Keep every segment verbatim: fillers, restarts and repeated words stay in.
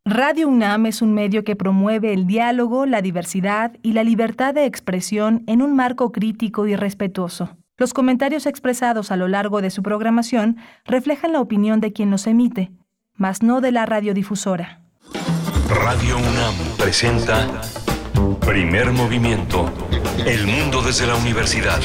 Radio UNAM es un medio que promueve el diálogo, la diversidad y la libertad de expresión en un marco crítico y respetuoso. Los comentarios expresados a lo largo de su programación reflejan la opinión de quien los emite, mas no de la radiodifusora. Radio UNAM presenta Primer Movimiento, El mundo desde la universidad.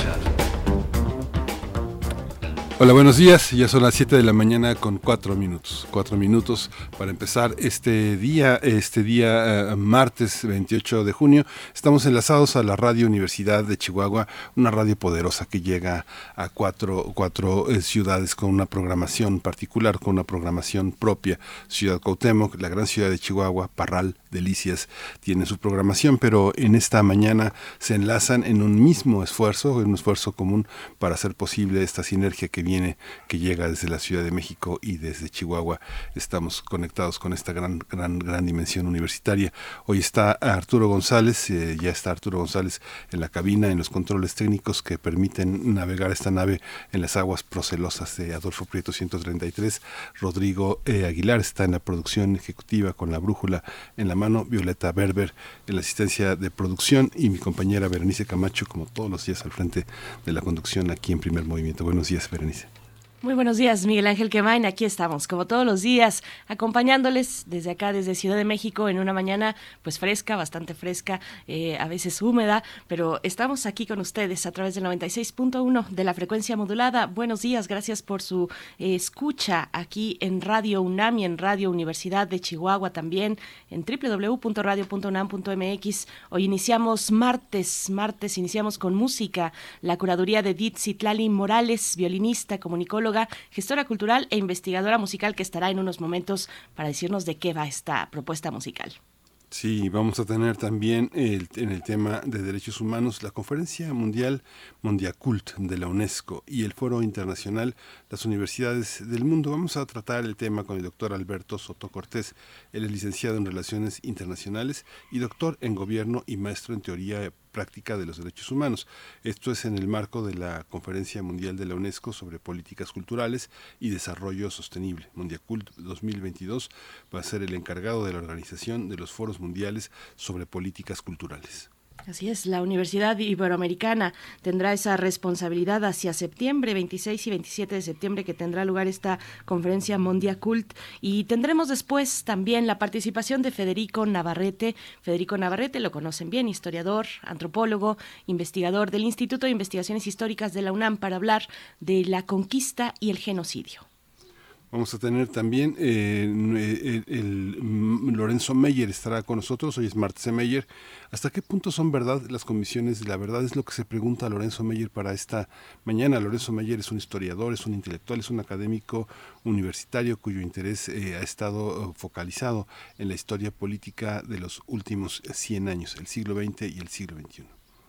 Hola, buenos días. Ya son las siete de la mañana con cuatro minutos. Cuatro minutos para empezar este día, este día eh, martes veintiocho de junio. Estamos enlazados a la Radio Universidad de Chihuahua, una radio poderosa que llega a cuatro, cuatro eh, ciudades con una programación particular, con una programación propia. Ciudad Cuauhtémoc, la gran ciudad de Chihuahua, Parral, Delicias, tienen su programación, pero en esta mañana se enlazan en un mismo esfuerzo, en un esfuerzo común para hacer posible esta sinergia que viene, que llega desde la Ciudad de México y desde Chihuahua. Estamos conectados con esta gran, gran, gran dimensión universitaria. Hoy está Arturo González, eh, ya está Arturo González en la cabina, en los controles técnicos que permiten navegar esta nave en las aguas procelosas de Adolfo Prieto ciento treinta y tres. Rodrigo eh, Aguilar está en la producción ejecutiva con la brújula en la mano, Violeta Berber en la asistencia de producción y mi compañera Berenice Camacho, como todos los días, al frente de la conducción aquí en Primer Movimiento. Buenos días, Berenice. Muy buenos días, Miguel Ángel Quemain. Aquí estamos, como todos los días, acompañándoles desde acá, desde Ciudad de México, en una mañana pues fresca, bastante fresca, eh, a veces húmeda, pero estamos aquí con ustedes a través del noventa y seis punto uno de la frecuencia modulada. Buenos días, gracias por su eh, escucha aquí en Radio UNAM y en Radio Universidad de Chihuahua también, en doble u doble u doble u punto radio punto unam punto m x. Hoy iniciamos martes, martes iniciamos con música, la curaduría de Edith Citlali Morales, violinista, comunicóloga, gestora cultural e investigadora musical, que estará en unos momentos para decirnos de qué va esta propuesta musical. Sí, vamos a tener también el, en el tema de derechos humanos la Conferencia Mundial Mondiacult de la UNESCO y el Foro Internacional Las Universidades del Mundo. Vamos a tratar el tema con el doctor Alberto Soto Cortés. Él es licenciado en Relaciones Internacionales y doctor en Gobierno y maestro en Teoría Práctica de los Derechos Humanos. Esto es en el marco de la Conferencia Mundial de la UNESCO sobre Políticas Culturales y Desarrollo Sostenible. Mondiacult dos mil veintidós va a ser el encargado de la organización de los foros mundiales sobre políticas culturales. Así es, la Universidad Iberoamericana tendrá esa responsabilidad hacia septiembre, veintiséis y veintisiete de septiembre, que tendrá lugar esta conferencia Mondiacult, y tendremos después también la participación de Federico Navarrete. Federico Navarrete lo conocen bien, historiador, antropólogo, investigador del Instituto de Investigaciones Históricas de la UNAM, para hablar de la conquista y el genocidio. Vamos a tener también eh, el, el, el Lorenzo Meyer estará con nosotros. Hoy es martes de Meyer. ¿Hasta qué punto son verdad las comisiones de la verdad? Es lo que se pregunta a Lorenzo Meyer para esta mañana. Lorenzo Meyer es un historiador, es un intelectual, es un académico universitario cuyo interés eh, ha estado focalizado en la historia política de los últimos cien años, el siglo veinte y el siglo veintiuno.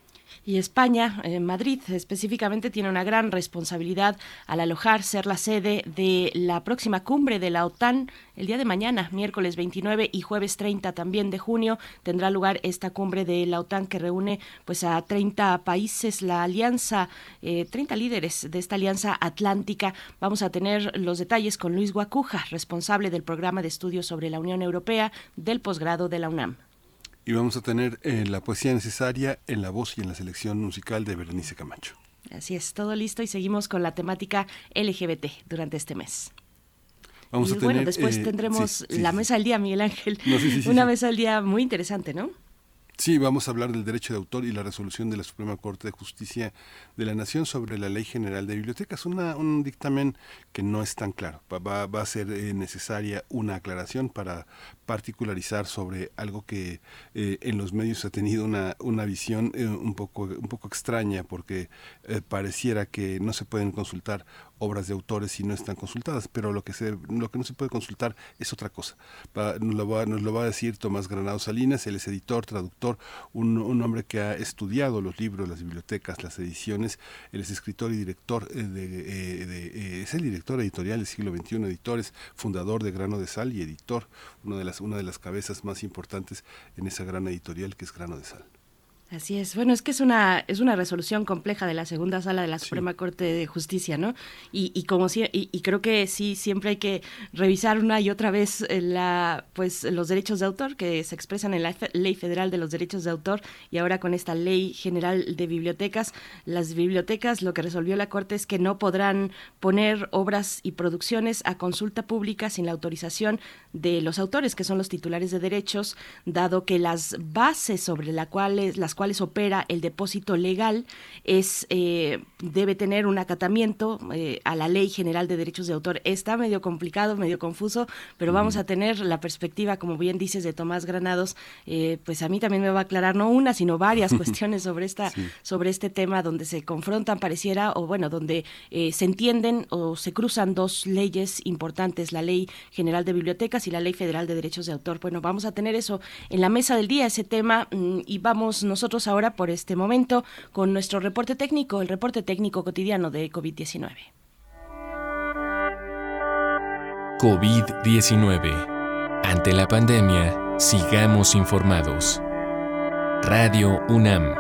Y España, eh, Madrid específicamente, tiene una gran responsabilidad al alojar, ser la sede de la próxima cumbre de la OTAN. El día de mañana, miércoles veintinueve y jueves treinta también de junio, tendrá lugar esta cumbre de la OTAN que reúne pues a treinta países, la alianza, eh, treinta líderes de esta alianza atlántica. Vamos a tener los detalles con Luis Guacuja, responsable del programa de estudios sobre la Unión Europea del posgrado de la UNAM. Y vamos a tener eh, la poesía necesaria en la voz y en la selección musical de Berenice Camacho. Así es, todo listo, y seguimos con la temática L G B T durante este mes. Vamos y a bueno, tener, después eh, tendremos sí, sí, la sí. mesa del día, Miguel Ángel. No, sí, sí, sí, Una sí. mesa del día muy interesante, ¿no? Sí, vamos a hablar del derecho de autor y la resolución de la Suprema Corte de Justicia de la Nación sobre la Ley General de Bibliotecas. Una, un dictamen que no es tan claro. Va, va a ser eh, necesaria una aclaración para particularizar sobre algo que eh, en los medios ha tenido una, una visión eh, un poco, un poco extraña, porque eh, pareciera que no se pueden consultar obras de autores si no están consultadas, pero lo que se lo que no se puede consultar es otra cosa. Va, nos, lo va, nos lo va a decir Tomás Granado Salinas. Él es editor, traductor, un, un hombre que ha estudiado los libros, las bibliotecas, las ediciones. Él es escritor y director, eh, de, eh, de, eh, es el director editorial del Siglo veintiuno Editores, fundador de Grano de Sal y editor, una de las, una de las cabezas más importantes en esa gran editorial que es Grano de Sal. Así es. Bueno, es que es una es una resolución compleja de la segunda sala de la Suprema sí. Corte de Justicia, ¿no? Y, y como si, y, y creo que sí siempre hay que revisar una y otra vez la pues los derechos de autor que se expresan en la Ley Federal de los Derechos de Autor y ahora con esta Ley General de Bibliotecas. Las bibliotecas, lo que resolvió la Corte es que no podrán poner obras y producciones a consulta pública sin la autorización de los autores, que son los titulares de derechos, dado que las bases sobre la cuales las cuales opera el depósito legal es eh, debe tener un acatamiento eh, a la Ley General de Derechos de Autor. Está medio complicado, medio confuso, pero uh-huh. vamos a tener la perspectiva, como bien dices, de Tomás Granados. Eh, pues a mí también me va a aclarar no una, sino varias cuestiones sobre esta sí. sobre este tema donde se confrontan, pareciera, o bueno, donde eh, se entienden o se cruzan dos leyes importantes, la Ley General de Bibliotecas y la Ley Federal de Derechos de Autor. Bueno, vamos a tener eso en la mesa del día, ese tema, y vamos nosotros ahora por este momento con nuestro reporte técnico, el reporte técnico cotidiano de covid diecinueve. covid diecinueve. Ante la pandemia, sigamos informados. Radio UNAM.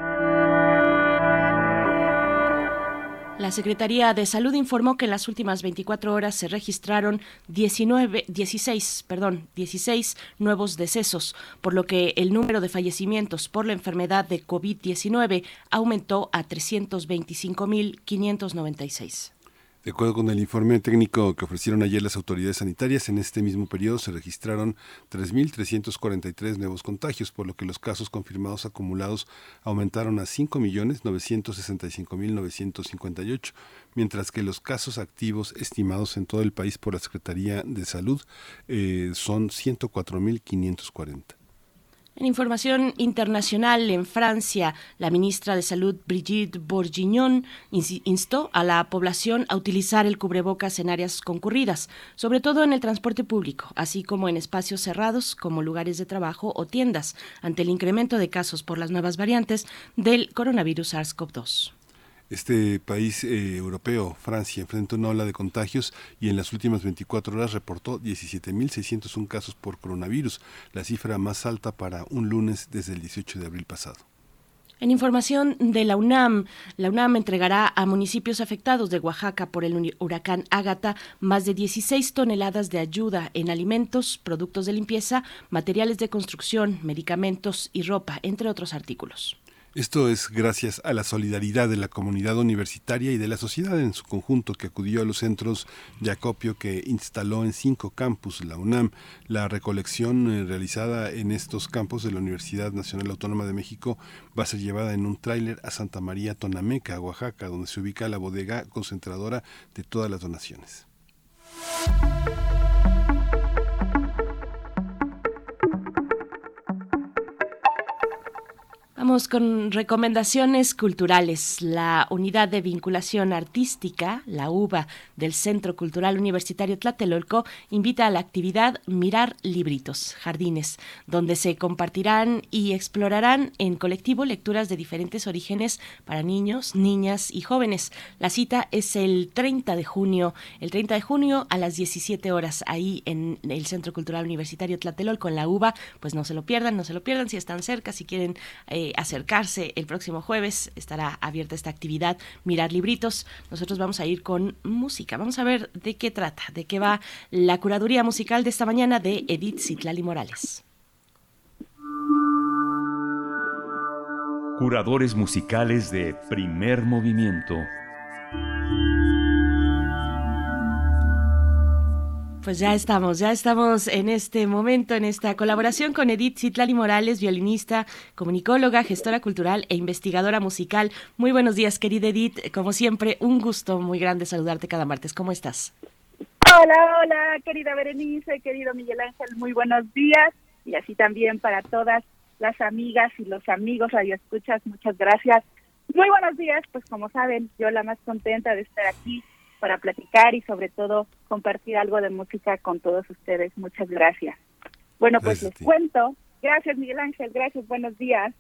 La Secretaría de Salud informó que en las últimas veinticuatro horas se registraron diecinueve, dieciséis, perdón, dieciséis nuevos decesos, por lo que el número de fallecimientos por la enfermedad de covid diecinueve aumentó a trescientos veinticinco mil quinientos noventa y seis. De acuerdo con el informe técnico que ofrecieron ayer las autoridades sanitarias, en este mismo periodo se registraron tres mil trescientos cuarenta y tres nuevos contagios, por lo que los casos confirmados acumulados aumentaron a cinco millones novecientos sesenta y cinco mil novecientos cincuenta y ocho, mientras que los casos activos estimados en todo el país por la Secretaría de Salud eh, son ciento cuatro mil quinientos cuarenta. En información internacional, en Francia, la ministra de Salud, Brigitte Bourguignon, instó a la población a utilizar el cubrebocas en áreas concurridas, sobre todo en el transporte público, así como en espacios cerrados como lugares de trabajo o tiendas, ante el incremento de casos por las nuevas variantes del coronavirus SARS-CoV dos. Este país eh, europeo, Francia, enfrenta una ola de contagios y en las últimas veinticuatro horas reportó diecisiete mil seiscientos uno casos por coronavirus, la cifra más alta para un lunes desde el dieciocho de abril pasado. En información de la UNAM, la UNAM entregará a municipios afectados de Oaxaca por el huracán Ágata más de dieciséis toneladas de ayuda en alimentos, productos de limpieza, materiales de construcción, medicamentos y ropa, entre otros artículos. Esto es gracias a la solidaridad de la comunidad universitaria y de la sociedad en su conjunto que acudió a los centros de acopio que instaló en cinco campus la UNAM. La recolección eh, realizada en estos campos de la Universidad Nacional Autónoma de México va a ser llevada en un tráiler a Santa María Tonameca, Oaxaca, donde se ubica la bodega concentradora de todas las donaciones. Vamos con recomendaciones culturales. La Unidad de Vinculación Artística, la U V A, del Centro Cultural Universitario Tlatelolco, invita a la actividad Mirar Libritos, Jardines, donde se compartirán y explorarán en colectivo lecturas de diferentes orígenes para niños, niñas y jóvenes. La cita es el treinta de junio, el treinta de junio a las diecisiete horas, ahí en el Centro Cultural Universitario Tlatelolco, en la U V A. Pues no se lo pierdan, no se lo pierdan si están cerca, si quieren eh, acercarse el próximo jueves, estará abierta esta actividad Mirar Libritos. Nosotros vamos a ir con música, vamos a ver de qué trata, de qué va la curaduría musical de esta mañana de Edith Citlali Morales. Curadores musicales de Primer Movimiento. Pues ya estamos, ya estamos en este momento, en esta colaboración con Edith Citlali Morales, violinista, comunicóloga, gestora cultural e investigadora musical. Muy buenos días, querida Edith. Como siempre, un gusto muy grande saludarte cada martes. ¿Cómo estás? Hola, hola, querida Berenice, querido Miguel Ángel, muy buenos días. Y así también para todas las amigas y los amigos radioescuchas, muchas gracias. Muy buenos días, pues como saben, yo la más contenta de estar aquí para platicar y sobre todo compartir algo de música con todos ustedes. Muchas gracias. Bueno, pues gracias, les cuento. Gracias, Miguel Ángel. Gracias, buenos días.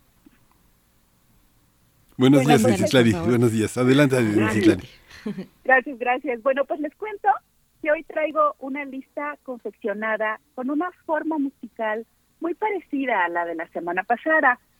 Buenos días, Citlali. Buenos días. Adelante, Citlali. Gracias, gracias. Bueno, pues les cuento que hoy traigo una lista confeccionada con una forma musical muy parecida a la de la semana pasada.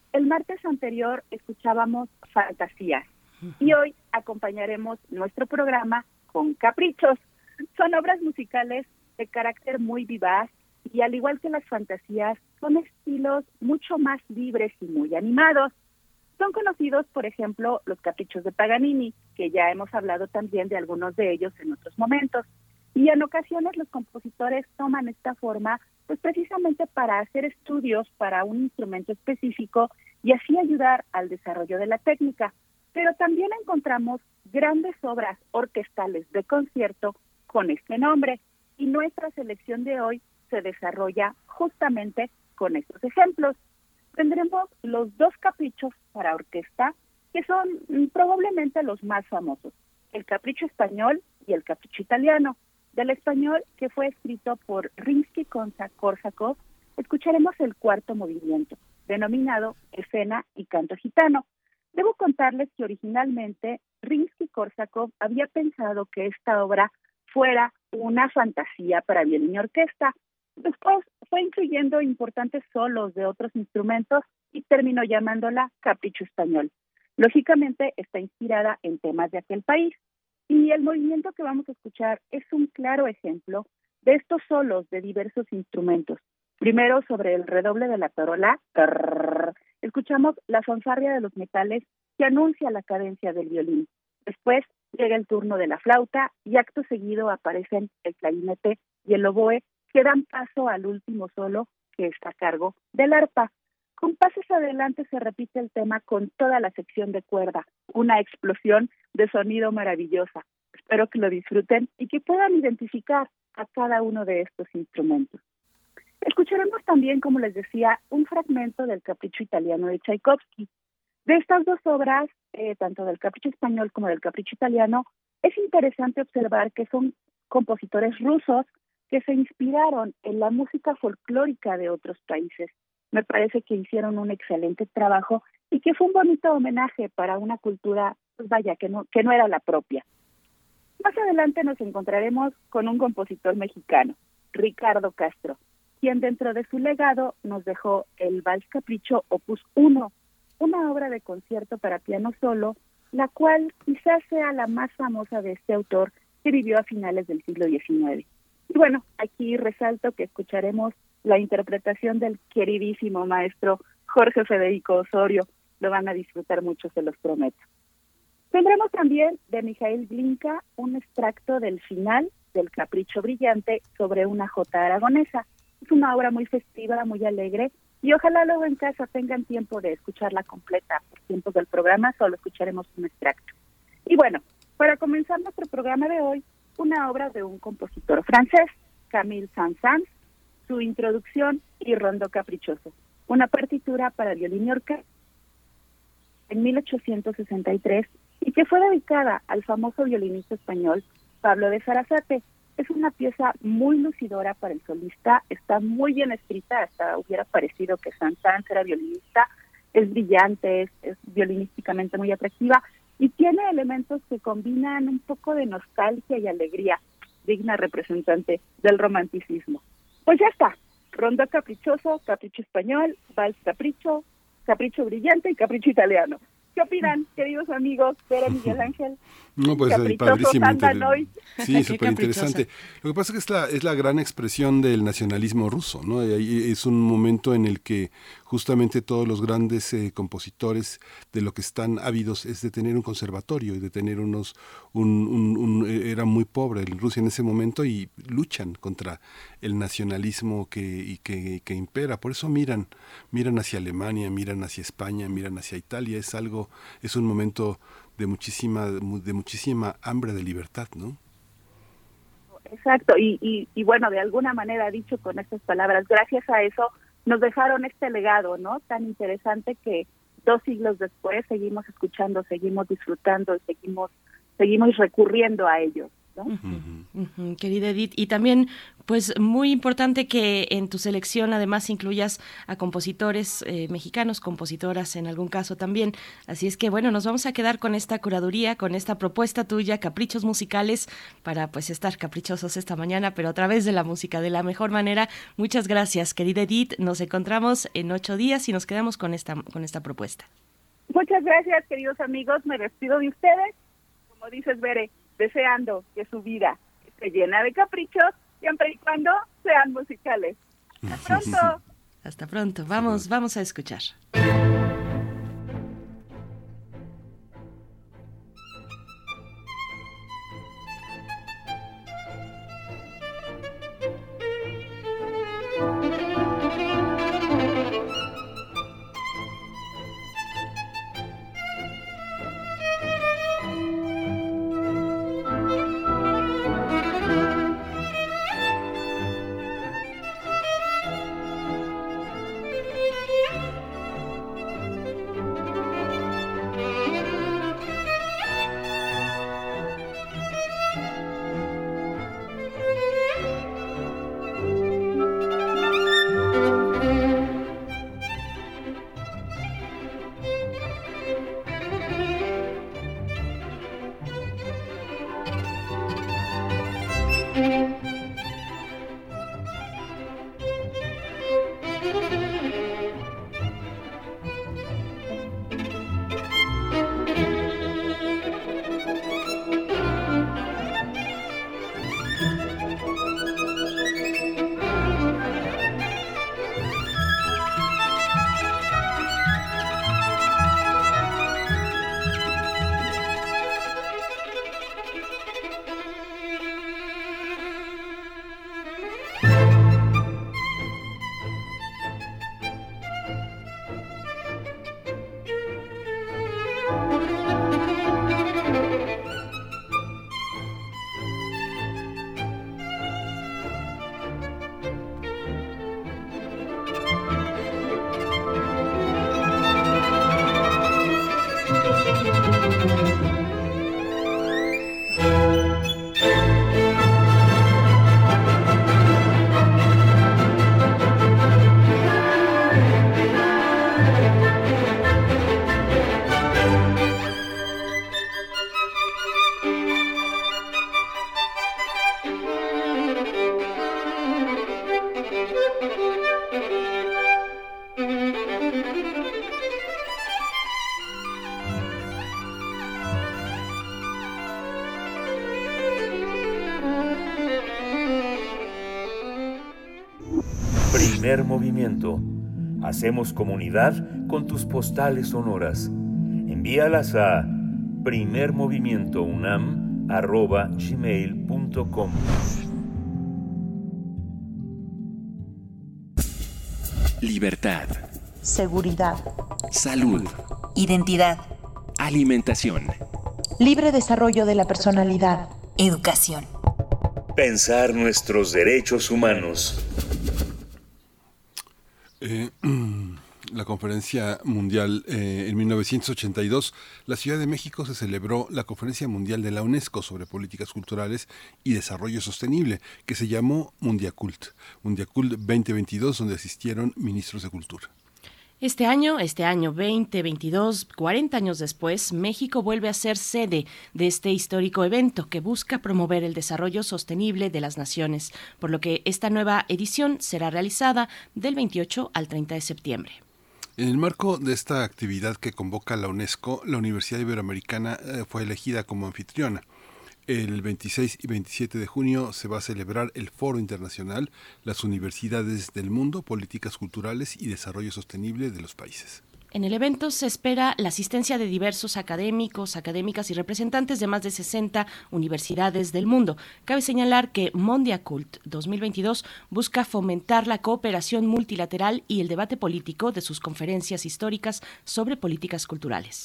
El martes anterior escuchábamos Fantasías y hoy acompañaremos nuestro programa con Caprichos. Son obras musicales de carácter muy vivaz y, al igual que las fantasías, son estilos mucho más libres y muy animados. Son conocidos, por ejemplo, los caprichos de Paganini, que ya hemos hablado también de algunos de ellos en otros momentos. Y en ocasiones los compositores toman esta forma pues precisamente para hacer estudios para un instrumento específico y así ayudar al desarrollo de la técnica. Pero también encontramos grandes obras orquestales de concierto con este nombre, y nuestra selección de hoy se desarrolla justamente con estos ejemplos. Tendremos los dos caprichos para orquesta, que son mm, probablemente los más famosos, el capricho español y el capricho italiano. Del español, que fue escrito por Rimsky-Korsakov, escucharemos el cuarto movimiento, denominado Escena y Canto Gitano. Debo contarles que originalmente Rimsky-Korsakov había pensado que esta obra fuera una fantasía para violín y orquesta. Después fue incluyendo importantes solos de otros instrumentos y terminó llamándola Capricho Español. Lógicamente está inspirada en temas de aquel país. Y el movimiento que vamos a escuchar es un claro ejemplo de estos solos de diversos instrumentos. Primero, sobre el redoble de la tarola, trrr, escuchamos la fanfarria de los metales que anuncia la cadencia del violín. Después llega el turno de la flauta y acto seguido aparecen el clarinete y el oboe, que dan paso al último solo, que está a cargo del arpa. Con pases adelante se repite el tema con toda la sección de cuerda, una explosión de sonido maravillosa. Espero que lo disfruten y que puedan identificar a cada uno de estos instrumentos. Escucharemos también, como les decía, un fragmento del Capricho Italiano de Tchaikovsky. De estas dos obras, eh, tanto del Capricho Español como del Capricho Italiano, es interesante observar que son compositores rusos que se inspiraron en la música folclórica de otros países. Me parece que hicieron un excelente trabajo y que fue un bonito homenaje para una cultura, pues vaya, que no, que no era la propia. Más adelante nos encontraremos con un compositor mexicano, Ricardo Castro, quien dentro de su legado nos dejó el Vals Capricho Opus uno, una obra de concierto para piano solo, la cual quizás sea la más famosa de este autor, que vivió a finales del siglo diecinueve. Y bueno, aquí resalto que escucharemos la interpretación del queridísimo maestro Jorge Federico Osorio. Lo van a disfrutar mucho, se los prometo. Tendremos también de Mijaíl Glinka un extracto del final del Capricho Brillante sobre una jota aragonesa. Es una obra muy festiva, muy alegre, y ojalá luego en casa tengan tiempo de escucharla completa. Por tiempos del programa solo escucharemos un extracto. Y bueno, para comenzar nuestro programa de hoy, una obra de un compositor francés, Camille Saint-Saëns, su introducción y rondo caprichoso, una partitura para violín y orquesta en mil ochocientos sesenta y tres y que fue dedicada al famoso violinista español Pablo de Sarasate. Es una pieza muy lucidora para el solista, está muy bien escrita, hasta hubiera parecido que Saint-Saëns era violinista, es brillante, es, es violinísticamente muy atractiva y tiene elementos que combinan un poco de nostalgia y alegría, digna representante del romanticismo. Pues ya está, rondo caprichoso, capricho español, vals capricho, capricho brillante y capricho italiano. ¿Qué opinan, queridos amigos? Vera, Miguel Ángel. No, pues padrísimo. Sí, súper interesante. Lo que pasa es que es la, es la gran expresión del nacionalismo ruso, ¿no? Y es un momento en el que justamente todos los grandes eh, compositores de lo que están ávidos es de tener un conservatorio y de tener unos... Un, un, un, era muy pobre en Rusia en ese momento y luchan contra el nacionalismo que, y que, que impera. Por eso miran, miran hacia Alemania, miran hacia España, miran hacia Italia. Es algo, es un momento de muchísima, de muchísima hambre de libertad, ¿no? Exacto, y, y, y bueno, de alguna manera dicho con estas palabras, gracias a eso nos dejaron este legado, ¿no? Tan interesante que dos siglos después seguimos escuchando, seguimos disfrutando, seguimos, seguimos recurriendo a ellos. ¿no? Uh-huh, uh-huh, querida Edith, y también pues muy importante que en tu selección además incluyas a compositores eh, mexicanos, compositoras en algún caso también, así es que bueno, nos vamos a quedar con esta curaduría, con esta propuesta tuya, Caprichos Musicales, para pues estar caprichosos esta mañana, pero a través de la música, de la mejor manera. Muchas gracias, querida Edith, nos encontramos en ocho días y nos quedamos con esta, con esta propuesta. Muchas gracias, queridos amigos, me despido de ustedes, como dices, Bere, deseando que su vida esté llena de caprichos, siempre y cuando sean musicales. Hasta pronto. Hasta pronto. Vamos, vamos a escuchar. Primer movimiento. Hacemos comunidad con tus postales sonoras. Envíalas a primermovimientounam arroba gmail punto com. Libertad. Seguridad. Salud. Identidad. Alimentación. Libre desarrollo de la personalidad. Educación. Pensar nuestros derechos humanos. Eh, la conferencia mundial eh, en mil novecientos ochenta y dos, la Ciudad de México se celebró la conferencia mundial de la UNESCO sobre políticas culturales y desarrollo sostenible, que se llamó Mundiacult, Mundiacult veinte veintidós, donde asistieron ministros de cultura. Este año, este año veinte veintidós, cuarenta años después, México vuelve a ser sede de este histórico evento que busca promover el desarrollo sostenible de las naciones, por lo que esta nueva edición será realizada del veintiocho al treinta de septiembre. En el marco de esta actividad que convoca la UNESCO, la Universidad Iberoamericana eh, fue elegida como anfitriona. El veintiséis y veintisiete de junio se va a celebrar el Foro Internacional Las Universidades del Mundo, Políticas Culturales y Desarrollo Sostenible de los Países. En el evento se espera la asistencia de diversos académicos, académicas y representantes de más de sesenta universidades del mundo. Cabe señalar que Mundiacult dos mil veintidós busca fomentar la cooperación multilateral y el debate político de sus conferencias históricas sobre políticas culturales.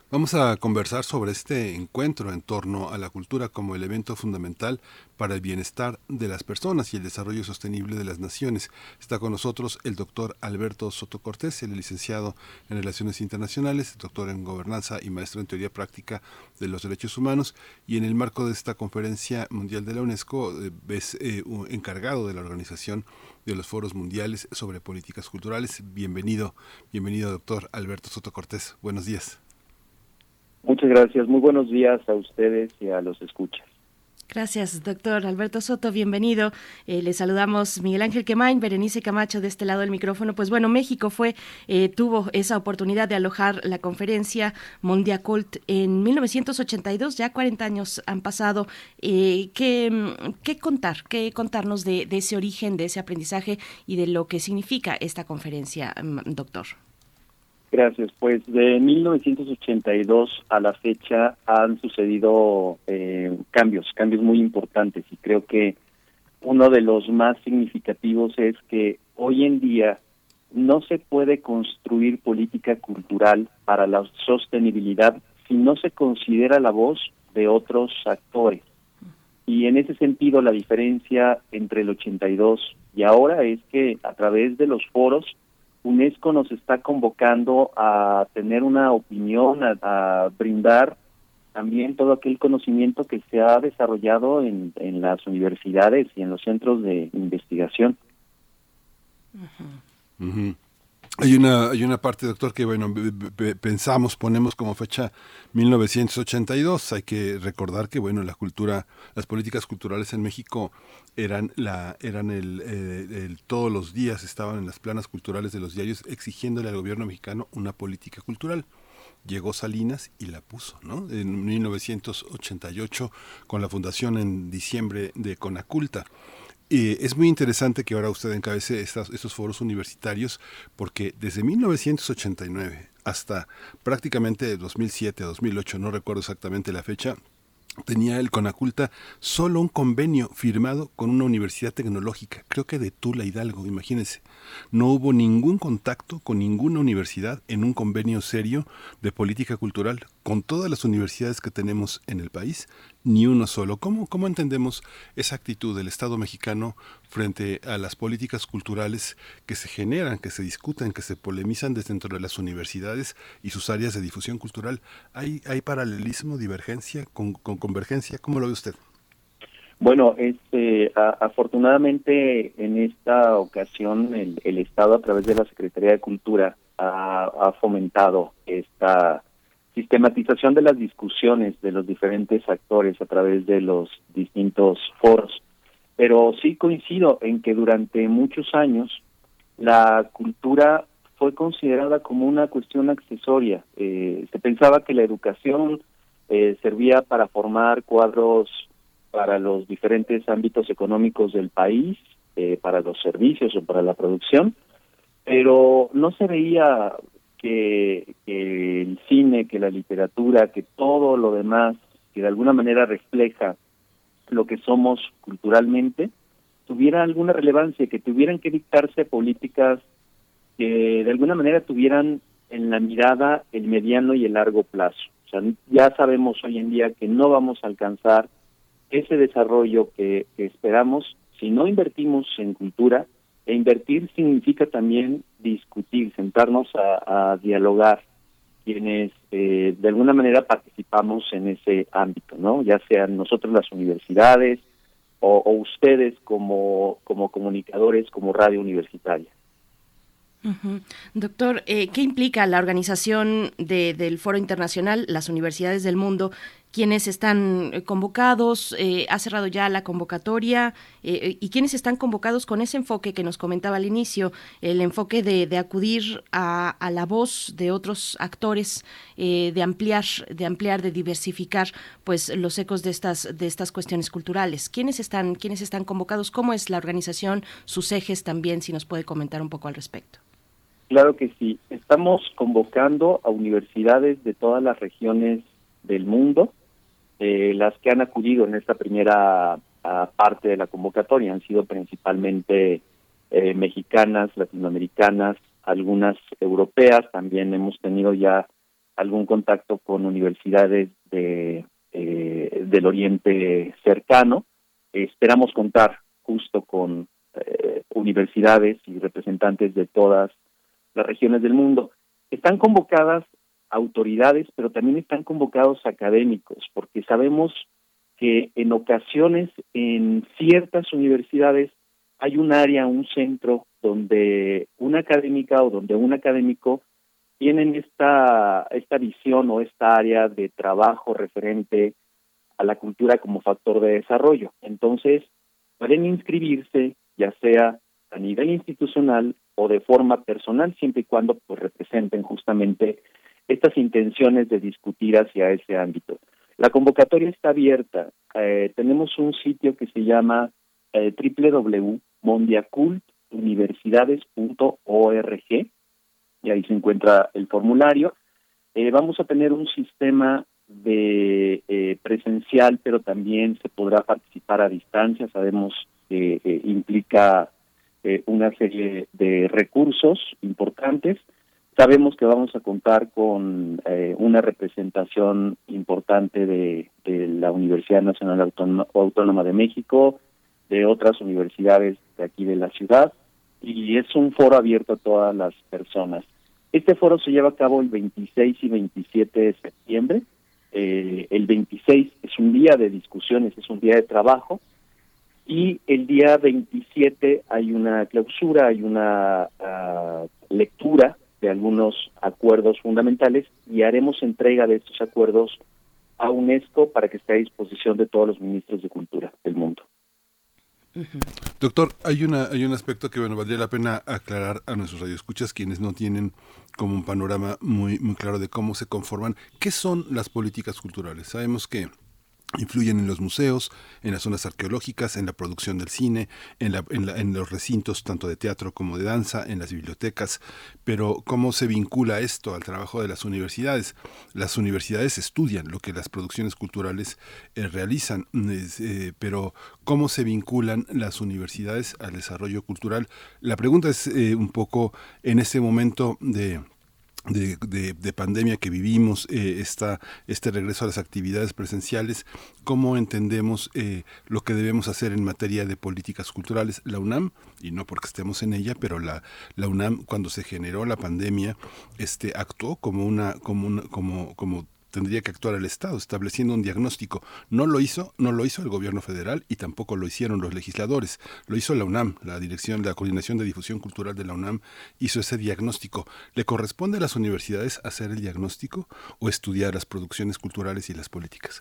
Vamos a conversar sobre este encuentro en torno a la cultura como elemento fundamental para el bienestar de las personas y el desarrollo sostenible de las naciones. Está con nosotros el doctor Alberto Soto Cortés, el licenciado en Relaciones Internacionales, doctor en Gobernanza y maestro en Teoría Práctica de los Derechos Humanos. Y en el marco de esta Conferencia Mundial de la UNESCO eh, es eh, encargado de la organización de los foros mundiales sobre políticas culturales. Bienvenido, bienvenido doctor Alberto Soto Cortés. Buenos días. Muchas gracias. Muy buenos días a ustedes y a los escuchas. Gracias, doctor Alberto Soto, bienvenido. Eh, le saludamos Miguel Ángel Quemain, Berenice Camacho de este lado del micrófono. Pues bueno, México fue eh, tuvo esa oportunidad de alojar la conferencia Mondiacult en mil novecientos ochenta y dos, ya cuarenta años han pasado. Eh, ¿qué, ¿Qué contar? ¿Qué contarnos de, de ese origen, de ese aprendizaje y de lo que significa esta conferencia, doctor? Gracias. Pues de mil novecientos ochenta y dos a la fecha han sucedido eh, cambios, cambios muy importantes, y creo que uno de los más significativos es que hoy en día no se puede construir política cultural para la sostenibilidad si no se considera la voz de otros actores. Y en ese sentido la diferencia entre el ochenta y dos y ahora es que a través de los foros UNESCO nos está convocando a tener una opinión, a, a brindar también todo aquel conocimiento que se ha desarrollado en, en las universidades y en los centros de investigación. Uh-huh. Uh-huh. Hay una hay una parte, doctor, que bueno, pensamos, ponemos como fecha mil novecientos ochenta y dos. Hay que recordar que bueno, la cultura, las políticas culturales en México eran la eran el, el, el todos los días estaban en las planas culturales de los diarios exigiéndole al gobierno mexicano una política cultural. Llegó Salinas y la puso, ¿no? En mil novecientos ochenta y ocho con la fundación en diciembre de Conaculta. Eh, es muy interesante que ahora usted encabece estas, estos foros universitarios, porque desde mil novecientos ochenta y nueve hasta prácticamente dos mil siete, dos mil ocho, no recuerdo exactamente la fecha, tenía el Conaculta solo un convenio firmado con una universidad tecnológica, creo que de Tula, Hidalgo, imagínense. No hubo ningún contacto con ninguna universidad en un convenio serio de política cultural con todas las universidades que tenemos en el país, ni uno solo. ¿Cómo, cómo entendemos esa actitud del Estado mexicano frente a las políticas culturales que se generan, que se discuten, que se polemizan desde dentro de las universidades y sus áreas de difusión cultural? ¿Hay, hay paralelismo, divergencia, con, con convergencia? ¿Cómo lo ve usted? Bueno, este, a, afortunadamente en esta ocasión el, el Estado a través de la Secretaría de Cultura ha, ha fomentado esta sistematización de las discusiones de los diferentes actores a través de los distintos foros. Pero sí coincido en que durante muchos años la cultura fue considerada como una cuestión accesoria. Eh, se pensaba que la educación eh, servía para formar cuadros para los diferentes ámbitos económicos del país, eh, para los servicios o para la producción, pero no se veía que, que el cine, que la literatura, que todo lo demás, que de alguna manera refleja lo que somos culturalmente, tuviera alguna relevancia, que tuvieran que dictarse políticas que de alguna manera tuvieran en la mirada el mediano y el largo plazo. O sea, ya sabemos hoy en día que no vamos a alcanzar ese desarrollo que, que esperamos si no invertimos en cultura, e invertir significa también discutir, sentarnos a, a dialogar quienes eh, de alguna manera participamos en ese ámbito, ¿no? Ya sean nosotros las universidades o, o ustedes como, como comunicadores, como radio universitaria. Uh-huh. Doctor, eh, ¿qué implica la organización de, del Foro Internacional, las universidades del mundo? ¿Quiénes están convocados? Eh, ¿Ha cerrado ya la convocatoria? Eh, ¿Y quiénes están convocados con ese enfoque que nos comentaba al inicio? El enfoque de, de acudir a, a la voz de otros actores, eh, de ampliar, de ampliar, de diversificar, pues los ecos de estas, de estas cuestiones culturales. ¿Quiénes están, quiénes están convocados? ¿Cómo es la organización? Sus ejes también, si nos puede comentar un poco al respecto. Claro que sí. Estamos convocando a universidades de todas las regiones del mundo. Eh, las que han acudido en esta primera uh, parte de la convocatoria han sido principalmente eh, mexicanas, latinoamericanas, algunas europeas. También hemos tenido ya algún contacto con universidades de eh, del Oriente cercano. Eh, esperamos contar justo con eh, universidades y representantes de todas las regiones del mundo. Están convocadas autoridades, pero también están convocados académicos, porque sabemos que en ocasiones en ciertas universidades hay un área, un centro, donde una académica o donde un académico tienen esta, esta visión o esta área de trabajo referente a la cultura como factor de desarrollo. Entonces, pueden inscribirse, ya sea a nivel institucional o de forma personal, siempre y cuando pues representen justamente estas intenciones de discutir hacia ese ámbito. La convocatoria está abierta. Eh, tenemos un sitio que se llama eh, doble u doble u doble u punto mondiacult universidades punto org, y ahí se encuentra el formulario. Eh, vamos a tener un sistema de eh, presencial, pero también se podrá participar a distancia. Sabemos que eh, implica eh, una serie de recursos importantes. Sabemos que vamos a contar con eh, una representación importante de, de la Universidad Nacional Autónoma, Autónoma de México, de otras universidades de aquí de la ciudad, y es un foro abierto a todas las personas. Este foro se lleva a cabo el veintiséis y veintisiete de septiembre. Eh, el veintiséis es un día de discusiones, es un día de trabajo, y el día veintisiete hay una clausura, hay una uh, lectura de algunos acuerdos fundamentales, y haremos entrega de estos acuerdos a UNESCO para que esté a disposición de todos los ministros de cultura del mundo. Doctor, hay una hay un aspecto que bueno valdría la pena aclarar a nuestros radioescuchas, quienes no tienen como un panorama muy muy claro de cómo se conforman. ¿Qué son las políticas culturales? Sabemos que influyen en los museos, en las zonas arqueológicas, en la producción del cine, en, la, en, la, en los recintos tanto de teatro como de danza, en las bibliotecas, pero ¿cómo se vincula esto al trabajo de las universidades? Las universidades estudian lo que las producciones culturales eh, realizan, eh, pero ¿cómo se vinculan las universidades al desarrollo cultural? La pregunta es eh, un poco en este momento de... De, de, de pandemia que vivimos, eh, esta, este regreso a las actividades presenciales, ¿cómo entendemos eh, lo que debemos hacer en materia de políticas culturales? La UNAM, y no porque estemos en ella, pero la, la UNAM cuando se generó la pandemia este, actuó como una, como una, como, como tendría que actuar el Estado, estableciendo un diagnóstico. No lo hizo, no lo hizo el gobierno federal y tampoco lo hicieron los legisladores. Lo hizo la UNAM, la dirección, la Coordinación de Difusión Cultural de la UNAM hizo ese diagnóstico. ¿Le corresponde a las universidades hacer el diagnóstico o estudiar las producciones culturales y las políticas?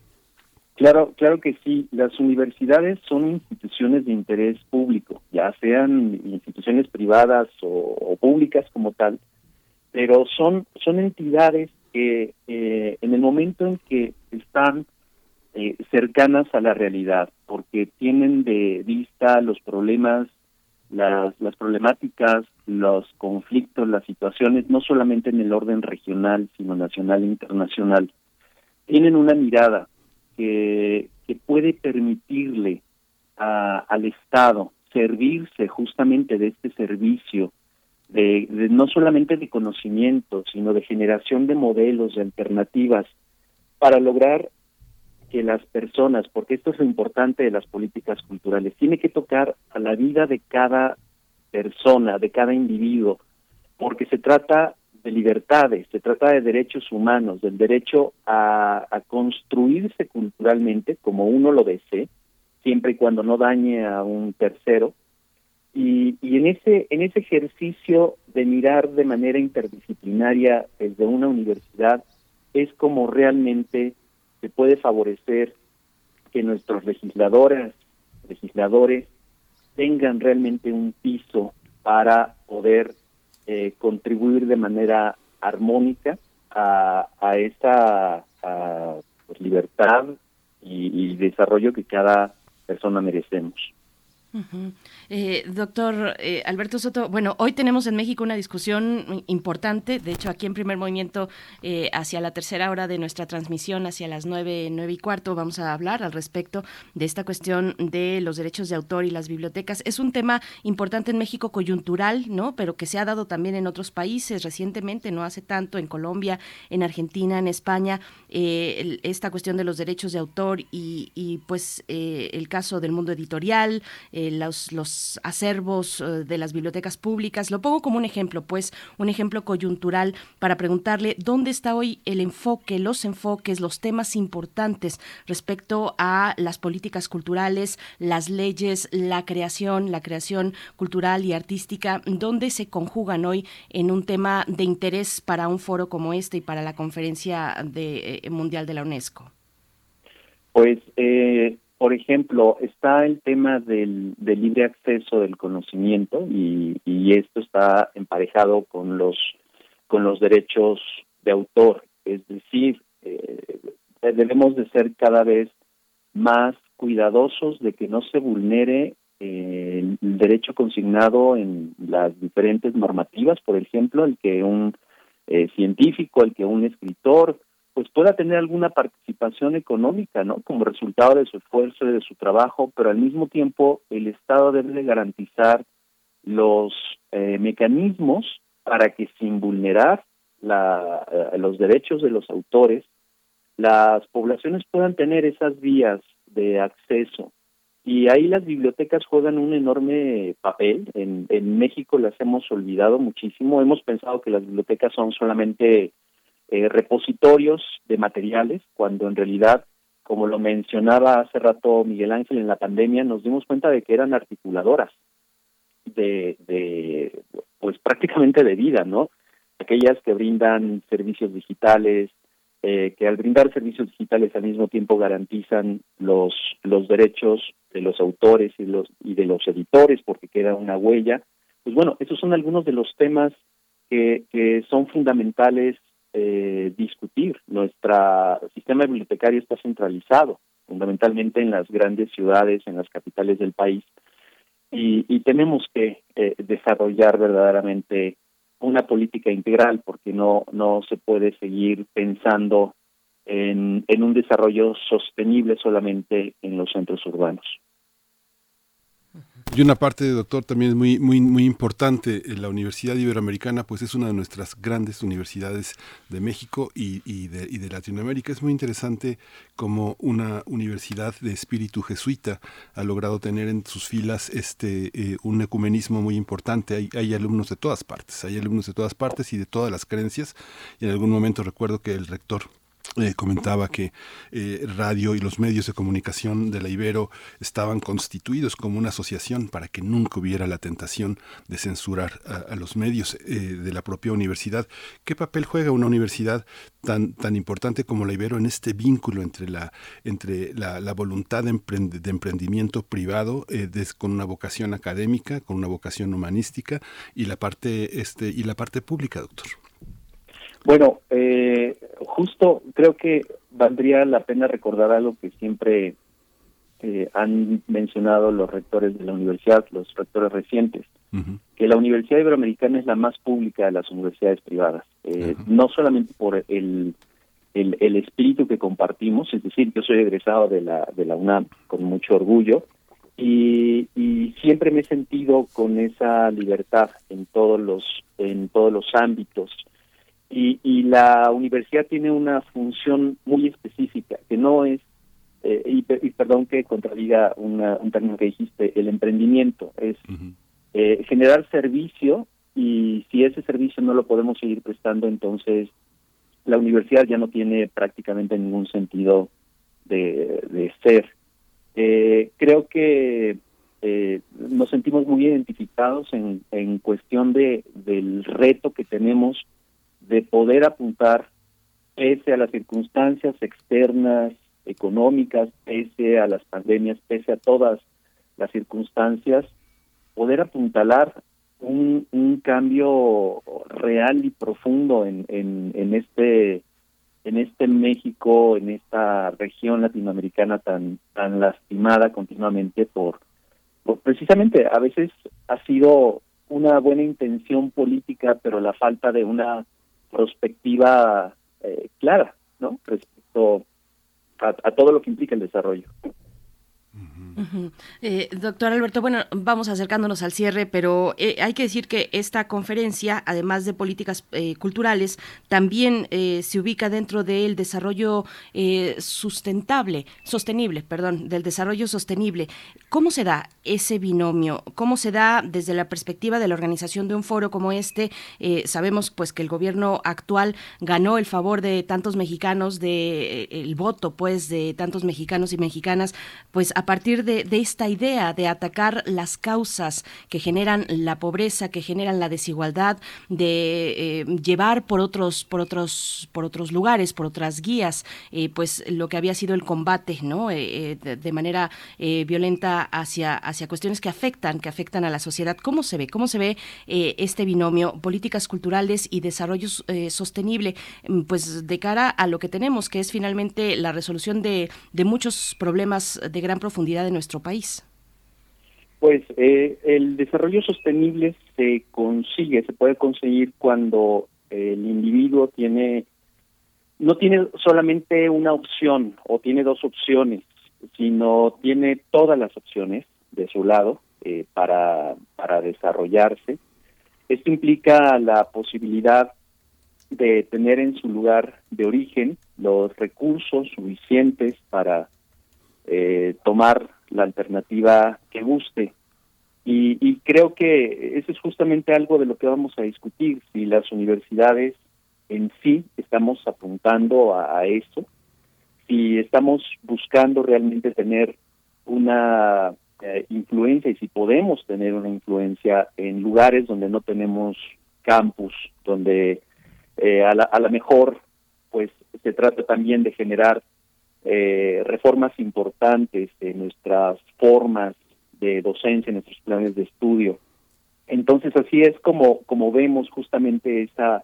Claro, claro que sí. Las universidades son instituciones de interés público, ya sean instituciones privadas o, o públicas como tal, pero son, son entidades que eh, en el momento en que están eh, cercanas a la realidad, porque tienen de vista los problemas, las, las problemáticas, los conflictos, las situaciones, no solamente en el orden regional, sino nacional e internacional, tienen una mirada que, que puede permitirle a, al Estado servirse justamente de este servicio, De, de no solamente de conocimiento, sino de generación de modelos, de alternativas, para lograr que las personas, porque esto es lo importante de las políticas culturales, tiene que tocar a la vida de cada persona, de cada individuo, porque se trata de libertades, se trata de derechos humanos, del derecho a, a construirse culturalmente como uno lo desee, siempre y cuando no dañe a un tercero. Y, y en ese en ese ejercicio de mirar de manera interdisciplinaria desde una universidad es como realmente se puede favorecer que nuestros legisladores legisladores tengan realmente un piso para poder eh, contribuir de manera armónica a, a esa a, pues, libertad y, y desarrollo que cada persona merecemos. Uh-huh. Eh, doctor eh, Alberto Soto, bueno, hoy tenemos en México una discusión importante, de hecho aquí en Primer Movimiento, eh, hacia la tercera hora de nuestra transmisión, hacia las nueve, nueve y cuarto, vamos a hablar al respecto de esta cuestión de los derechos de autor y las bibliotecas. Es un tema importante en México, coyuntural, ¿no? Pero que se ha dado también en otros países recientemente, no hace tanto, en Colombia, en Argentina, en España, eh, el, esta cuestión de los derechos de autor y, y pues eh, el caso del mundo editorial, Eh, los, los acervos eh, de las bibliotecas públicas. Lo pongo como un ejemplo, pues, un ejemplo coyuntural para preguntarle dónde está hoy el enfoque, los enfoques, los temas importantes respecto a las políticas culturales, las leyes, la creación, la creación cultural y artística, dónde se conjugan hoy en un tema de interés para un foro como este y para la Conferencia de, eh, Mundial de la UNESCO. Pues, eh, por ejemplo, está el tema del, del libre acceso del conocimiento y, y esto está emparejado con los con los derechos de autor. Es decir, eh, debemos de ser cada vez más cuidadosos de que no se vulnere eh, el derecho consignado en las diferentes normativas, por ejemplo, el que un eh, científico, el que un escritor pues pueda tener alguna participación económica, ¿no? Como resultado de su esfuerzo y de su trabajo, pero al mismo tiempo el Estado debe de garantizar los eh, mecanismos para que sin vulnerar la, eh, los derechos de los autores, las poblaciones puedan tener esas vías de acceso. Y ahí las bibliotecas juegan un enorme papel. En, en México las hemos olvidado muchísimo. Hemos pensado que las bibliotecas son solamente Eh, repositorios de materiales, cuando en realidad, como lo mencionaba hace rato Miguel Ángel, en la pandemia nos dimos cuenta de que eran articuladoras de, de pues prácticamente de vida, ¿no? Aquellas que brindan servicios digitales, eh, que al brindar servicios digitales al mismo tiempo garantizan los los derechos de los autores y los y de los editores, porque queda una huella. Pues bueno, esos son algunos de los temas que, que son fundamentales Eh, discutir. Nuestro sistema bibliotecario está centralizado fundamentalmente en las grandes ciudades, en las capitales del país, y, y tenemos que eh, desarrollar verdaderamente una política integral, porque no no se puede seguir pensando en, en un desarrollo sostenible solamente en los centros urbanos. Y una parte, doctor, también muy muy muy importante, la Universidad Iberoamericana pues es una de nuestras grandes universidades de México y, y, de, y de Latinoamérica. Es muy interesante cómo una universidad de espíritu jesuita ha logrado tener en sus filas este eh, un ecumenismo muy importante. Hay, hay alumnos de todas partes, hay alumnos de todas partes y de todas las creencias. Y en algún momento recuerdo que el rector Eh, comentaba que eh, radio y los medios de comunicación de la Ibero estaban constituidos como una asociación para que nunca hubiera la tentación de censurar a, a los medios eh, de la propia universidad. ¿Qué papel juega una universidad tan tan importante como la Ibero en este vínculo entre la entre la, la voluntad de, emprend de emprendimiento privado eh, des, con una vocación académica, con una vocación humanística y la parte este y la parte pública, doctor? Bueno, eh, justo creo que valdría la pena recordar algo que siempre eh, han mencionado los rectores de la universidad, los rectores recientes, uh-huh. que la Universidad Iberoamericana es la más pública de las universidades privadas, eh, uh-huh. no solamente por el, el el espíritu que compartimos, es decir, yo soy egresado de la de la UNAM con mucho orgullo y, y siempre me he sentido con esa libertad en todos los en todos los ámbitos. Y, y la universidad tiene una función muy específica, que no es, eh, y, y perdón que contradiga una, un término que dijiste, el emprendimiento, es uh-huh. eh, generar servicio, y si ese servicio no lo podemos seguir prestando, entonces la universidad ya no tiene prácticamente ningún sentido de, de ser. Eh, creo que eh, nos sentimos muy identificados en, en cuestión de del reto que tenemos de poder apuntar, pese a las circunstancias externas, económicas, pese a las pandemias, pese a todas las circunstancias, poder apuntalar un, un cambio real y profundo en, en, en este en este México, en esta región latinoamericana tan tan lastimada continuamente por pues precisamente a veces ha sido una buena intención política, pero la falta de una perspectiva eh, clara, ¿no? Respecto a, a todo lo que implica el desarrollo. Uh-huh. Eh, doctor Alberto, bueno, vamos acercándonos al cierre, pero eh, hay que decir que esta conferencia, además de políticas eh, culturales, también eh, se ubica dentro del desarrollo eh, sustentable, sostenible, perdón, del desarrollo sostenible. ¿Cómo se da ese binomio? ¿Cómo se da desde la perspectiva de la organización de un foro como este? Eh, sabemos pues que el gobierno actual ganó el favor de tantos mexicanos, de eh, el voto pues de tantos mexicanos y mexicanas, pues a partir de De, de esta idea de atacar las causas que generan la pobreza, que generan la desigualdad, de eh, llevar por otros, por otros, por otros lugares, por otras guías, eh, pues lo que había sido el combate, ¿no? Eh, de, de manera eh, violenta hacia, hacia cuestiones que afectan, que afectan a la sociedad. ¿Cómo se ve? ¿Cómo se ve eh, este binomio, políticas culturales y desarrollo eh, sostenible? Pues de cara a lo que tenemos, que es finalmente la resolución de, de muchos problemas de gran profundidad de nuestro país. Pues eh, el desarrollo sostenible se consigue, se puede conseguir cuando el individuo tiene, no tiene solamente una opción o tiene dos opciones, sino tiene todas las opciones de su lado eh, para, para desarrollarse. Esto implica la posibilidad de tener en su lugar de origen los recursos suficientes para eh, tomar la alternativa que guste. Y, y creo que eso es justamente algo de lo que vamos a discutir, si las universidades en sí estamos apuntando a, a eso, si estamos buscando realmente tener una eh, influencia y si podemos tener una influencia en lugares donde no tenemos campus, donde eh, a la, a la mejor pues se trata también de generar Eh, reformas importantes en nuestras formas de docencia, en nuestros planes de estudio. Entonces así es como como vemos justamente esa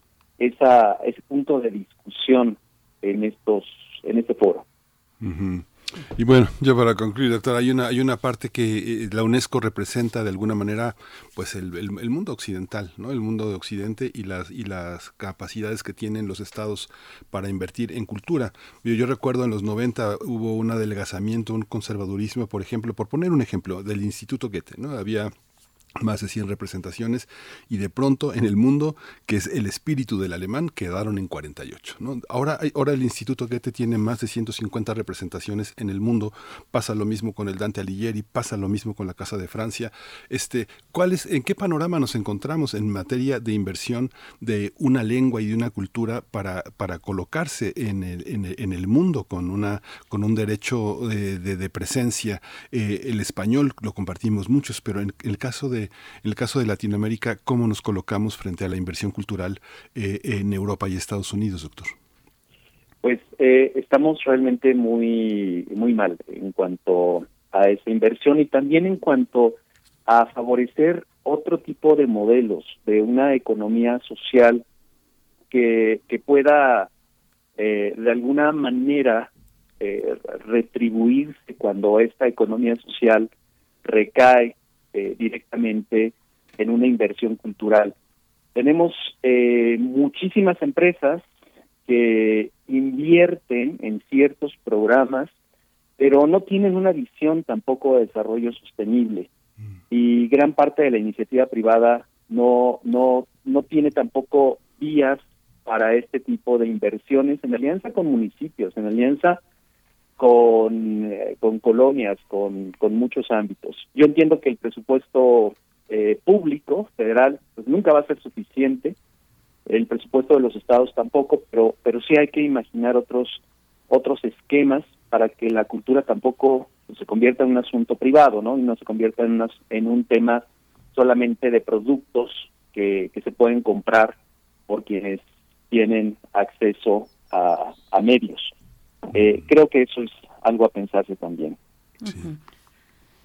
esa ese punto de discusión en estos en este foro. Uh-huh. Y bueno, ya para concluir, doctor, hay una hay una parte que eh, la UNESCO representa de alguna manera, pues el, el, el mundo occidental, ¿no? El mundo de Occidente y las y las capacidades que tienen los estados para invertir en cultura. Yo, yo recuerdo en los noventa hubo un adelgazamiento, un conservadurismo, por ejemplo, por poner un ejemplo, del Instituto Goethe, ¿no? Había más de cien representaciones y de pronto en el mundo, que es el espíritu del alemán, quedaron en cuarenta y ocho, ¿no? Ahora, hay, ahora el Instituto Goethe tiene más de ciento cincuenta representaciones en el mundo, pasa lo mismo con el Dante Alighieri, pasa lo mismo con la Casa de Francia. Este, ¿cuál es, ¿en qué panorama nos encontramos en materia de inversión de una lengua y de una cultura para, para colocarse en el, en el, en el mundo con, una, con un derecho de, de, de presencia? Eh, el español lo compartimos muchos, pero en el caso de En el caso de Latinoamérica, ¿cómo nos colocamos frente a la inversión cultural eh, en Europa y Estados Unidos, doctor? Pues eh, estamos realmente muy muy mal en cuanto a esa inversión y también en cuanto a favorecer otro tipo de modelos de una economía social que, que pueda eh, de alguna manera eh, retribuirse cuando esta economía social recae Eh, directamente en una inversión cultural. Tenemos eh, muchísimas empresas que invierten en ciertos programas, pero no tienen una visión tampoco de desarrollo sostenible. Mm. Y gran parte de la iniciativa privada no, no, no tiene tampoco vías para este tipo de inversiones en alianza con municipios, en alianza con, eh, con colonias, con, con muchos ámbitos. Yo entiendo que el presupuesto eh, público, federal, pues nunca va a ser suficiente, el presupuesto de los estados tampoco, pero pero sí hay que imaginar otros otros esquemas para que la cultura tampoco se convierta en un asunto privado, ¿no? Y no se convierta en, unas, en un tema solamente de productos que, que se pueden comprar por quienes tienen acceso a, a medios. Eh, creo que eso es algo a pensarse también. Sí.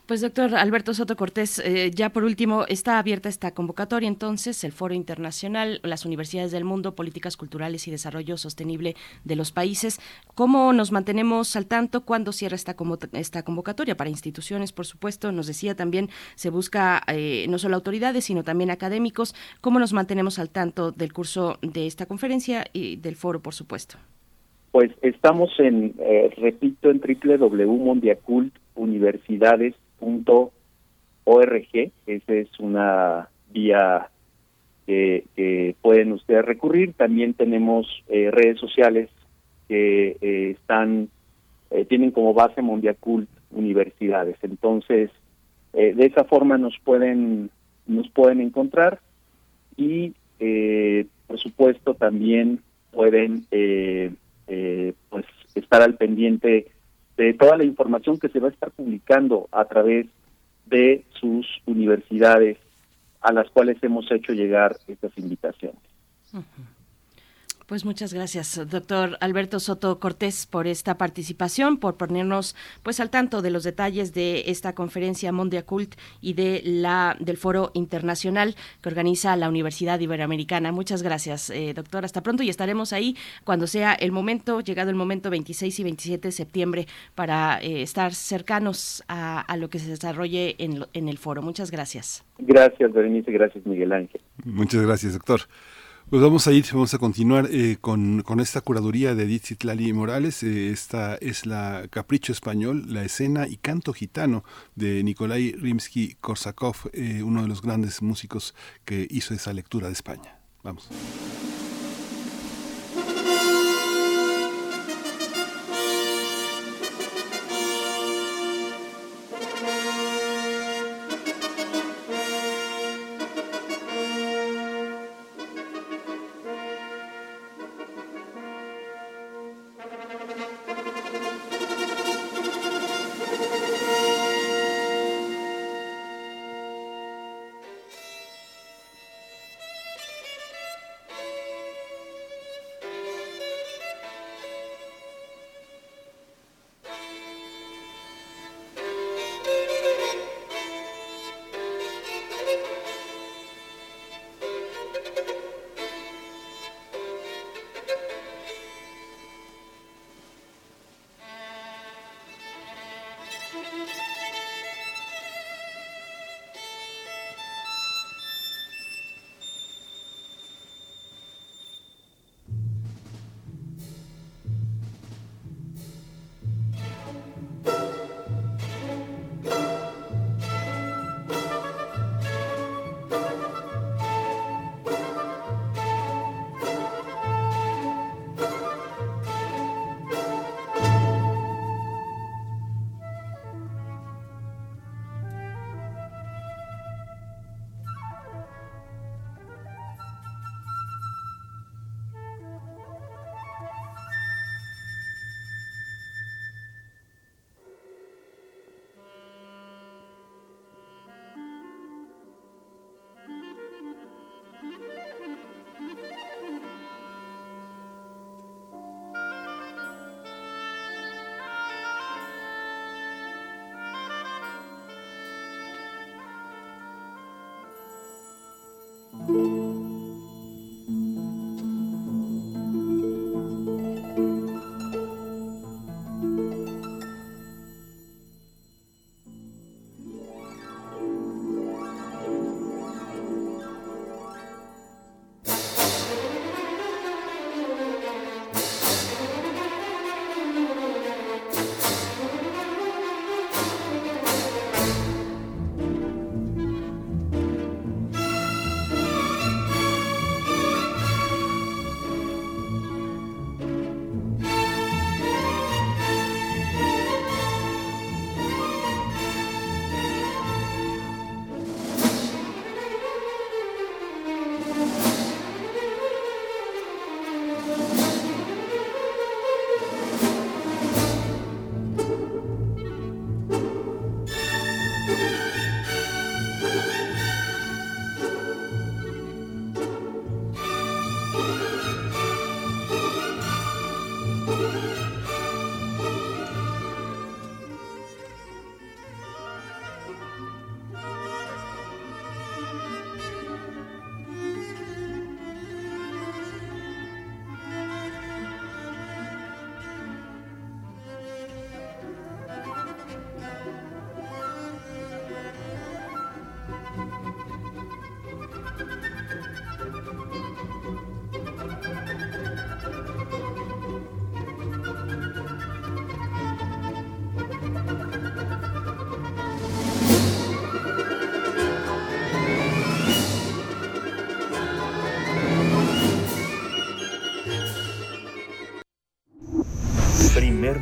Pues doctor Alberto Soto Cortés, eh, ya por último, está abierta esta convocatoria entonces, el Foro Internacional, las Universidades del Mundo, Políticas Culturales y Desarrollo Sostenible de los Países. ¿Cómo nos mantenemos al tanto? ¿Cuándo cierra esta, convo- esta convocatoria? Para instituciones, por supuesto, nos decía también, se busca eh, no solo autoridades, sino también académicos. ¿Cómo nos mantenemos al tanto del curso de esta conferencia y del foro, por supuesto? Pues estamos en, eh, repito, en doble u doble u doble u punto mondiacult universidades punto org. Esa es una vía que, que pueden ustedes recurrir. También tenemos eh, redes sociales que eh, están eh, tienen como base Mondiacult Universidades. Entonces, eh, de esa forma nos pueden nos pueden encontrar y, eh, por supuesto, también pueden eh, eh, pues estar al pendiente de toda la información que se va a estar publicando a través de sus universidades a las cuales hemos hecho llegar estas invitaciones. Uh-huh. Pues muchas gracias, doctor Alberto Soto Cortés, por esta participación, por ponernos pues al tanto de los detalles de esta conferencia Mondiacult y de la del Foro Internacional que organiza la Universidad Iberoamericana. Muchas gracias, eh, doctor. Hasta pronto y estaremos ahí cuando sea el momento, llegado el momento veintiséis y veintisiete de septiembre, para eh, estar cercanos a, a lo que se desarrolle en, lo, en el foro. Muchas gracias. Gracias, Berenice. Gracias, Miguel Ángel. Muchas gracias, doctor. Pues vamos a ir, vamos a continuar eh, con, con esta curaduría de Edith Citlali Morales. Eh, esta es la Capricho Español, la escena y canto gitano de Nikolai Rimsky-Korsakov, eh, uno de los grandes músicos que hizo esa lectura de España. Vamos.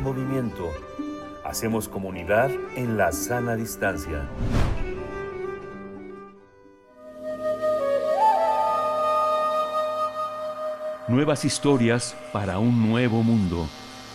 movimiento. Hacemos comunidad en la sana distancia. Nuevas historias para un nuevo mundo.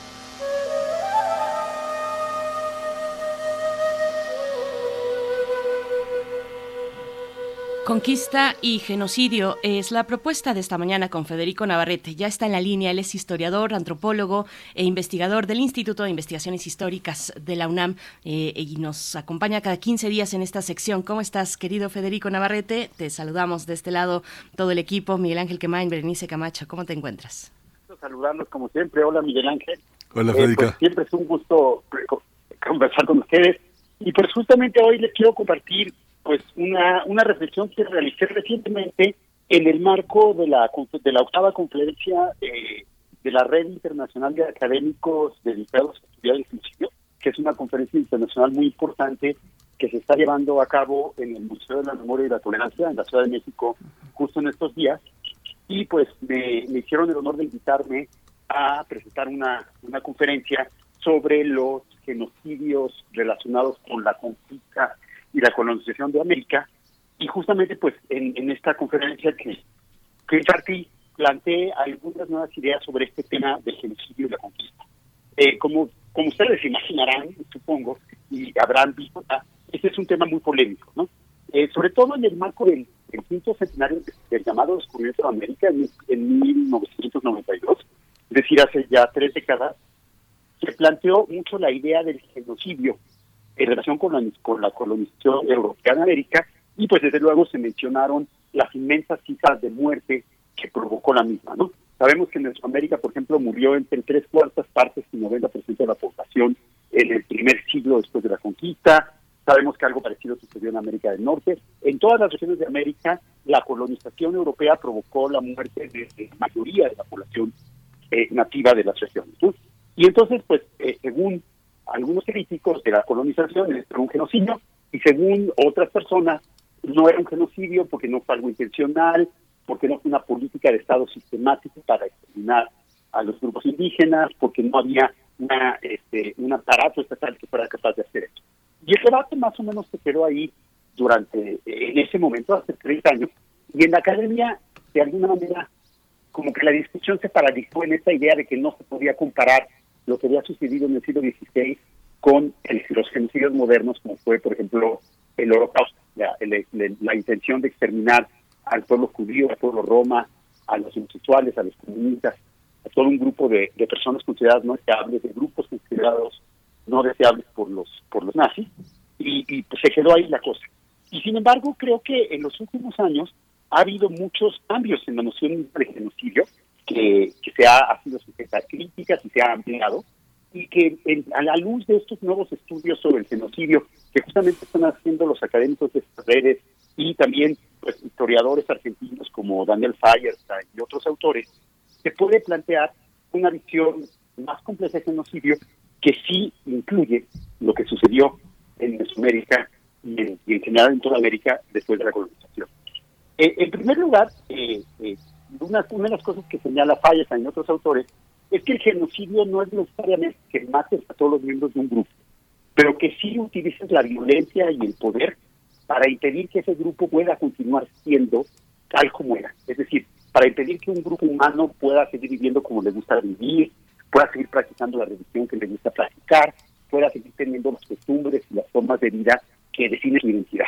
Conquista y genocidio es la propuesta de esta mañana con Federico Navarrete. Ya está en la línea, él es historiador, antropólogo e investigador del Instituto de Investigaciones Históricas de la UNAM eh, y nos acompaña cada quince días en esta sección. ¿Cómo estás, querido Federico Navarrete? Te saludamos de este lado todo el equipo, Miguel Ángel Quemain, Berenice Camacho. ¿Cómo te encuentras? Saludarlos como siempre. Hola, Miguel Ángel. Hola, Federico. Eh, pues, siempre es un gusto conversar con ustedes. Y pues justamente hoy les quiero compartir pues una una reflexión que realicé recientemente en el marco de la de la octava conferencia eh, de la Red Internacional de Académicos Dedicados a Estudiar el Genocidio, que es una conferencia internacional muy importante que se está llevando a cabo en el Museo de la Memoria y la Tolerancia en la Ciudad de México justo en estos días. Y pues me, me hicieron el honor de invitarme a presentar una, una conferencia sobre los genocidios relacionados con la conquista y la colonización de América. Y justamente pues en, en esta conferencia que, que impartí, planteé algunas nuevas ideas sobre este tema del genocidio y la conquista. Eh, como, como ustedes imaginarán, supongo, y habrán visto, este es un tema muy polémico, ¿no? Eh, sobre todo en el marco del, del quinto centenario del llamado descubrimiento de América en, en mil novecientos noventa y dos, es decir, hace ya tres décadas, se planteó mucho la idea del genocidio en relación con la, con la colonización europea en América, y pues desde luego se mencionaron las inmensas cifras de muerte que provocó la misma, ¿no? Sabemos que en Mesoamérica, por ejemplo, murió entre tres cuartas partes y noventa por ciento de la población en el primer siglo después de la conquista. Sabemos que algo parecido sucedió en América del Norte. En todas las regiones de América, la colonización europea provocó la muerte de la mayoría de la población eh, nativa de las regiones, ¿no? Y entonces, pues, eh, según algunos críticos de la colonización, era un genocidio, y según otras personas, no era un genocidio porque no fue algo intencional, porque no fue una política de Estado sistemática para exterminar a los grupos indígenas, porque no había una, este, un aparato estatal que fuera capaz de hacer eso. Y el debate más o menos se quedó ahí durante, en ese momento, hace treinta años, y en la academia, de alguna manera, como que la discusión se paralizó en esta idea de que no se podía comparar lo que había sucedido en el siglo dieciséis con el, los genocidios modernos, como fue, por ejemplo, el Holocausto, la, el, el, la intención de exterminar al pueblo judío, al pueblo roma, a los homosexuales, a los comunistas, a todo un grupo de, de personas consideradas no deseables, de grupos considerados no deseables por los por los nazis, y, y pues se quedó ahí la cosa. Y sin embargo, creo que en los últimos años ha habido muchos cambios en la noción de genocidio, que, que se ha, ha sido sujeta a críticas y se ha ampliado, y que en, a la luz de estos nuevos estudios sobre el genocidio que justamente están haciendo los académicos de estas redes y también pues, historiadores argentinos como Daniel Feierstein y otros autores, se puede plantear una visión más compleja de genocidio que sí incluye lo que sucedió en Mesoamérica y en, y en general en toda América después de la colonización. Eh, en primer lugar, eh, eh, una, una de las cosas que señala Feierstein y otros autores es que el genocidio no es necesariamente que mates a todos los miembros de un grupo, pero que sí utilices la violencia y el poder para impedir que ese grupo pueda continuar siendo tal como era. Es decir, para impedir que un grupo humano pueda seguir viviendo como le gusta vivir, pueda seguir practicando la religión que le gusta practicar, pueda seguir teniendo las costumbres y las formas de vida que definen su identidad.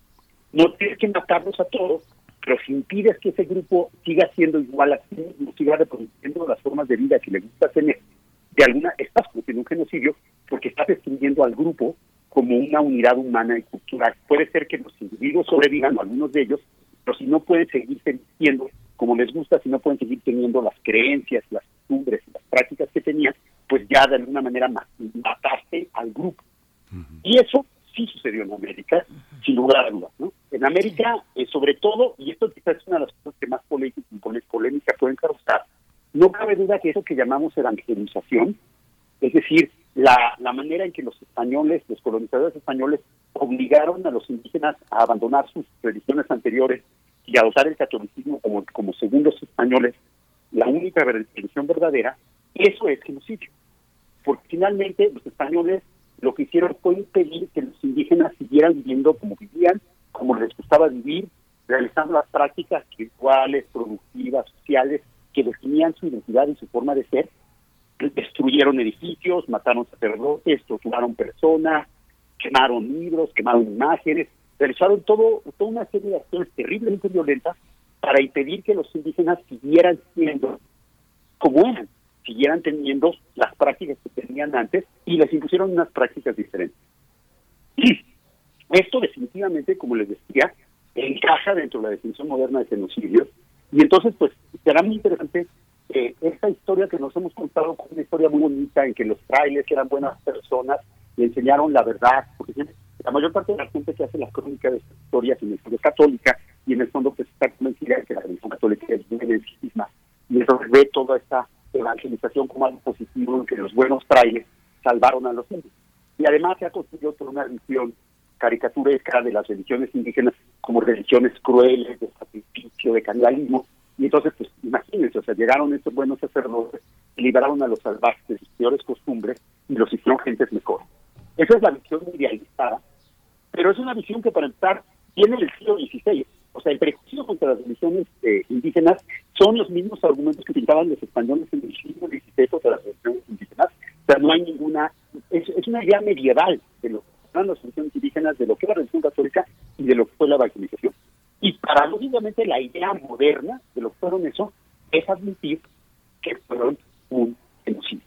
No tienes que matarlos a todos, pero si impides que ese grupo siga siendo igual a ti, no siga reproduciendo las formas de vida que le gusta tener, de alguna estás cometiendo un genocidio porque estás destruyendo al grupo como una unidad humana y cultural. Puede ser que los individuos sobrevivan, o algunos de ellos, pero si no pueden seguir siendo como les gusta, si no pueden seguir teniendo las creencias, las costumbres y las prácticas que tenían, pues ya de alguna manera mataste al grupo. Uh-huh. Y eso sí sucedió en América, sin lugar a dudas, ¿no? En América, eh, sobre todo, y esto quizás es una de las cosas que más polémica, polémica pueden causar, no cabe duda que eso que llamamos evangelización, es decir, la, la manera en que los españoles, los colonizadores españoles, obligaron a los indígenas a abandonar sus religiones anteriores y a adoptar el catolicismo como, como según los españoles, la única religión verdadera, eso es genocidio. porque finalmente los españoles lo que hicieron fue impedir que los indígenas siguieran viviendo como vivían, como les gustaba vivir, realizando las prácticas rituales, productivas, sociales, que definían su identidad y su forma de ser. Destruyeron edificios, mataron sacerdotes, torturaron personas, quemaron libros, quemaron imágenes, realizaron todo, toda una serie de acciones terriblemente violentas para impedir que los indígenas siguieran siendo como eran, siguieran teniendo las prácticas que tenían antes y les impusieron unas prácticas diferentes. Esto definitivamente, como les decía, encaja dentro de la definición moderna de genocidio, y entonces pues será muy interesante eh, esta historia que nos hemos contado, como una historia muy bonita en que los frailes eran buenas personas y enseñaron la verdad, porque la mayor parte de la gente que hace la crónica de estas historias en el fondo es católica, y en el fondo pues está convencida de que la religión católica es buena en sí misma, y entonces ve toda esta evangelización como algo positivo, en que los buenos frailes salvaron a los indios. Y además se ha construido toda una visión caricaturesca de las religiones indígenas como religiones crueles, de sacrificio, de canibalismo, y entonces pues imagínense, o sea, llegaron estos buenos sacerdotes y liberaron a los salvajes de sus peores costumbres y los hicieron gentes mejores. Esa es la visión idealizada, pero es una visión que para empezar tiene el siglo dieciséis. O sea, el prejuicio contra las religiones eh, indígenas son los mismos argumentos que utilizaban los españoles en el siglo dieciséis contra las religiones indígenas. O sea, no hay ninguna... Es, es una idea medieval de lo que eran las religiones indígenas, de lo que era la religión católica y de lo que fue la evangelización. Y paradójicamente la idea moderna de lo que fueron eso es admitir que fueron un genocidio.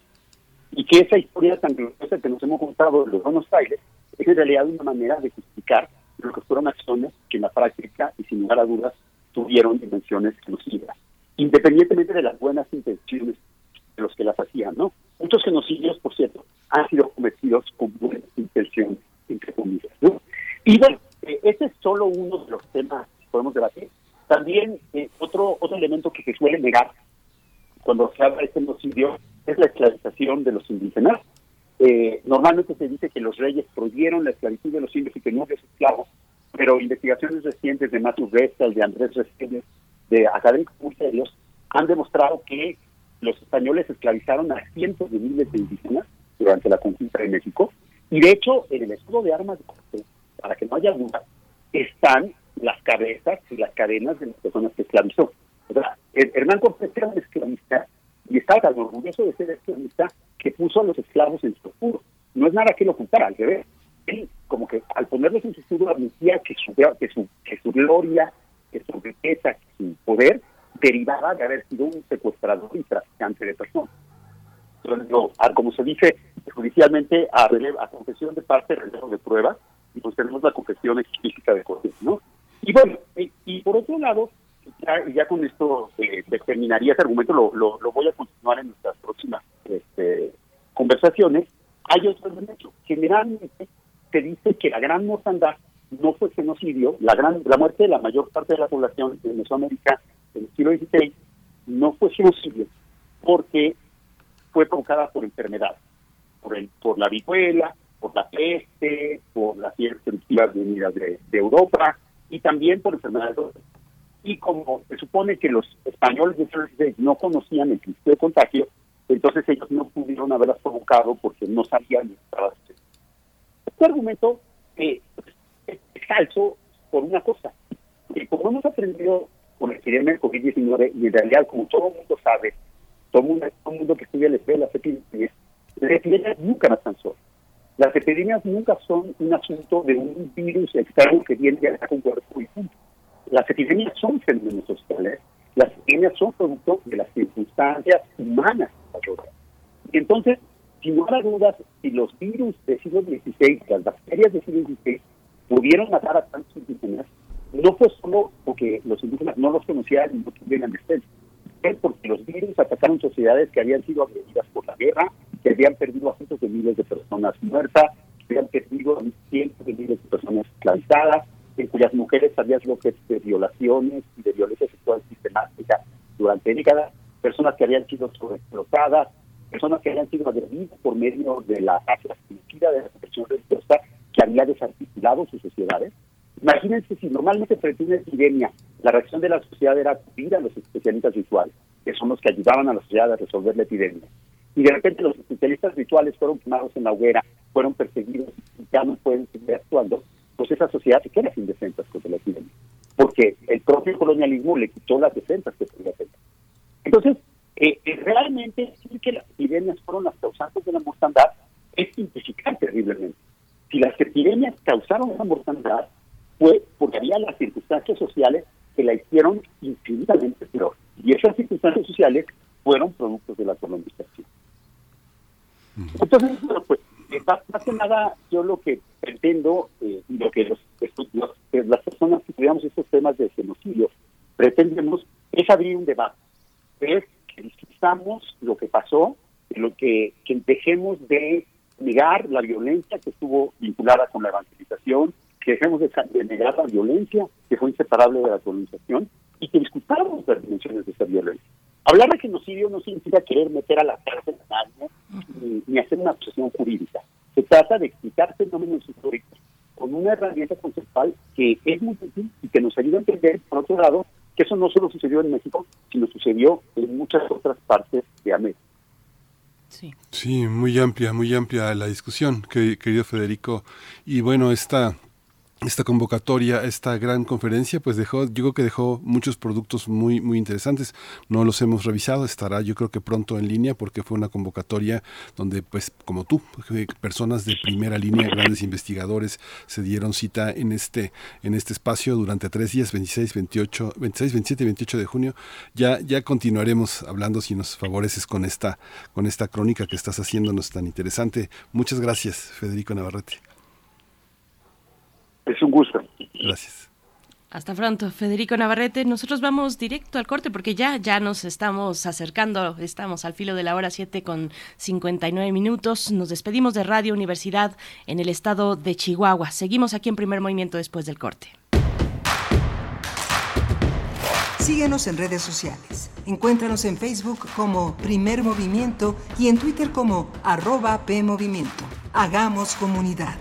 Y que esa historia tan gloriosa que nos hemos contado de los buenos frailes es en realidad una manera de justificar lo que fueron acciones que en la práctica y sin lugar a dudas tuvieron dimensiones genocidas, independientemente de las buenas intenciones de los que las hacían, ¿no? Muchos genocidios, por cierto, han sido cometidos con buenas intenciones, entre comillas, ¿no? Y bueno, eh, ese es solo uno de los temas que podemos debatir. También eh, otro otro elemento que se suele negar cuando se habla de genocidio es la esclavización de los indígenas. Eh, normalmente se dice que los reyes prohibieron la esclavitud de los indios y que no había esclavos, pero investigaciones recientes de Matthew Restel, de Andrés Restel, de académicos muy serios, han demostrado que los españoles esclavizaron a cientos de miles de indígenas durante la conquista de México, y de hecho en el escudo de armas de Cortés, para que no haya duda, están las cabezas y las cadenas de las personas que esclavizó. O sea, Hernán Cortés era un esclavista y estaba tan orgulloso de ser esclavista que puso a los esclavos en su escudo. No es nada que lo ocultara, al revés. Él, como que al ponerlos en su escudo, admitía que su, que su, que su gloria, que su riqueza, que su poder derivaba de haber sido un secuestrador y traficante de personas. Entonces, no, como se dice judicialmente, a, relevo, a confesión de parte, relevo de prueba, y pues tenemos la confesión explícita de Cortés, ¿no? Y bueno, y, y por otro lado, ya, ya con esto eh, terminaría ese argumento, lo, lo, lo voy a continuar en nuestras próximas este, conversaciones. Hay otro elemento. Generalmente se dice que la gran mortandad no fue genocidio, la gran la muerte de la mayor parte de la población de Mesoamérica en el siglo dieciséis no fue genocidio, porque fue provocada por enfermedades, por, el, por la viruela, por la peste, por las fiebres eruptivas venidas de, de Europa, y también por enfermedades. Y como se supone que los españoles de siglo dieciséis no conocían el principio de contagio, entonces ellos no pudieron haberlas provocado porque no sabían lo que estaba sucediendo. Este argumento eh, es, es falso por una cosa. Que como hemos aprendido con la epidemia del COVID diecinueve, y en realidad, como todo el mundo sabe, todo el mundo, todo el mundo que estudia les ve las epidemias, las epidemias nunca las solas. Las epidemias nunca son un asunto de un virus externo que viene de acá con cuerpo y punto. Las epidemias son fenómenos sociales, las epidemias son producto de las circunstancias humanas. Y entonces, sin lugar a dudas, si los virus del siglo dieciséis, las bacterias del siglo dieciséis, pudieron matar a tantos indígenas, no fue solo porque los indígenas no los conocían y no tuvieran defensa, es porque los virus atacaron sociedades que habían sido agredidas por la guerra, que habían perdido a cientos de miles de personas muertas, que habían perdido a cientos de miles de personas esclavizadas, en cuyas mujeres había bloques de violaciones y de violencia sexual sistemática durante décadas, personas que habían sido sobreexplotadas, personas que habían sido agredidas por medio de la suicida de la represión religiosa que había desarticulado sus sociedades. Imagínense si normalmente frente a una epidemia la reacción de la sociedad era acudir a los especialistas visuales, que son los que ayudaban a la sociedad a resolver la epidemia. y de repente los especialistas rituales fueron quemados en la hoguera, fueron perseguidos y ya no pueden seguir actuando, pues esa sociedad se queda sin defensas contra la epidemia, porque el propio colonialismo le quitó las defensas que podía tener. Entonces, eh, eh, realmente decir que las epidemias fueron las causantes de la mortandad es simplificar terriblemente. Si las epidemias causaron esa mortandad, fue porque había las circunstancias sociales que la hicieron infinitamente peor. Y esas circunstancias sociales fueron productos de la colonización. Entonces, bueno, pues, más, más que nada, yo lo que pretendo, eh, y lo que los, los, las personas que estudiamos estos temas de genocidio pretendemos, es abrir un debate. Es que discutamos lo que pasó, lo que, que dejemos de negar la violencia que estuvo vinculada con la evangelización, que dejemos de, de negar la violencia que fue inseparable de la colonización y que discutamos las dimensiones de esa violencia. Hablar de genocidio no significa querer meter a la cárcel a nadie ni, ni hacer una acusación jurídica. Se trata de explicar fenómenos históricos con una herramienta conceptual que es muy útil y que nos ayuda a entender, por otro lado, que eso no solo sucedió en México, sino sucedió en muchas otras partes de América. Sí. Sí, muy amplia, muy amplia la discusión, querido Federico. Y bueno, esta... Esta convocatoria, esta gran conferencia, pues dejó, yo creo que dejó muchos productos muy, muy interesantes. No los hemos revisado, estará yo creo que pronto en línea porque fue una convocatoria donde, pues, como tú, personas de primera línea, grandes investigadores, se dieron cita en este, en este espacio durante tres días, veintiséis, veintiocho, veintiséis, veintisiete y veintiocho de junio. Ya, ya continuaremos hablando si nos favoreces con esta, con esta crónica que estás haciéndonos tan interesante. Muchas gracias, Federico Navarrete. Es un gusto. Gracias. Hasta pronto, Federico Navarrete. Nosotros vamos directo al corte porque ya, ya nos estamos acercando, estamos al filo de la hora siete con cincuenta y nueve minutos. Nos despedimos de Radio Universidad en el estado de Chihuahua. Seguimos aquí en Primer Movimiento después del corte. Síguenos en redes sociales. Encuéntranos en Facebook como Primer Movimiento y en Twitter como arroba PMovimiento. Hagamos comunidad.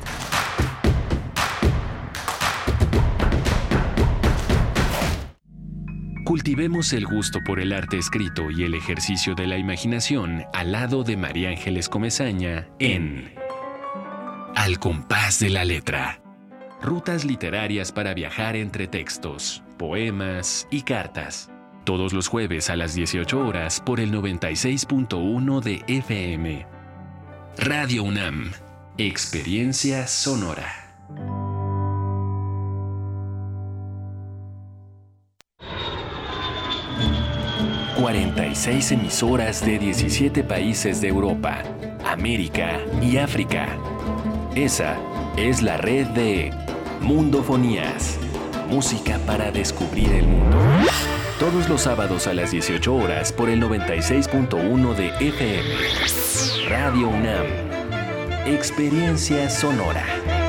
Cultivemos el gusto por el arte escrito y el ejercicio de la imaginación al lado de María Ángeles Comesaña en Al compás de la letra. Rutas literarias para viajar entre textos, poemas y cartas. Todos los jueves a las dieciocho horas por el noventa y seis punto uno de F M. Radio UNAM. Experiencia sonora. cuarenta y seis emisoras de diecisiete países de Europa, América y África. Esa es la red de Mundofonías, música para descubrir el mundo. Todos los sábados a las dieciocho horas por el noventa y seis punto uno de F M. Radio UNAM. Experiencia sonora.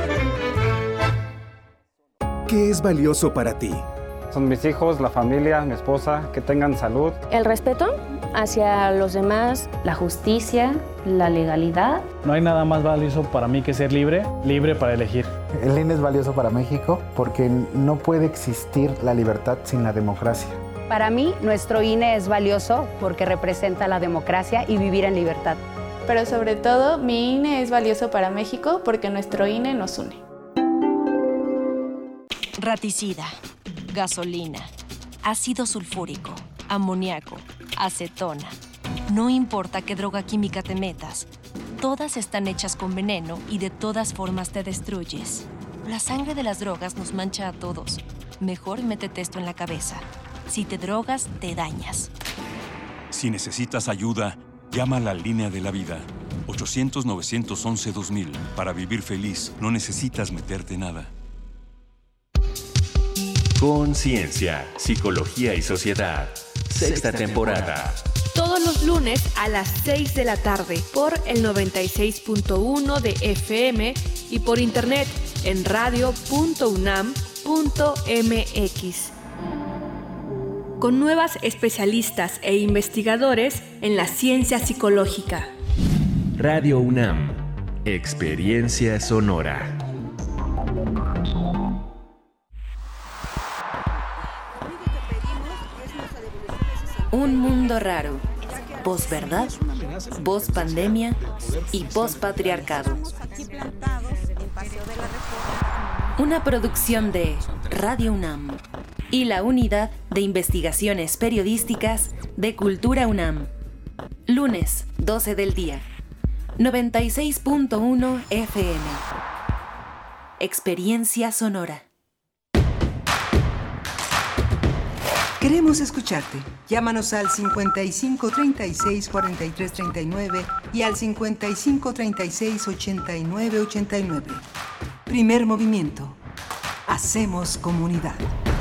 ¿Qué es valioso para ti? Son mis hijos, la familia, mi esposa, que tengan salud. El respeto hacia los demás, la justicia, la legalidad. No hay nada más valioso para mí que ser libre, libre para elegir. El I N E es valioso para México porque no puede existir la libertad sin la democracia. Para mí, nuestro I N E es valioso porque representa la democracia y vivir en libertad. Pero sobre todo, mi I N E es valioso para México porque nuestro I N E nos une. Raticida, gasolina, ácido sulfúrico, amoníaco, acetona. No importa qué droga química te metas, todas están hechas con veneno y de todas formas te destruyes. La sangre de las drogas nos mancha a todos. Mejor métete esto en la cabeza. Si te drogas, te dañas. Si necesitas ayuda, llama a la línea de la vida. ochocientos, novecientos once, dos mil. Para vivir feliz, no necesitas meterte nada. Conciencia, Psicología y Sociedad. Sexta temporada. Todos los lunes a las seis de la tarde por el noventa y seis punto uno de F M y por internet en radio punto unam punto m x. Con nuevas especialistas e investigadores en la ciencia psicológica. Radio UNAM. Experiencia sonora. Un mundo raro. posverdad, pospandemia y pospatriarcado. Una producción de Radio UNAM y la Unidad de Investigaciones Periodísticas de Cultura UNAM. Lunes, doce del día. noventa y seis punto uno F M. Experiencia sonora. Queremos escucharte. Llámanos al cincuenta y cinco treinta y seis cuarenta y tres treinta y nueve y al cincuenta y cinco treinta y seis ochenta y nueve ochenta y nueve. Primer movimiento. Hacemos comunidad.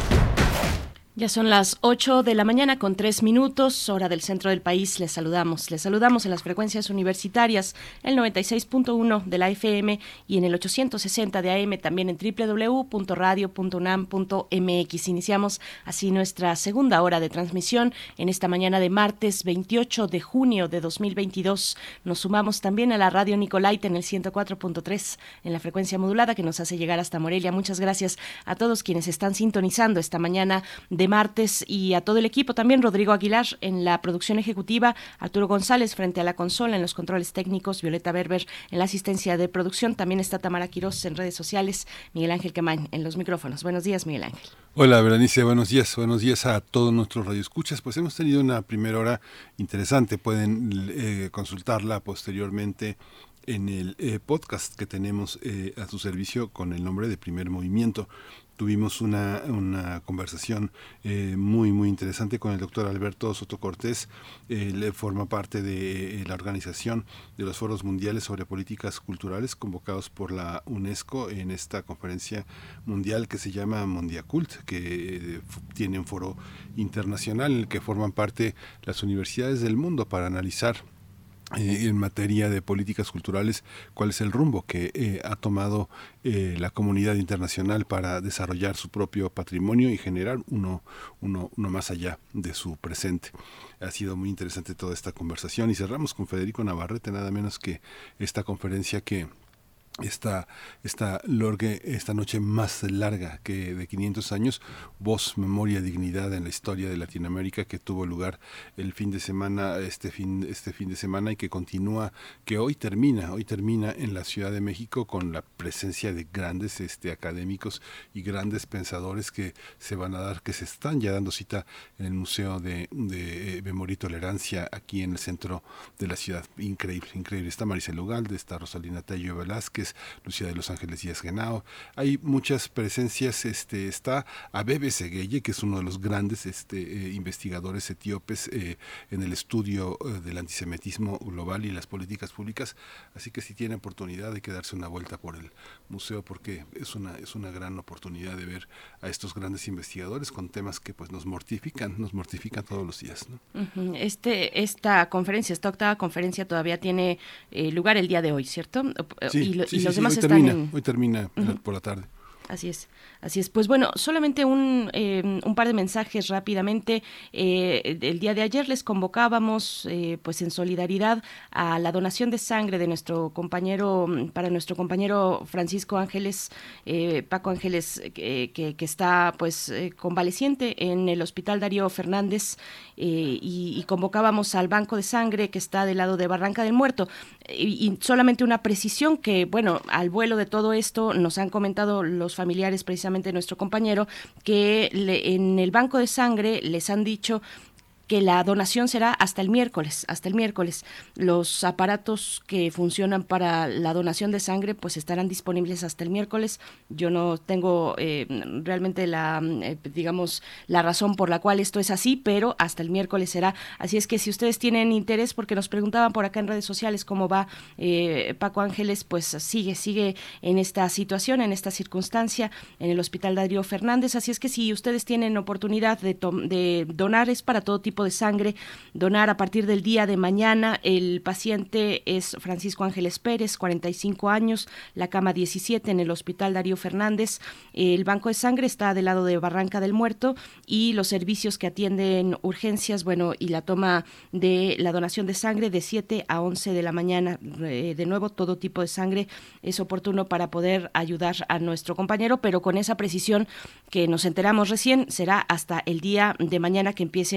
Ya son las ocho de la mañana con tres minutos, hora del centro del país. Les saludamos. Les saludamos en las frecuencias universitarias, el noventa y seis punto uno de la F M y en el ochocientos sesenta de A M, también en doble u doble u doble u punto radio punto unam punto m x. Iniciamos así nuestra segunda hora de transmisión en esta mañana de martes veintiocho de junio de dos mil veintidós. Nos sumamos también a la radio Nicolaita en el ciento cuatro punto tres en la frecuencia modulada que nos hace llegar hasta Morelia. Muchas gracias a todos quienes están sintonizando esta mañana de martes y a todo el equipo, también Rodrigo Aguilar en la producción ejecutiva, Arturo González frente a la consola en los controles técnicos, Violeta Berber en la asistencia de producción, también está Tamara Quirós en redes sociales, Miguel Ángel Quemain en los micrófonos. Buenos días, Miguel Ángel. Hola, Berenice, buenos días, buenos días a todos nuestros radioescuchas. Pues hemos tenido una primera hora interesante, pueden eh, consultarla posteriormente en el eh, podcast que tenemos eh, a su servicio con el nombre de Primer Movimiento. Tuvimos una, una conversación eh, muy, muy interesante con el doctor Alberto Soto Cortés. Él forma parte de la organización de los foros mundiales sobre políticas culturales convocados por la UNESCO en esta conferencia mundial que se llama Mondiacult, que eh, tiene un foro internacional en el que forman parte las universidades del mundo para analizar Eh, en materia de políticas culturales, cuál es el rumbo que eh, ha tomado eh, la comunidad internacional para desarrollar su propio patrimonio y generar uno, uno, uno más allá de su presente. Ha sido muy interesante toda esta conversación y cerramos con Federico Navarrete, nada menos que esta conferencia que Esta, esta lorgue, esta noche más larga que de quinientos años, Voz, Memoria, Dignidad en la historia de Latinoamérica, que tuvo lugar el fin de semana, este fin, este fin de semana y que continúa, que hoy termina, hoy termina en la Ciudad de México con la presencia de grandes este, académicos y grandes pensadores que se van a dar, que se están ya dando cita en el Museo de, de Memoria y Tolerancia aquí en el centro de la ciudad. Increíble, increíble. Está Maricel Ugalde, está Rosalina Tello Velázquez, Lucía de los Ángeles Díaz Genao. Hay muchas presencias. Este, está Abebe Segueye, que es uno de los grandes este, eh, investigadores etíopes eh, en el estudio eh, del antisemitismo global y las políticas públicas. Así que si tiene oportunidad de quedarse una vuelta por el museo, porque es una, es una gran oportunidad de ver a estos grandes investigadores con temas que pues nos mortifican, nos mortifican todos los días, ¿no? Este, esta conferencia, esta octava conferencia todavía tiene eh, lugar el día de hoy, ¿cierto? Sí, y, lo, sí, y los sí, demás hoy están termina, en... hoy termina uh-huh. por la tarde. Así es, así es. Pues bueno, solamente un, eh, un par de mensajes rápidamente. Eh, el día de ayer les convocábamos, eh, pues en solidaridad a la donación de sangre de nuestro compañero, para nuestro compañero Francisco Ángeles, eh, Paco Ángeles, eh, que, que está pues eh, convaleciente en el Hospital Darío Fernández, eh, y, y convocábamos al banco de sangre que está del lado de Barranca del Muerto. Y, y solamente una precisión que, bueno, al vuelo de todo esto nos han comentado los familiares precisamente de nuestro compañero que le, en el banco de sangre les han dicho que la donación será hasta el miércoles, hasta el miércoles. Los aparatos que funcionan para la donación de sangre pues estarán disponibles hasta el miércoles. Yo no tengo eh, realmente la, eh, digamos, la razón por la cual esto es así, pero hasta el miércoles será. Así es que si ustedes tienen interés, porque nos preguntaban por acá en redes sociales cómo va eh, Paco Ángeles, pues sigue, sigue en esta situación, en esta circunstancia, en el Hospital Darío Fernández. Así es que si ustedes tienen oportunidad de, de donar, es para todo tipo de sangre, donar a partir del día de mañana. El paciente es Francisco Ángeles Pérez, cuarenta y cinco años, la cama diecisiete en el Hospital Darío Fernández. El banco de sangre está del lado de Barranca del Muerto y los servicios que atienden urgencias, bueno, y la toma de la donación de sangre de siete a once de la mañana. Eh, de nuevo, todo tipo de sangre es oportuno para poder ayudar a nuestro compañero, pero con esa precisión que nos enteramos recién, será hasta el día de mañana que empiecen otra vez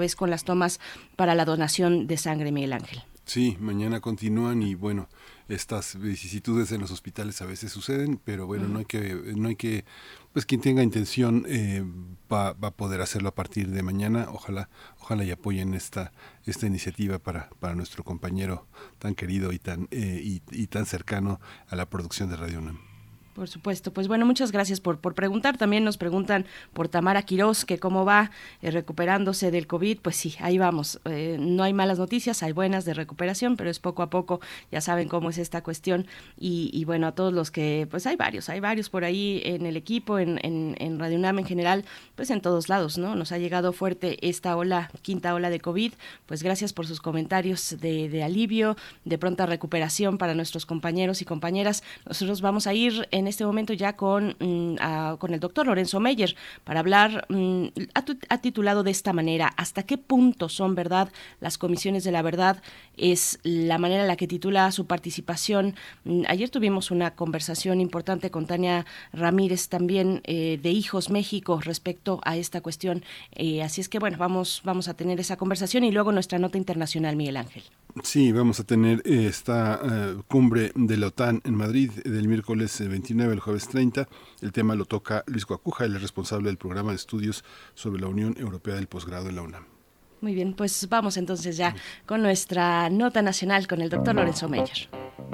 vez con las tomas para la donación de sangre, Miguel Ángel. Sí, mañana continúan y bueno, estas vicisitudes en los hospitales a veces suceden, pero bueno, uh-huh. no hay que, no hay que, pues quien tenga intención eh, va, va a poder hacerlo a partir de mañana. Ojalá, ojalá y apoyen esta, esta iniciativa para, para nuestro compañero tan querido y tan, eh, y, y tan cercano a la producción de Radio UNAM. Por supuesto. Pues bueno, muchas gracias por, por preguntar. También nos preguntan por Tamara Quirós, que cómo va eh, recuperándose del COVID. Pues sí, ahí vamos. Eh, no hay malas noticias, hay buenas de recuperación, pero es poco a poco. Ya saben cómo es esta cuestión. Y, y bueno, a todos los que, pues hay varios, hay varios por ahí en el equipo, en, en, en Radio UNAM en general, pues en todos lados, ¿no? Nos ha llegado fuerte esta ola, quinta ola de COVID. Pues gracias por sus comentarios de, de alivio, de pronta recuperación para nuestros compañeros y compañeras. Nosotros vamos a ir en este momento ya con, mm, a, con el doctor Lorenzo Meyer para hablar, mm, ha, ha titulado de esta manera, ¿hasta qué punto son verdad las comisiones de la verdad? Es la manera en la que titula su participación. Mm, ayer tuvimos una conversación importante con Tania Ramírez también eh, de Hijos México respecto a esta cuestión, eh, así es que bueno, vamos, vamos a tener esa conversación y luego nuestra nota internacional, Miguel Ángel. Sí, vamos a tener esta uh, cumbre de la OTAN en Madrid del miércoles veintinueve al jueves treinta. El tema lo toca Luis Guacuja, el responsable del programa de estudios sobre la Unión Europea del Posgrado en la UNAM. Muy bien, pues vamos entonces ya con nuestra nota nacional con el doctor Lorenzo Meyer.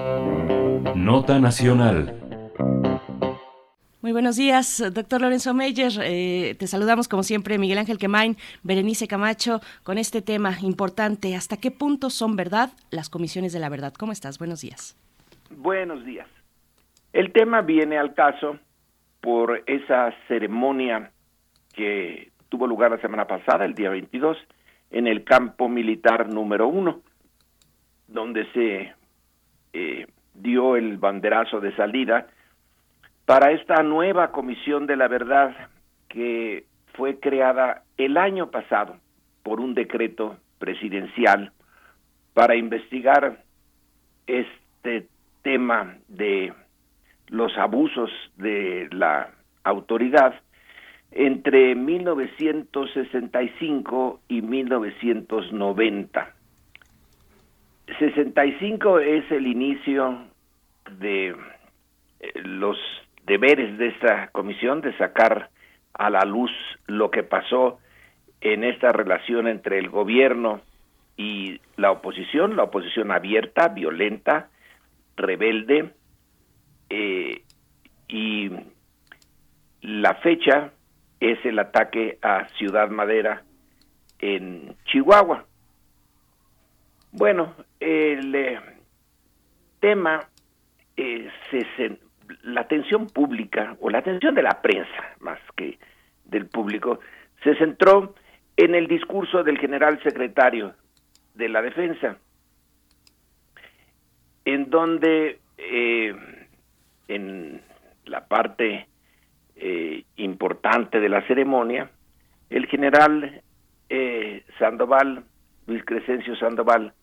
Nota nacional. Muy buenos días, doctor Lorenzo Meyer. Eh, te saludamos como siempre, Miguel Ángel Quemain, Berenice Camacho, con este tema importante. ¿Hasta qué punto son verdad las comisiones de la verdad? ¿Cómo estás? Buenos días. Buenos días. El tema viene al caso por esa ceremonia que tuvo lugar la semana pasada, el día veintidós, en el campo militar número uno, donde se eh, dio el banderazo de salida para esta nueva Comisión de la Verdad que fue creada el año pasado por un decreto presidencial para investigar este tema de los abusos de la autoridad entre mil novecientos sesenta y cinco y mil novecientos noventa. sesenta y cinco es el inicio de los deberes de esta comisión, de sacar a la luz lo que pasó en esta relación entre el gobierno y la oposición, la oposición abierta, violenta, rebelde, eh, y la fecha es el ataque a Ciudad Madera en Chihuahua. Bueno, el eh, tema eh, se, se la atención pública, o la atención de la prensa, más que del público, se centró en el discurso del general secretario de la Defensa, en donde eh, en la parte eh, importante de la ceremonia, el general eh, Sandoval, Luis Crescencio Sandoval,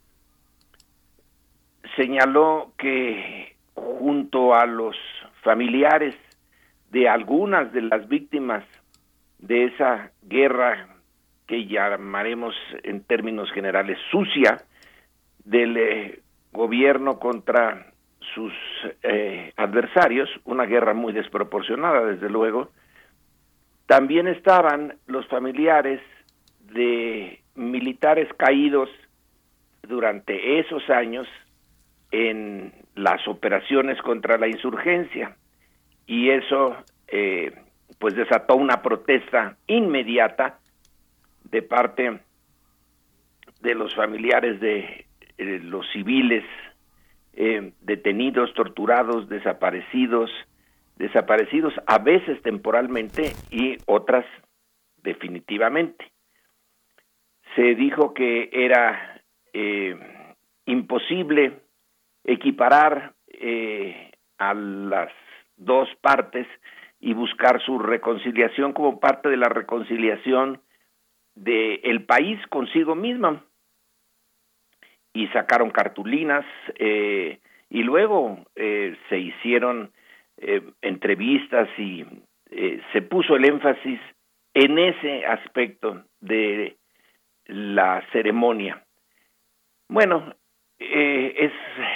señaló que junto a los familiares de algunas de las víctimas de esa guerra que llamaremos en términos generales sucia del eh, gobierno contra sus eh, adversarios, una guerra muy desproporcionada desde luego, también estaban los familiares de militares caídos durante esos años en las operaciones contra la insurgencia, y eso eh, pues desató una protesta inmediata de parte de los familiares de eh, los civiles eh, detenidos, torturados, desaparecidos, desaparecidos a veces temporalmente y otras definitivamente. Se dijo que era eh, imposible equiparar eh, a las dos partes y buscar su reconciliación como parte de la reconciliación del país consigo misma. Y sacaron cartulinas eh, y luego eh, se hicieron eh, entrevistas y eh, se puso el énfasis en ese aspecto de la ceremonia. Bueno, eh, es,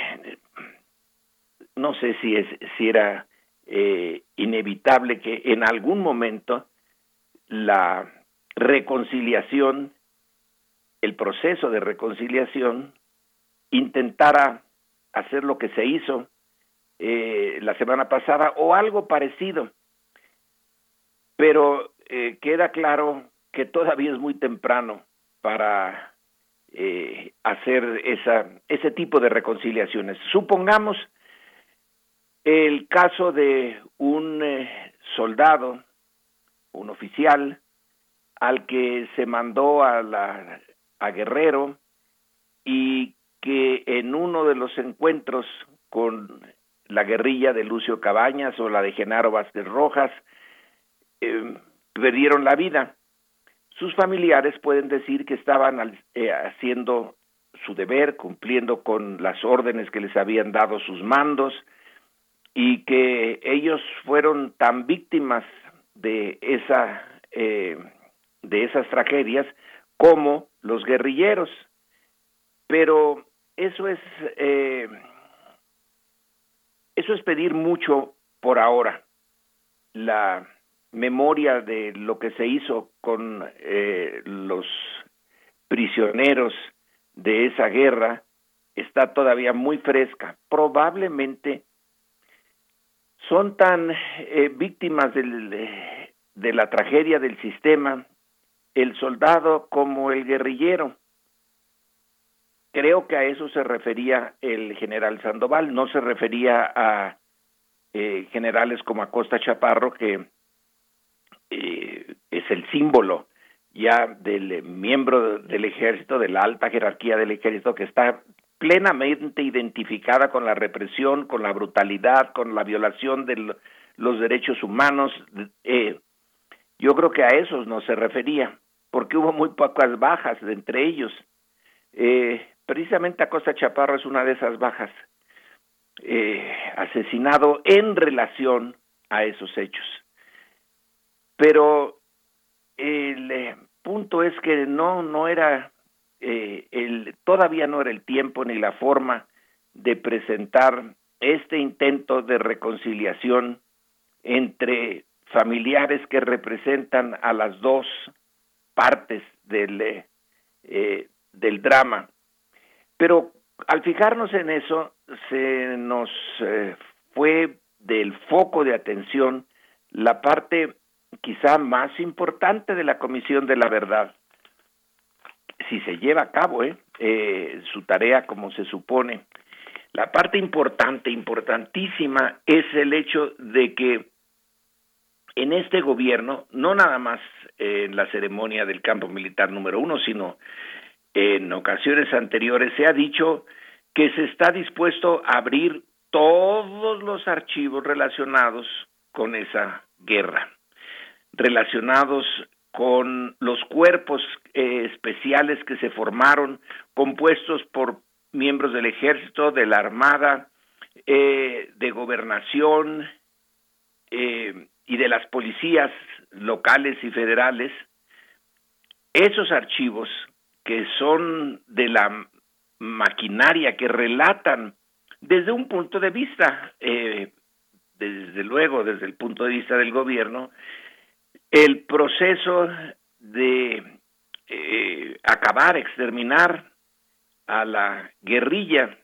no sé si, es, si era eh, inevitable que en algún momento la reconciliación, el proceso de reconciliación, intentara hacer lo que se hizo eh, la semana pasada o algo parecido. Pero eh, queda claro que todavía es muy temprano para eh, hacer esa, ese tipo de reconciliaciones. Supongamos el caso de un eh, soldado, un oficial, al que se mandó a, la, a Guerrero y que en uno de los encuentros con la guerrilla de Lucio Cabañas o la de Genaro Vázquez Rojas, eh, perdieron la vida. Sus familiares pueden decir que estaban eh, haciendo su deber, cumpliendo con las órdenes que les habían dado sus mandos, y que ellos fueron tan víctimas de esa eh, de esas tragedias como los guerrilleros. Pero eso es eh, eso es pedir mucho por ahora. La memoria de lo que se hizo con eh, los prisioneros de esa guerra está todavía muy fresca. Probablemente son tan eh, víctimas del, de la tragedia del sistema el soldado como el guerrillero. Creo que a eso se refería el general Sandoval, no se refería a eh, generales como Acosta Chaparro, que eh, es el símbolo ya del eh, miembro del ejército, de la alta jerarquía del ejército, que está plenamente identificada con la represión, con la brutalidad, con la violación de los derechos humanos. Eh, yo creo que a esos no se refería, porque hubo muy pocas bajas de entre ellos. Eh, precisamente Acosta Chaparro es una de esas bajas, eh, asesinado en relación a esos hechos. Pero el eh, punto es que no, no era... Eh, el, todavía no era el tiempo ni la forma de presentar este intento de reconciliación entre familiares que representan a las dos partes del, eh, del drama. Pero al fijarnos en eso, se nos eh, fue del foco de atención la parte quizá más importante de la Comisión de la Verdad. Si se lleva a cabo eh, eh, su tarea como se supone. La parte importante, importantísima, es el hecho de que en este gobierno, no nada más eh, en la ceremonia del campo militar número uno, sino en ocasiones anteriores, se ha dicho que se está dispuesto a abrir todos los archivos relacionados con esa guerra, relacionados con los cuerpos eh, especiales que se formaron, compuestos por miembros del ejército, de la armada, eh, de gobernación eh, y de las policías locales y federales. Esos archivos, que son de la maquinaria, que relatan desde un punto de vista, eh, desde luego desde el punto de vista del gobierno, el proceso de eh, acabar, exterminar a la guerrilla.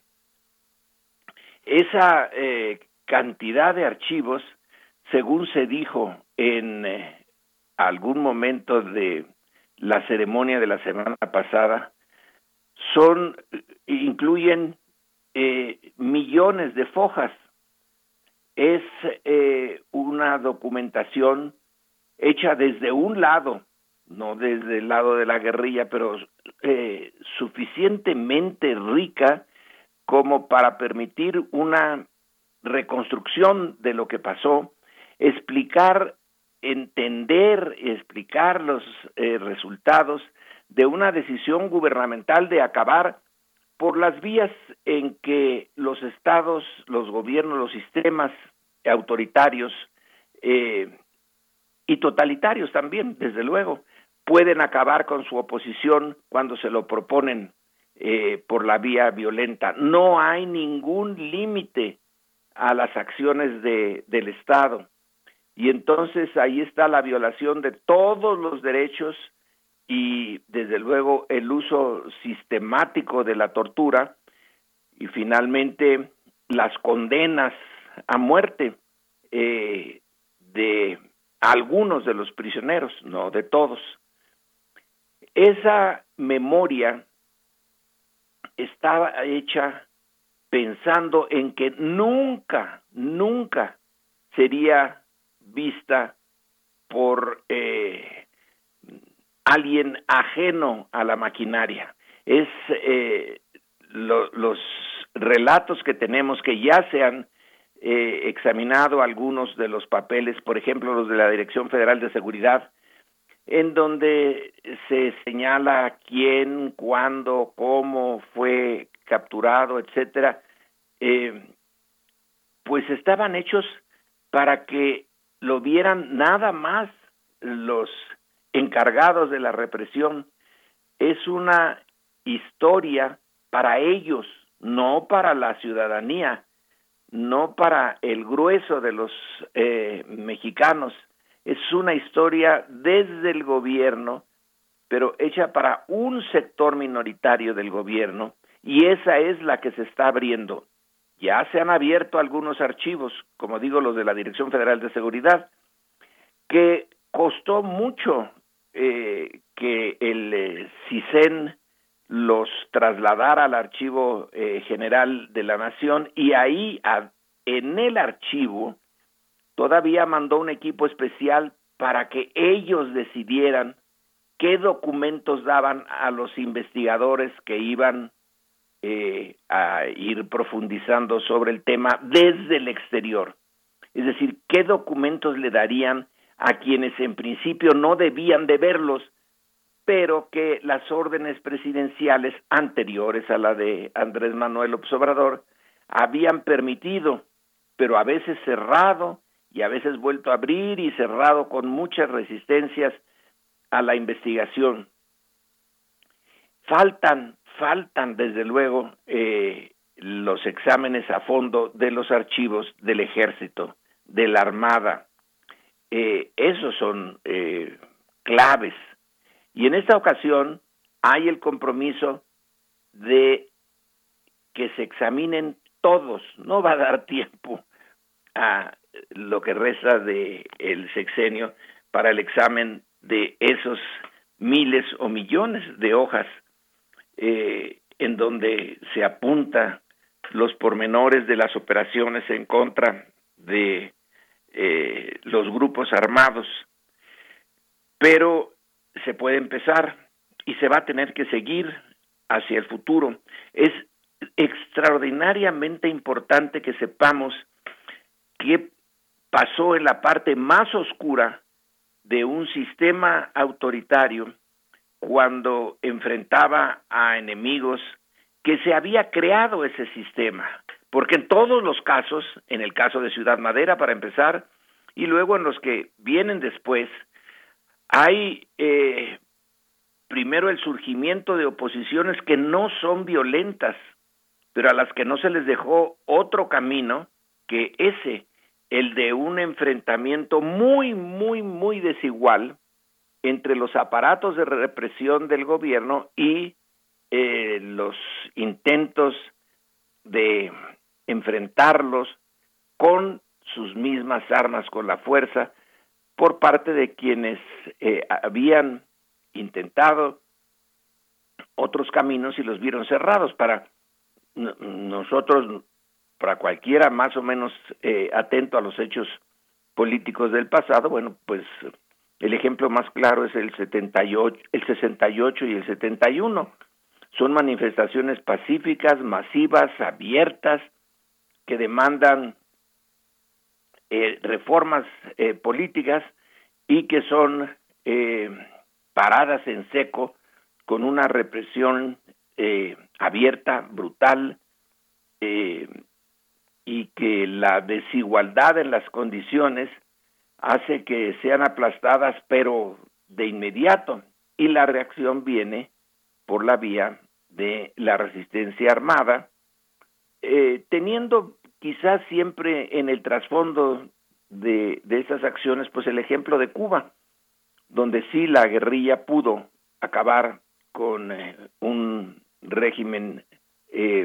Esa eh, cantidad de archivos, según se dijo en eh, algún momento de la ceremonia de la semana pasada, son incluyen eh, millones de fojas. Es eh, una documentación hecha desde un lado, no desde el lado de la guerrilla, pero eh, suficientemente rica como para permitir una reconstrucción de lo que pasó, explicar, entender, explicar los eh, resultados de una decisión gubernamental de acabar por las vías en que los estados, los gobiernos, los sistemas autoritarios eh, y totalitarios también, desde luego, pueden acabar con su oposición cuando se lo proponen eh, por la vía violenta. No hay ningún límite a las acciones de, del Estado. Y entonces ahí está la violación de todos los derechos y desde luego el uso sistemático de la tortura y finalmente las condenas a muerte eh, de algunos de los prisioneros, no de todos. Esa memoria estaba hecha pensando en que nunca, nunca sería vista por eh, alguien ajeno a la maquinaria. Es eh, lo, los relatos que tenemos, que ya se han eh, examinado algunos de los papeles, por ejemplo los de la Dirección Federal de Seguridad, en donde se señala quién, cuándo, cómo fue capturado, etcétera, eh, pues estaban hechos para que lo vieran nada más los encargados de la represión. Es una historia para ellos, no para la ciudadanía, no para el grueso de los eh, mexicanos. Es una historia desde el gobierno, pero hecha para un sector minoritario del gobierno, y esa es la que se está abriendo. Ya se han abierto algunos archivos, como digo, los de la Dirección Federal de Seguridad, que costó mucho eh, que el eh, CISEN los trasladara al Archivo eh, General de la Nación, y ahí, a, en el archivo, todavía mandó un equipo especial para que ellos decidieran qué documentos daban a los investigadores que iban eh, a ir profundizando sobre el tema desde el exterior. Es decir, qué documentos le darían a quienes en principio no debían de verlos, pero que las órdenes presidenciales anteriores a la de Andrés Manuel López Obrador habían permitido, pero a veces cerrado y a veces vuelto a abrir y cerrado con muchas resistencias a la investigación. Faltan, faltan desde luego eh, los exámenes a fondo de los archivos del Ejército, de la Armada. Eh, esos son eh, claves. Y en esta ocasión hay el compromiso de que se examinen todos. No va a dar tiempo a lo que resta de el sexenio para el examen de esos miles o millones de hojas eh, en donde se apunta los pormenores de las operaciones en contra de eh, los grupos armados. Pero se puede empezar y se va a tener que seguir hacia el futuro. Es extraordinariamente importante que sepamos qué pasó en la parte más oscura de un sistema autoritario cuando enfrentaba a enemigos que se había creado ese sistema. Porque en todos los casos, en el caso de Ciudad Madera para empezar, y luego en los que vienen después, hay eh, primero el surgimiento de oposiciones que no son violentas, pero a las que no se les dejó otro camino que ese, el de un enfrentamiento muy, muy, muy desigual entre los aparatos de represión del gobierno y eh, los intentos de enfrentarlos con sus mismas armas, con la fuerza, por parte de quienes eh, habían intentado otros caminos y los vieron cerrados. Para n- nosotros, para cualquiera más o menos eh, atento a los hechos políticos del pasado, bueno, pues el ejemplo más claro es el setenta y ocho, el sesenta y ocho y el setenta y uno. Son manifestaciones pacíficas, masivas, abiertas, que demandan eh, reformas eh, políticas y que son eh, paradas en seco con una represión eh, abierta, brutal, eh, y que la desigualdad en las condiciones hace que sean aplastadas, pero de inmediato. y la reacción viene por la vía de la resistencia armada, eh, teniendo quizás siempre en el trasfondo de, de esas acciones pues el ejemplo de Cuba, donde sí la guerrilla pudo acabar con eh, un régimen eh,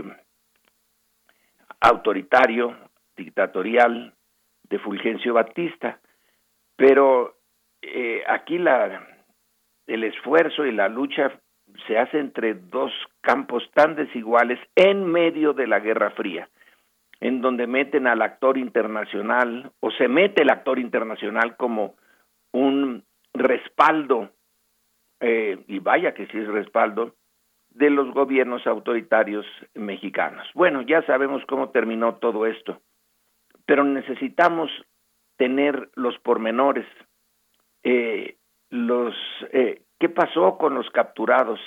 autoritario, dictatorial de Fulgencio Batista, pero eh, aquí la el esfuerzo y la lucha se hace entre dos campos tan desiguales en medio de la Guerra Fría, en donde meten al actor internacional, o se mete el actor internacional como un respaldo, eh, y vaya que sí es respaldo, de los gobiernos autoritarios mexicanos. Bueno, ya sabemos cómo terminó todo esto, pero necesitamos tener los pormenores, eh, los eh, ¿qué pasó con los capturados?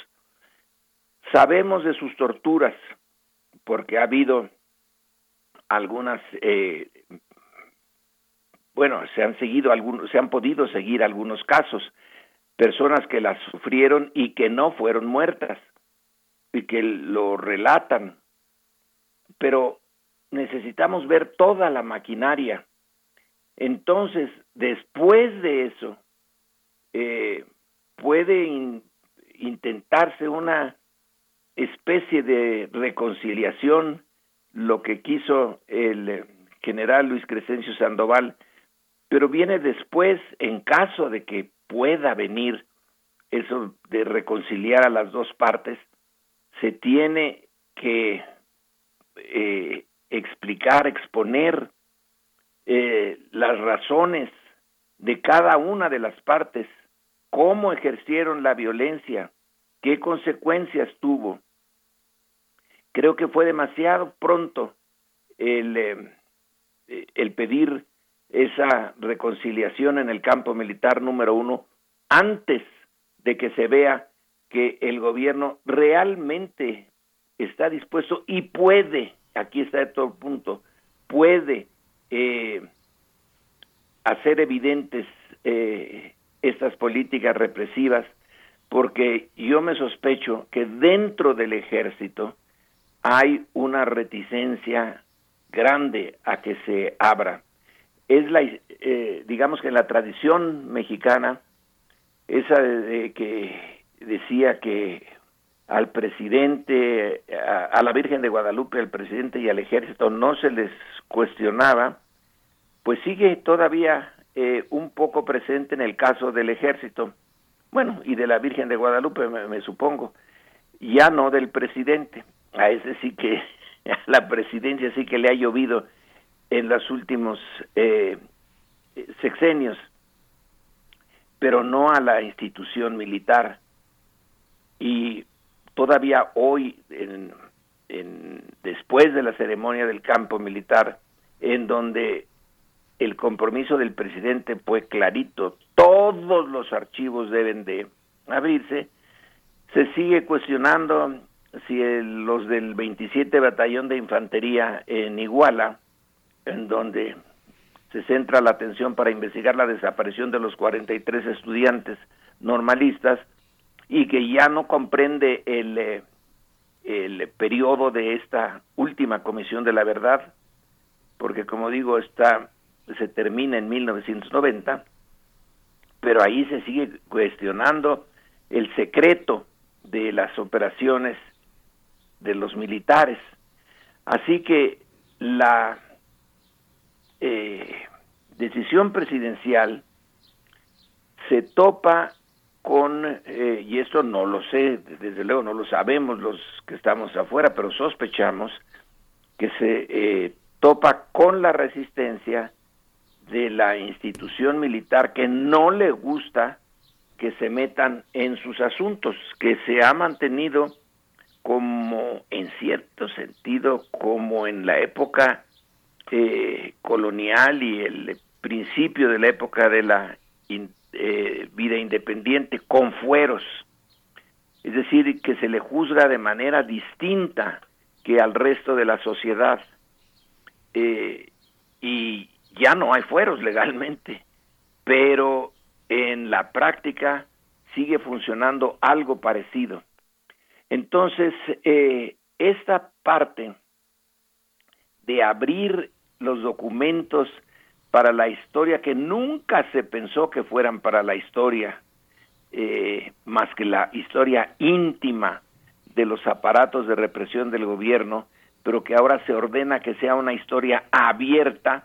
Sabemos de sus torturas, porque ha habido algunas, eh, bueno, se han seguido algunos, se han podido seguir algunos casos, personas que las sufrieron y que no fueron muertas, y que lo relatan, pero necesitamos ver toda la maquinaria. Entonces, después de eso, eh, puede in, intentarse una especie de reconciliación, lo que quiso el eh, general Luis Crescencio Sandoval, pero viene después, en caso de que pueda venir eso de reconciliar a las dos partes, se tiene que eh, explicar, exponer eh, las razones de cada una de las partes, cómo ejercieron la violencia, qué consecuencias tuvo. Creo que fue demasiado pronto el, eh, el pedir esa reconciliación en el campo militar número uno, antes de que se vea que el gobierno realmente está dispuesto y puede, aquí está todo el punto, puede eh, hacer evidentes eh, estas políticas represivas, porque yo me sospecho que dentro del ejército hay una reticencia grande a que se abra. Es la, eh, digamos que en la tradición mexicana, esa de, de que decía que al presidente, a, a la Virgen de Guadalupe, al presidente y al ejército no se les cuestionaba, pues sigue todavía eh, un poco presente en el caso del ejército, bueno, y de la Virgen de Guadalupe, me, me supongo, ya no del presidente. A ese sí que, a la presidencia sí que le ha llovido en los últimos eh, sexenios, pero no a la institución militar. Y todavía hoy, en, en, después de la ceremonia del campo militar, en donde el compromiso del presidente fue clarito, todos los archivos deben de abrirse, se sigue cuestionando si el, los del veintisiete Batallón de Infantería en Iguala, en donde se centra la atención para investigar la desaparición de los cuarenta y tres estudiantes normalistas, y que ya no comprende el, el periodo de esta última Comisión de la Verdad, porque como digo, está, se termina en mil novecientos noventa, pero ahí se sigue cuestionando el secreto de las operaciones de los militares. Así que la eh, decisión presidencial se topa con, eh, y esto no lo sé, desde luego no lo sabemos los que estamos afuera, pero sospechamos que se eh, topa con la resistencia de la institución militar, que no le gusta que se metan en sus asuntos, que se ha mantenido como, en cierto sentido, como en la época eh, colonial y el principio de la época de la in, eh, vida independiente, con fueros, es decir, que se le juzga de manera distinta que al resto de la sociedad, eh, y ya no hay fueros legalmente, pero en la práctica sigue funcionando algo parecido. Entonces, eh, esta parte de abrir los documentos para la historia, que nunca se pensó que fueran para la historia, eh, más que la historia íntima de los aparatos de represión del gobierno, pero que ahora se ordena que sea una historia abierta,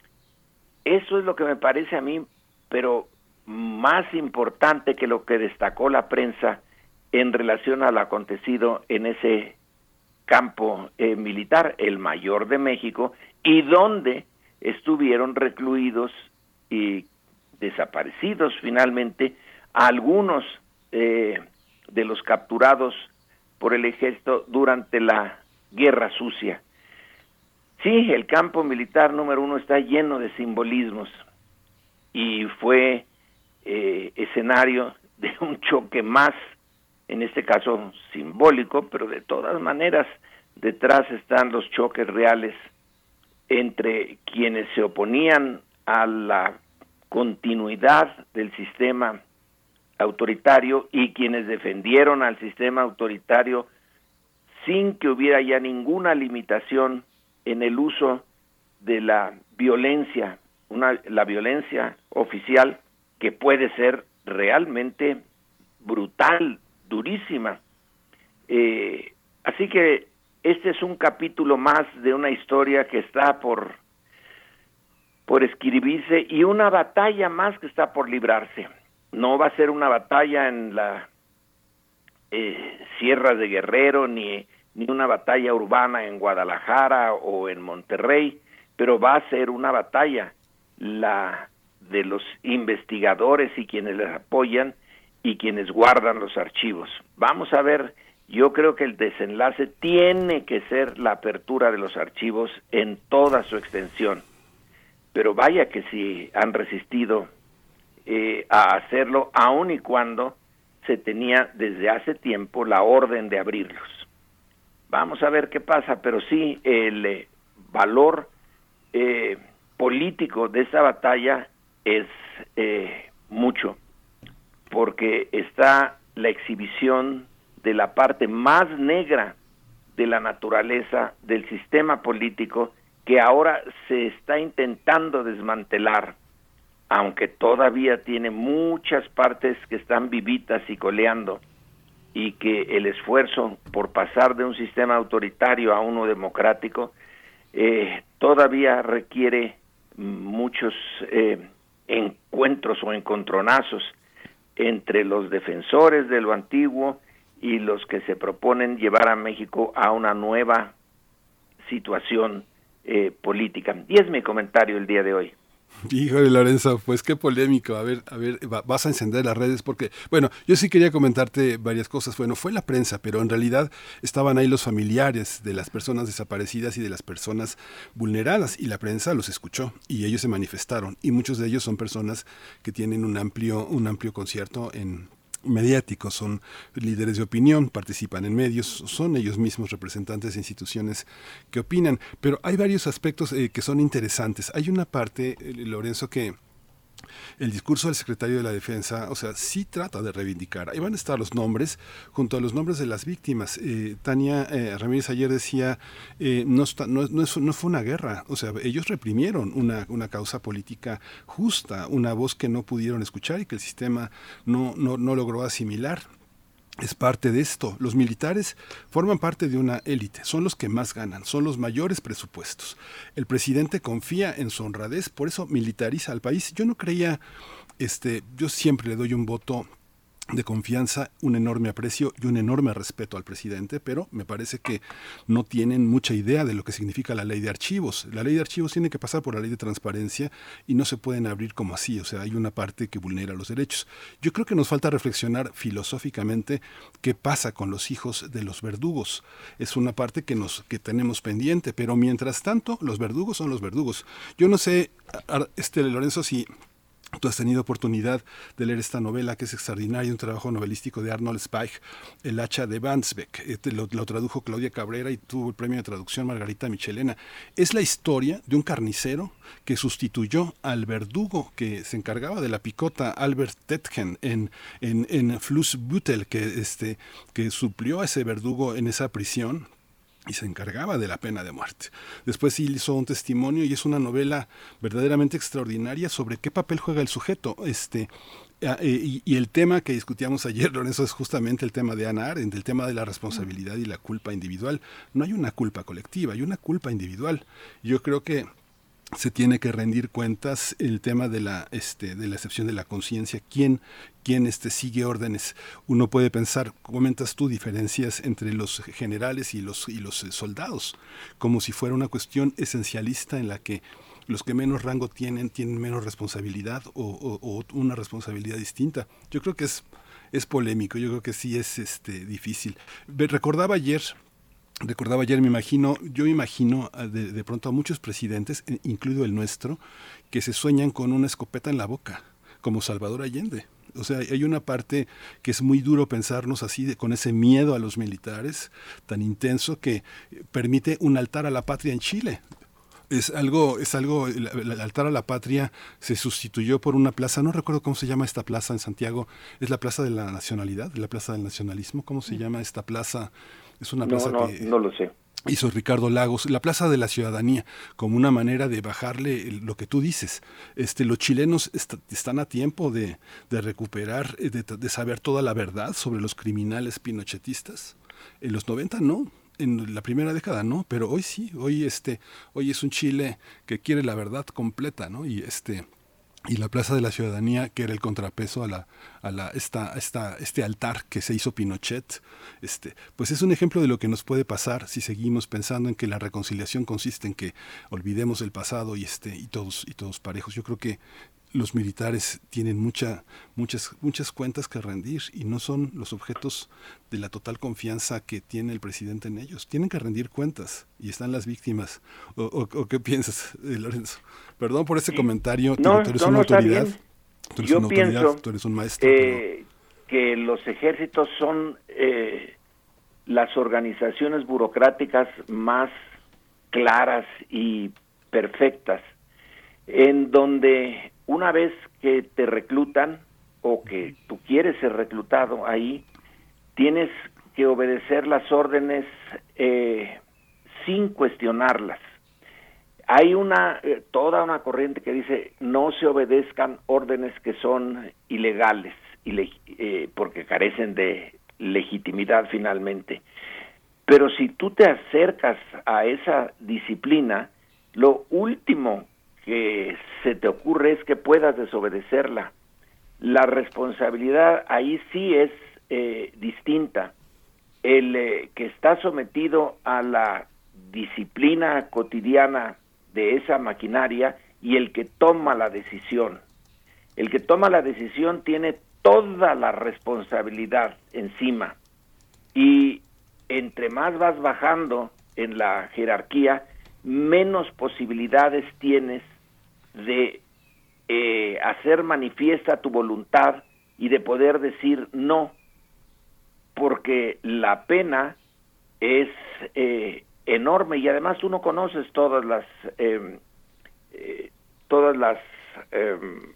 eso es lo que me parece a mí, pero más importante que lo que destacó la prensa en relación a lo acontecido en ese campo eh, militar, el mayor de México, y donde estuvieron recluidos y desaparecidos finalmente algunos eh, de los capturados por el ejército durante la Guerra Sucia. Sí, el campo militar número uno está lleno de simbolismos y fue eh, escenario de un choque más, en este caso simbólico, pero de todas maneras detrás están los choques reales entre quienes se oponían a la continuidad del sistema autoritario y quienes defendieron al sistema autoritario sin que hubiera ya ninguna limitación en el uso de la violencia, una, la violencia oficial que puede ser realmente brutal, durísima. Eh, así que este es un capítulo más de una historia que está por, por escribirse y una batalla más que está por librarse. No va a ser una batalla en la eh, Sierra de Guerrero, ni, ni una batalla urbana en Guadalajara o en Monterrey, pero va a ser una batalla la de los investigadores y quienes les apoyan y quienes guardan los archivos. Vamos a ver, yo creo que el desenlace tiene que ser la apertura de los archivos en toda su extensión, pero vaya que si han resistido eh, a hacerlo, aun y cuando se tenía desde hace tiempo la orden de abrirlos. Vamos a ver qué pasa, pero sí, el eh, valor eh, político de esta batalla es eh, mucho, porque está la exhibición de la parte más negra de la naturaleza del sistema político que ahora se está intentando desmantelar, aunque todavía tiene muchas partes que están vivitas y coleando, y que el esfuerzo por pasar de un sistema autoritario a uno democrático eh, todavía requiere muchos eh, encuentros o encontronazos entre los defensores de lo antiguo y los que se proponen llevar a México a una nueva situación eh, política. Y es mi comentario el día de hoy. Híjole, Lorenzo, pues qué polémico. A ver, a ver, va, vas a encender las redes porque, bueno, yo sí quería comentarte varias cosas. Bueno, fue la prensa, pero en realidad estaban ahí los familiares de las personas desaparecidas y de las personas vulneradas, y la prensa los escuchó y ellos se manifestaron, y muchos de ellos son personas que tienen un amplio, un amplio concierto en mediáticos, son líderes de opinión, participan en medios, son ellos mismos representantes de instituciones que opinan, pero hay varios aspectos eh, que son interesantes. Hay una parte, eh, Lorenzo, que el discurso del secretario de la Defensa, o sea, sí trata de reivindicar. Ahí van a estar los nombres, junto a los nombres de las víctimas. Eh, Tania eh, Ramírez ayer decía, eh, no, está, no, no, es, no fue una guerra, o sea, ellos reprimieron una, una causa política justa, una voz que no pudieron escuchar y que el sistema no, no, no logró asimilar. Es parte de esto. Los militares forman parte de una élite, son los que más ganan, son los mayores presupuestos. El presidente confía en su honradez, por eso militariza al país. Yo no creía, este, yo siempre le doy un voto de confianza, un enorme aprecio y un enorme respeto al presidente, pero me parece que no tienen mucha idea de lo que significa la ley de archivos. La ley de archivos tiene que pasar por la ley de transparencia y no se pueden abrir como así, o sea, hay una parte que vulnera los derechos. Yo creo que nos falta reflexionar filosóficamente qué pasa con los hijos de los verdugos. Es una parte que nos que tenemos pendiente, pero mientras tanto, los verdugos son los verdugos. Yo no sé, este Lorenzo, si Tú has tenido oportunidad de leer esta novela que es extraordinaria, un trabajo novelístico de Arnold Zweig, El hacha de Wandsbek. Este lo, lo tradujo Claudia Cabrera y tuvo el premio de traducción Margarita Michelena. Es la historia de un carnicero que sustituyó al verdugo que se encargaba de la picota, Albert Tetgen, en, en, en Flussbüttel, que, este, que suplió a ese verdugo en esa prisión y se encargaba de la pena de muerte. Después hizo un testimonio y es una novela verdaderamente extraordinaria sobre qué papel juega el sujeto. Este, y, y el tema que discutíamos ayer, Lorenzo, es justamente el tema de Hannah Arendt, el tema de la responsabilidad y la culpa individual. No hay una culpa colectiva, hay una culpa individual. Yo creo que se tiene que rendir cuentas el tema de la este de la excepción de la conciencia, quién quién este sigue órdenes. Uno puede pensar, comentas tú, diferencias entre los generales y los y los soldados, como si fuera una cuestión esencialista en la que los que menos rango tienen tienen menos responsabilidad o, o, o una responsabilidad distinta. Yo creo que es es polémico, yo creo que sí es este difícil. Recordaba ayer Recordaba ayer, me imagino, yo imagino de, de pronto a muchos presidentes, incluido el nuestro, que se sueñan con una escopeta en la boca, como Salvador Allende. O sea, hay una parte que es muy duro pensarnos así, de, con ese miedo a los militares tan intenso que permite un altar a la patria en Chile. Es algo, es algo, el, el altar a la patria se sustituyó por una plaza, no recuerdo cómo se llama esta plaza en Santiago, es la Plaza de la Nacionalidad, la Plaza del Nacionalismo, ¿cómo se llama esta plaza? Es una plaza no, no, que no lo sé. Hizo Ricardo Lagos, la Plaza de la Ciudadanía, como una manera de bajarle el, lo que tú dices. Este, los chilenos est- están a tiempo de, de recuperar, de, de saber toda la verdad sobre los criminales pinochetistas. En los noventa no, en la primera década no, pero hoy sí, hoy este, hoy es un Chile que quiere la verdad completa, ¿no? Y este y la Plaza de la Ciudadanía, que era el contrapeso a la a la esta esta este altar que se hizo Pinochet, este pues es un ejemplo de lo que nos puede pasar si seguimos pensando en que la reconciliación consiste en que olvidemos el pasado y este y todos y todos parejos. Yo creo que los militares tienen mucha, muchas, muchas cuentas que rendir y no son los objetos de la total confianza que tiene el presidente en ellos. Tienen que rendir cuentas y están las víctimas. ¿O, o, o qué piensas, eh, Lorenzo? Perdón por ese comentario. No, tú eres no, una no, autoridad. Tú eres Yo una pienso autoridad, tú eres un maestro. eh, pero... que los ejércitos son eh, las organizaciones burocráticas más claras y perfectas, en donde una vez que te reclutan o que tú quieres ser reclutado ahí, tienes que obedecer las órdenes eh, sin cuestionarlas. Hay una eh, toda una corriente que dice no se obedezcan órdenes que son ilegales ileg- eh, porque carecen de legitimidad finalmente. Pero si tú te acercas a esa disciplina, lo último que se te ocurre es que puedas desobedecerla. La responsabilidad ahí sí es eh, distinta. El eh, que está sometido a la disciplina cotidiana de esa maquinaria y el que toma la decisión. El que toma la decisión tiene toda la responsabilidad encima y entre más vas bajando en la jerarquía, menos posibilidades tienes de eh, hacer manifiesta tu voluntad y de poder decir no, porque la pena es eh, enorme y además tú no conoces todas las eh, eh, todas las eh,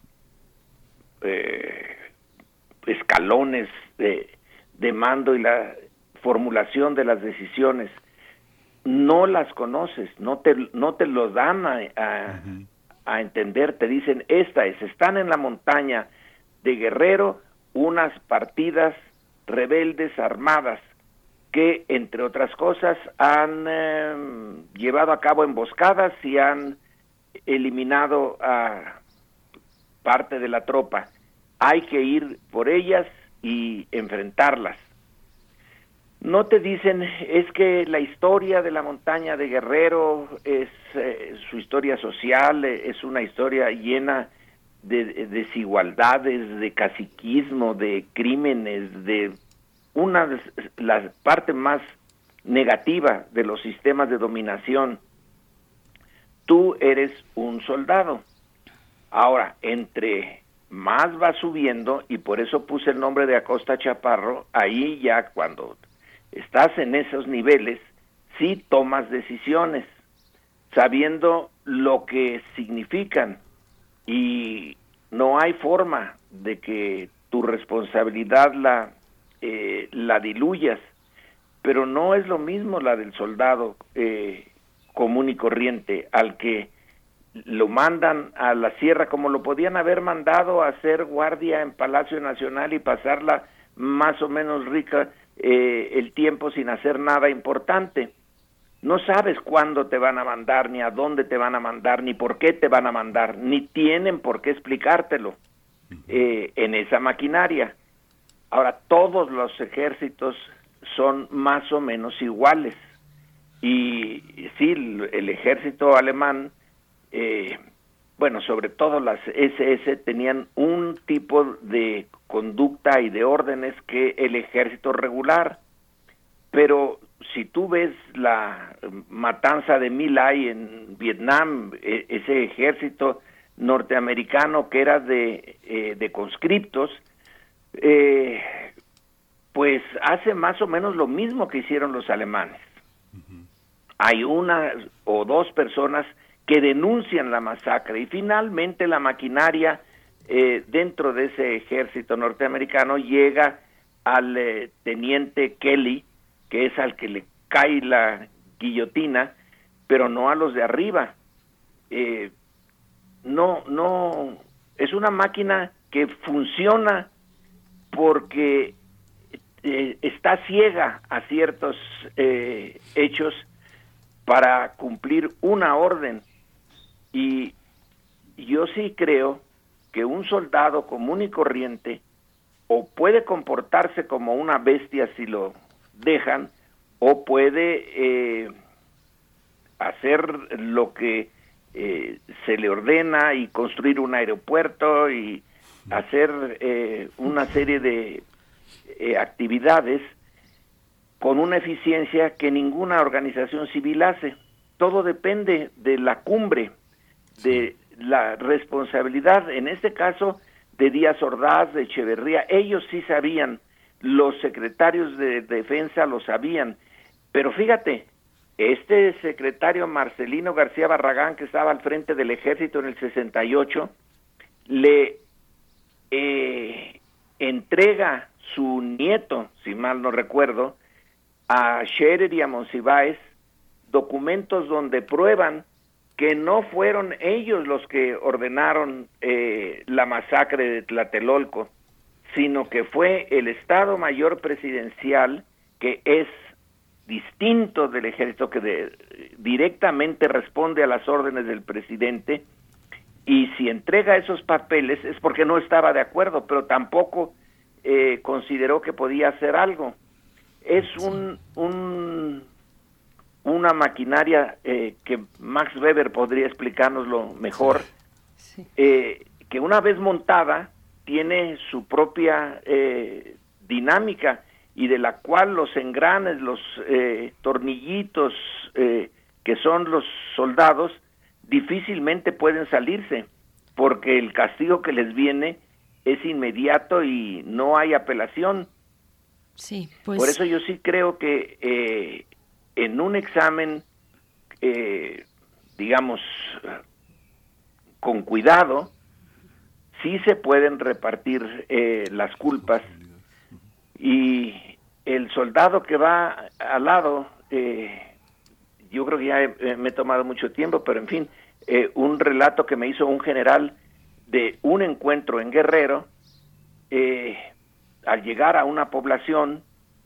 eh, escalones de, de mando y la formulación de las decisiones. No las conoces, no te no te lo dan a, a, uh-huh. a entender, te dicen esta es, están en la montaña de Guerrero unas partidas rebeldes armadas que entre otras cosas han eh, llevado a cabo emboscadas y han eliminado a parte de la tropa. Hay que ir por ellas y enfrentarlas. No te dicen, es que la historia de la montaña de Guerrero es eh, su historia social, eh, es una historia llena de, de desigualdades, de caciquismo, de crímenes, de una de la parte más negativa de los sistemas de dominación. Tú eres un soldado. Ahora, entre más va subiendo, y por eso puse el nombre de Acosta Chaparro. Ahí ya cuando estás en esos niveles, sí tomas decisiones, sabiendo lo que significan, y no hay forma de que tu responsabilidad la, eh, la diluyas, pero no es lo mismo la del soldado eh, común y corriente, al que lo mandan a la sierra, como lo podían haber mandado a hacer guardia en Palacio Nacional y pasarla más o menos rica eh, el tiempo sin hacer nada importante. No sabes cuándo te van a mandar, ni a dónde te van a mandar, ni por qué te van a mandar, ni tienen por qué explicártelo eh, en esa maquinaria. Ahora, todos los ejércitos son más o menos iguales, y sí, el ejército alemán, eh, bueno, sobre todo las ese ese, tenían un tipo de conducta y de órdenes que el ejército regular, pero si tú ves la matanza de My Lai en Vietnam, ese ejército norteamericano que era de, eh, de conscriptos, eh, pues hace más o menos lo mismo que hicieron los alemanes. Uh-huh. Hay una o dos personas que denuncian la masacre, y finalmente la maquinaria eh, dentro de ese ejército norteamericano llega al eh, teniente Kelly, que es al que le cae la guillotina, pero no a los de arriba. Eh, no, no, es una máquina que funciona porque eh, está ciega a ciertos eh, hechos para cumplir una orden. Y yo sí creo que un soldado común y corriente o puede comportarse como una bestia si lo dejan, o puede eh, hacer lo que eh, se le ordena y construir un aeropuerto y hacer eh, una serie de eh, actividades con una eficiencia que ninguna organización civil hace. Todo depende de la cumbre, de la responsabilidad, en este caso de Díaz Ordaz, de Echeverría. Ellos sí sabían, los secretarios de defensa lo sabían, pero fíjate, este secretario Marcelino García Barragán, que estaba al frente del ejército en el sesenta y ocho, le eh, entrega su nieto, si mal no recuerdo, a Scherer y a Monsiváis, documentos donde prueban que no fueron ellos los que ordenaron eh, la masacre de Tlatelolco, sino que fue el Estado Mayor Presidencial, que es distinto del ejército, que de, directamente responde a las órdenes del presidente, y si entrega esos papeles es porque no estaba de acuerdo, pero tampoco eh, consideró que podía hacer algo. Es un, un una maquinaria eh, que Max Weber podría explicárnoslo mejor, sí. eh, que una vez montada tiene su propia eh, dinámica, y de la cual los engranes, los eh, tornillitos eh, que son los soldados, difícilmente pueden salirse, porque el castigo que les viene es inmediato y no hay apelación. Sí, pues... Por eso yo sí creo que eh, en un examen, eh, digamos, con cuidado, sí se pueden repartir eh, las culpas, y el soldado que va al lado, eh, yo creo que ya he, me he tomado mucho tiempo, pero en fin, eh, un relato que me hizo un general de un encuentro en Guerrero, eh, al llegar a una población,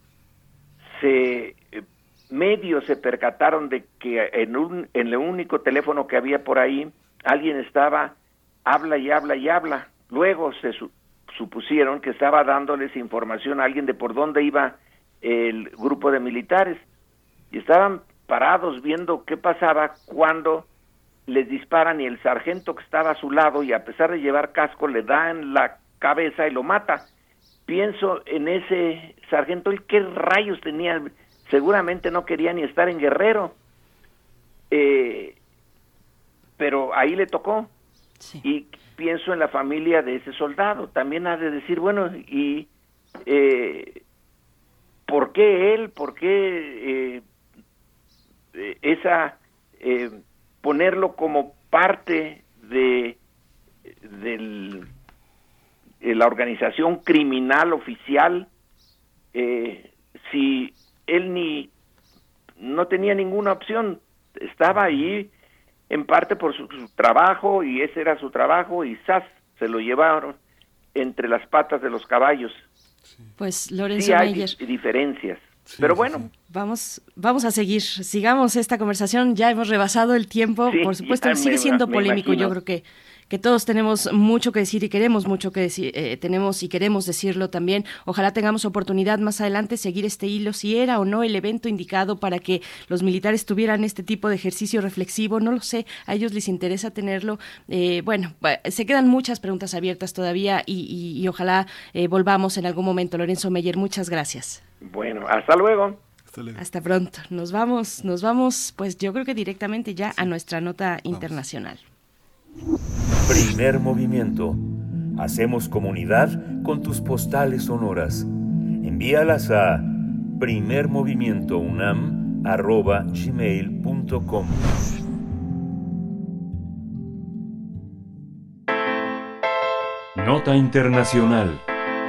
se eh, medios se percataron de que en, un, en el único teléfono que había por ahí, alguien estaba, habla y habla y habla. Luego se su, supusieron que estaba dándoles información a alguien de por dónde iba el grupo de militares, y estaban parados viendo qué pasaba cuando les disparan, y el sargento que estaba a su lado, y a pesar de llevar casco, le da en la cabeza y lo mata. Pienso en ese sargento, ¿el qué rayos tenía? Seguramente no quería ni estar en Guerrero, eh, pero ahí le tocó. Sí. Y pienso en la familia de ese soldado. También ha de decir, bueno, ¿y eh, por qué él? ¿Por qué eh, esa eh, ponerlo como parte de, del, de la organización criminal oficial eh, si él ni no tenía ninguna opción? Estaba ahí en parte por su, su trabajo, y ese era su trabajo, y ¡zas!, se lo llevaron entre las patas de los caballos. Pues Lorenzo sí hay Meyer. di- diferencias, sí, pero bueno. Sí, sí. Vamos, vamos a seguir, sigamos esta conversación, ya hemos rebasado el tiempo, Sí, por supuesto, ya sigue me- siendo me polémico, imagino. yo creo que que todos tenemos mucho que decir y queremos mucho que decir, eh, tenemos y queremos decirlo también. Ojalá tengamos oportunidad más adelante seguir este hilo, si era o no el evento indicado para que los militares tuvieran este tipo de ejercicio reflexivo, no lo sé, a ellos les interesa tenerlo. Eh, bueno, se quedan muchas preguntas abiertas todavía y, y, y ojalá eh, volvamos en algún momento. Lorenzo Meyer, muchas gracias. Bueno, hasta luego. Hasta luego. Hasta pronto. Nos vamos, nos vamos, pues yo creo que directamente ya a nuestra nota internacional. Primer movimiento. Hacemos comunidad con tus postales sonoras. Envíalas a primermovimientounam arroba gmail punto com. Nota internacional.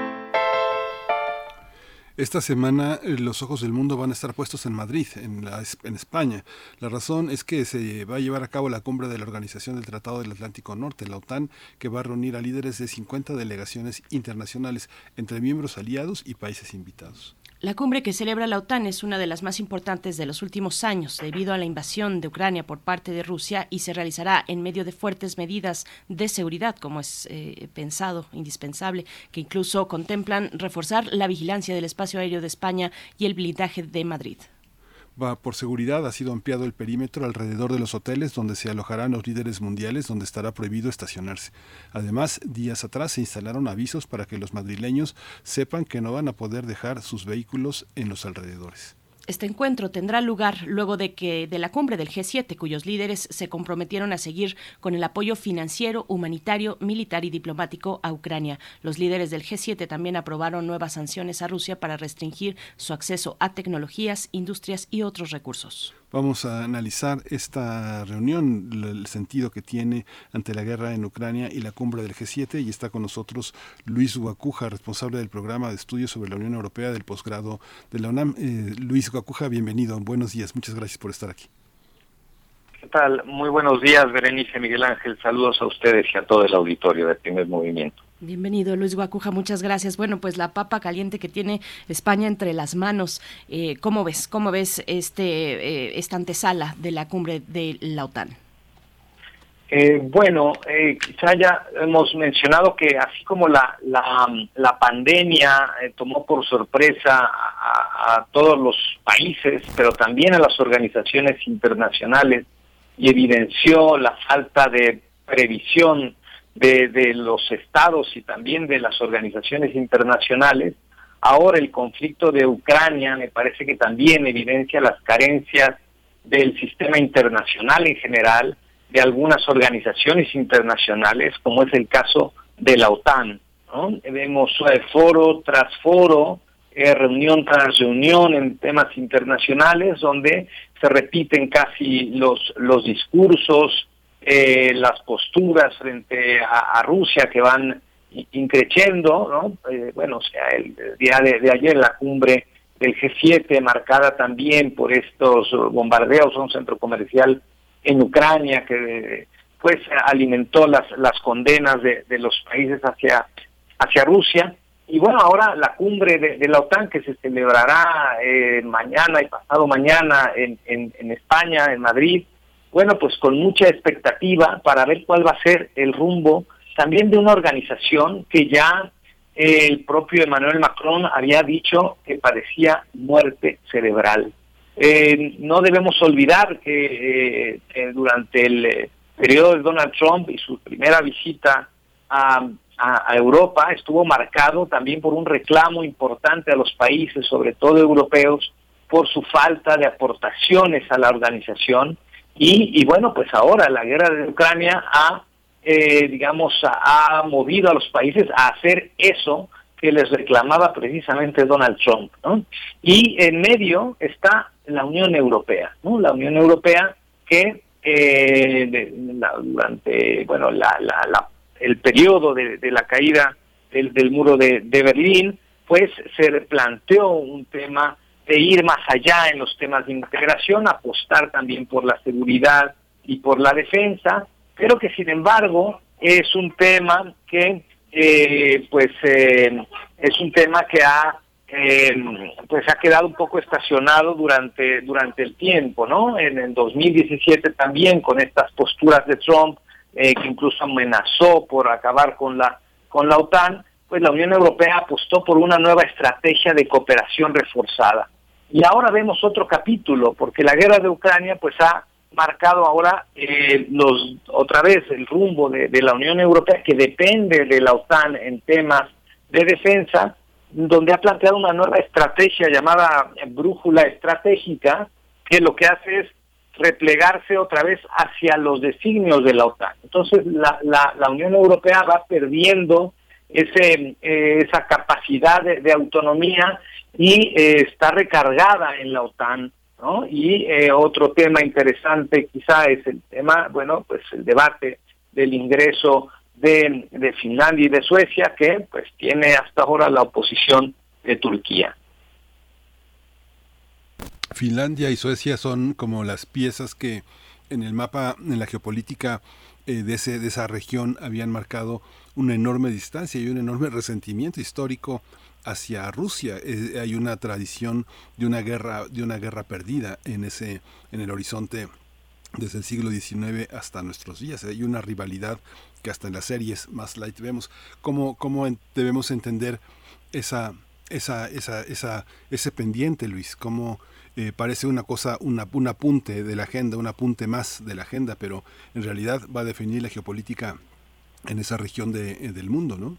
Esta semana eh, los ojos del mundo van a estar puestos en Madrid, en, la, en España. La razón es que se va a llevar a cabo la cumbre de la Organización del Tratado del Atlántico Norte, la OTAN, que va a reunir a líderes de cincuenta delegaciones internacionales entre miembros aliados y países invitados. La cumbre que celebra la OTAN es una de las más importantes de los últimos años debido a la invasión de Ucrania por parte de Rusia y se realizará en medio de fuertes medidas de seguridad, como es eh, pensado, indispensable, que incluso contemplan reforzar la vigilancia del espacio aéreo de España y el blindaje de Madrid. Va, por seguridad ha sido ampliado el perímetro alrededor de los hoteles donde se alojarán los líderes mundiales, donde estará prohibido estacionarse. Además, días atrás se instalaron avisos para que los madrileños sepan que no van a poder dejar sus vehículos en los alrededores. Este encuentro tendrá lugar luego de que de la cumbre del G siete, cuyos líderes se comprometieron a seguir con el apoyo financiero, humanitario, militar y diplomático a Ucrania. Los líderes del G siete también aprobaron nuevas sanciones a Rusia para restringir su acceso a tecnologías, industrias y otros recursos. Vamos a analizar esta reunión, el sentido que tiene ante la guerra en Ucrania y la cumbre del G siete, y está con nosotros Luis Guacuja, responsable del programa de estudios sobre la Unión Europea del posgrado de la UNAM. Eh, Luis Guacuja, bienvenido, buenos días, muchas gracias por estar aquí. ¿Qué tal? Muy buenos días, Berenice, Miguel Ángel, saludos a ustedes y a todo el auditorio de Primer Movimiento. Bienvenido, Luis Guacuja, muchas gracias. Bueno, pues la papa caliente que tiene España entre las manos, eh, ¿cómo ves? ¿Cómo ves este eh, esta antesala de la cumbre de la OTAN? Eh, bueno, eh, quizá ya hemos mencionado que así como la la, la pandemia eh, tomó por sorpresa a, a todos los países, pero también a las organizaciones internacionales y evidenció la falta de previsión De, de los estados y también de las organizaciones internacionales, ahora el conflicto de Ucrania me parece que también evidencia las carencias del sistema internacional en general, de algunas organizaciones internacionales, como es el caso de la OTAN, ¿no? Vemos eh, foro tras foro, eh, reunión tras reunión en temas internacionales, donde se repiten casi los, los discursos, Eh, las posturas frente a, a Rusia que van increciendo, ¿no? Eh, bueno, o sea, el, el día de, de ayer la cumbre del G siete, marcada también por estos bombardeos a un centro comercial en Ucrania, que pues alimentó las las condenas de, de los países hacia hacia Rusia. Y bueno, ahora la cumbre de, de la OTAN, que se celebrará eh, mañana y pasado mañana en, en, en España, en Madrid. Bueno, pues con mucha expectativa para ver cuál va a ser el rumbo también de una organización que ya eh, el propio Emmanuel Macron había dicho que padecía muerte cerebral. Eh, no debemos olvidar que eh, eh, durante el eh, periodo de Donald Trump y su primera visita a, a, a Europa estuvo marcado también por un reclamo importante a los países, sobre todo europeos, por su falta de aportaciones a la organización. Y, y bueno, pues ahora la guerra de Ucrania ha eh, digamos, ha, ha movido a los países a hacer eso que les reclamaba precisamente Donald Trump, ¿no? Y en medio está la Unión Europea, ¿no? La Unión Europea que eh, de, la, durante, bueno, la, la, la, el periodo de, de la caída del, del muro de, de Berlín, pues se planteó un tema de ir más allá en los temas de integración, apostar también por la seguridad y por la defensa, pero que sin embargo es un tema que eh, pues eh, es un tema que ha eh, pues ha quedado un poco estacionado durante durante el tiempo, ¿no? En el dos mil diecisiete también, con estas posturas de Trump, eh, que incluso amenazó por acabar con la con la OTAN, pues la Unión Europea apostó por una nueva estrategia de cooperación reforzada. Y ahora vemos otro capítulo, porque la guerra de Ucrania pues ha marcado ahora eh, los otra vez el rumbo de, de la Unión Europea, que depende de la OTAN en temas de defensa, donde ha planteado una nueva estrategia llamada brújula estratégica, que lo que hace es replegarse otra vez hacia los designios de la OTAN. Entonces la, la, la Unión Europea va perdiendo ese eh, esa capacidad de, de autonomía y eh, está recargada en la OTAN, ¿no? Y eh, otro tema interesante quizá es el tema, bueno, pues el debate del ingreso de, de Finlandia y de Suecia, que pues tiene hasta ahora la oposición de Turquía. Finlandia y Suecia son como las piezas que en el mapa, en la geopolítica eh, de, ese, de esa región habían marcado una enorme distancia y un enorme resentimiento histórico hacia Rusia. Eh, hay una tradición de una guerra, de una guerra perdida en ese, en el horizonte desde el siglo diecinueve hasta nuestros días. Hay una rivalidad que hasta en las series más light vemos. ¿Cómo, cómo en, debemos entender esa, esa, esa, esa, ese pendiente, Luis? ¿Cómo eh, parece una cosa, una, un apunte de la agenda, un apunte más de la agenda, pero en realidad va a definir la geopolítica en esa región de, del mundo, ¿no?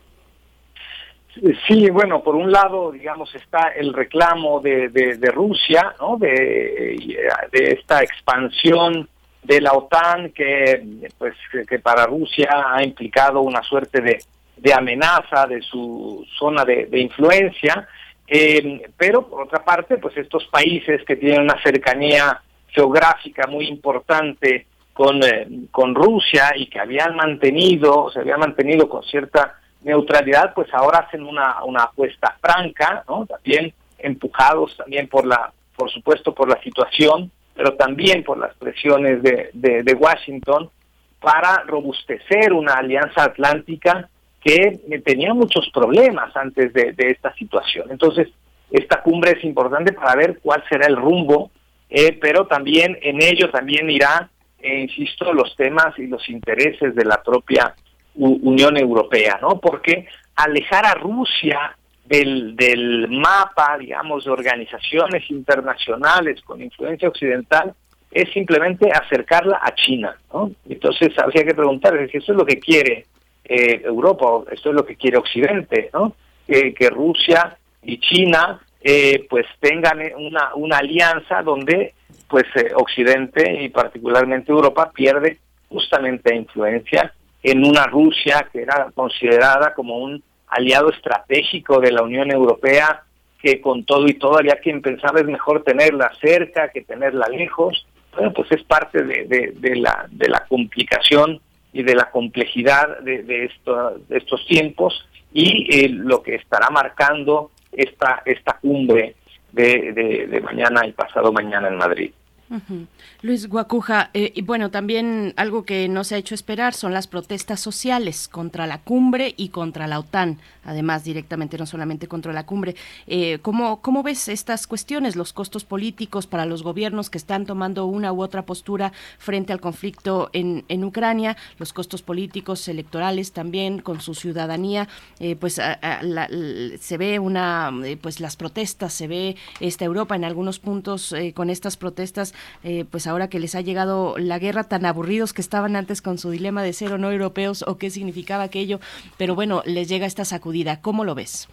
Sí, bueno, por un lado, digamos, está el reclamo de, de, de Rusia, ¿no? De, de esta expansión de la OTAN que, pues, que para Rusia ha implicado una suerte de, de amenaza de su zona de, de influencia, eh, pero por otra parte, pues estos países que tienen una cercanía geográfica muy importante con, eh, con Rusia y que habían mantenido, se habían mantenido con cierta neutralidad, pues ahora hacen una, una apuesta franca, ¿no? También empujados también por la, por supuesto por la situación, pero también por las presiones de, de, de Washington para robustecer una alianza atlántica que tenía muchos problemas antes de, de esta situación. Entonces, esta cumbre es importante para ver cuál será el rumbo, eh, pero también en ello también irá, eh, insisto, los temas y los intereses de la propia Unión Europea, ¿no? Porque alejar a Rusia del, del mapa, digamos, de organizaciones internacionales con influencia occidental es simplemente acercarla a China, ¿no? Entonces habría que preguntar si eso es lo que quiere eh, Europa, o esto es lo que quiere Occidente, ¿no? Eh, que Rusia y China eh, pues tengan una, una alianza donde pues eh, Occidente y particularmente Europa pierde justamente influencia en una Rusia que era considerada como un aliado estratégico de la Unión Europea, que con todo y todo había quien pensaba es mejor tenerla cerca que tenerla lejos. Bueno, pues es parte de, de, de la de la complicación y de la complejidad de, de, esto, de estos tiempos y eh, lo que estará marcando esta esta cumbre de, de, de mañana y pasado mañana en Madrid. Uh-huh. Luis Guacuja, eh, y bueno, también algo que no se ha hecho esperar son las protestas sociales contra la cumbre y contra la OTAN, además directamente, no solamente contra la cumbre. Eh, ¿cómo, ¿Cómo ves estas cuestiones, los costos políticos para los gobiernos que están tomando una u otra postura frente al conflicto en, en Ucrania, los costos políticos electorales también con su ciudadanía? Eh, pues a, a, la, la, se ve una, eh, pues las protestas, se ve esta Europa en algunos puntos eh, con estas protestas. Eh, pues ahora que les ha llegado la guerra, tan aburridos que estaban antes con su dilema de ser o no europeos o qué significaba aquello, pero bueno, les llega esta sacudida. ¿Cómo lo ves?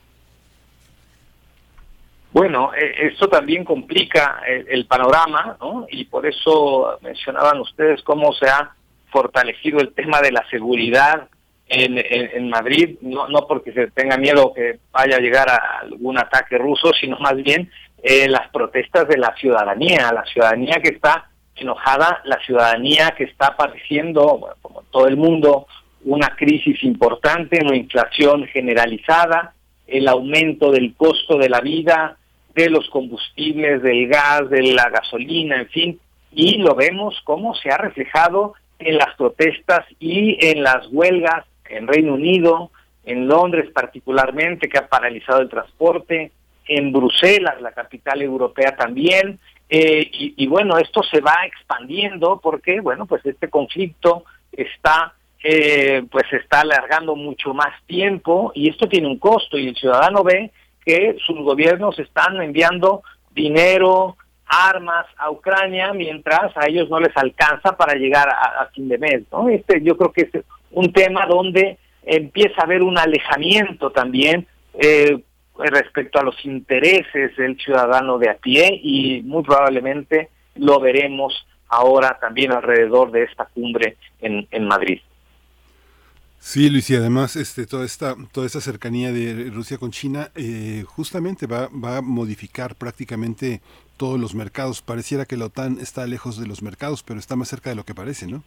Bueno, eh, esto también complica el, el panorama, ¿no? Y por eso mencionaban ustedes cómo se ha fortalecido el tema de la seguridad en, en, en Madrid, no, no porque se tenga miedo que vaya a llegar a algún ataque ruso, sino más bien eh, las protestas de la ciudadanía, la ciudadanía que está enojada, la ciudadanía que está padeciendo, bueno, como todo el mundo, una crisis importante, una inflación generalizada, el aumento del costo de la vida, de los combustibles, del gas, de la gasolina, en fin, y lo vemos cómo se ha reflejado en las protestas y en las huelgas en Reino Unido, en Londres particularmente, que ha paralizado el transporte, en Bruselas, la capital europea también, eh, y, y bueno, esto se va expandiendo porque, bueno, pues este conflicto está, eh, pues se está alargando mucho más tiempo y esto tiene un costo y el ciudadano ve que sus gobiernos están enviando dinero, armas a Ucrania, mientras a ellos no les alcanza para llegar a, a fin de mes, ¿no? Este, yo creo que es un tema donde empieza a haber un alejamiento también eh, respecto a los intereses del ciudadano de a pie y muy probablemente lo veremos ahora también alrededor de esta cumbre en, en Madrid. Sí, Luis, y además este, toda esta toda esta cercanía de Rusia con China eh, justamente va, va a modificar prácticamente todos los mercados. Pareciera que la OTAN está lejos de los mercados, pero está más cerca de lo que parece, ¿no?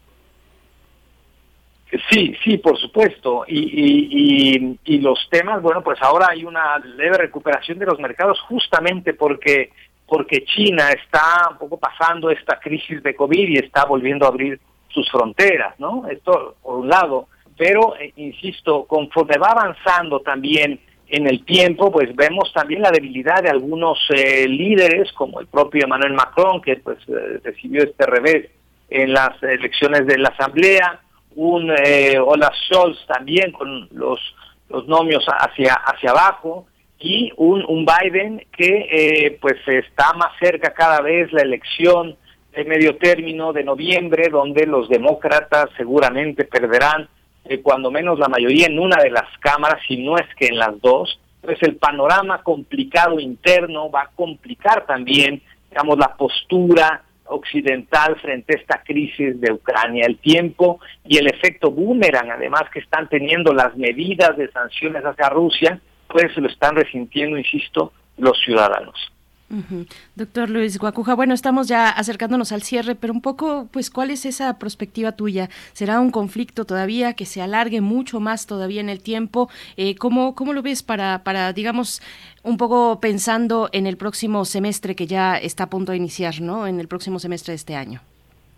Sí, sí, por supuesto. Y, y, y, y los temas, bueno, pues ahora hay una leve recuperación de los mercados justamente porque porque China está un poco pasando esta crisis de COVID y está volviendo a abrir sus fronteras, ¿no? Esto por un lado. Pero, eh, insisto, conforme va avanzando también en el tiempo, pues vemos también la debilidad de algunos eh, líderes, como el propio Emmanuel Macron, que pues eh, recibió este revés en las elecciones de la Asamblea, un eh, Olaf Scholz también con los los nomios hacia hacia abajo, y un, un Biden que eh, pues está más cerca cada vez la elección de medio término de noviembre, donde los demócratas seguramente perderán Eh, cuando menos la mayoría en una de las cámaras, si no es que en las dos. Pues el panorama complicado interno va a complicar también, digamos, la postura occidental frente a esta crisis de Ucrania, el tiempo y el efecto boomerang, además, que están teniendo las medidas de sanciones hacia Rusia, pues lo están resintiendo, insisto, los ciudadanos. Uh-huh. Doctor Luis Guacuja, bueno, estamos ya acercándonos al cierre, pero un poco, pues, ¿cuál es esa perspectiva tuya? ¿Será un conflicto todavía que se alargue mucho más todavía en el tiempo? Eh, ¿cómo, cómo lo ves para, para, digamos, un poco pensando en el próximo semestre que ya está a punto de iniciar, ¿no? En el próximo semestre de este año.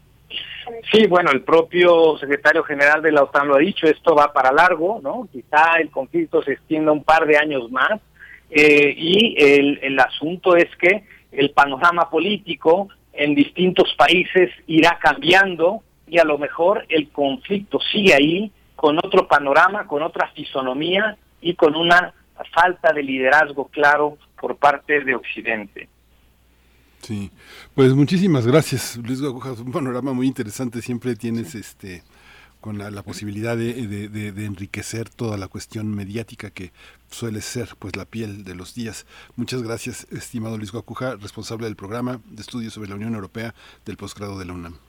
Sí, bueno, el propio secretario general de la OTAN lo ha dicho, esto va para largo, ¿no? Quizá el conflicto se extienda un par de años más. Eh, y el, el asunto es que el panorama político en distintos países irá cambiando y a lo mejor el conflicto sigue ahí con otro panorama, con otra fisonomía y con una falta de liderazgo claro por parte de Occidente. Sí, pues muchísimas gracias, Luis Guacuja, un panorama muy interesante, siempre tienes este con la, la posibilidad de, de, de, de enriquecer toda la cuestión mediática que suele ser pues la piel de los días. Muchas gracias, estimado Luis Guacuja, responsable del programa de estudios sobre la Unión Europea del posgrado de la UNAM.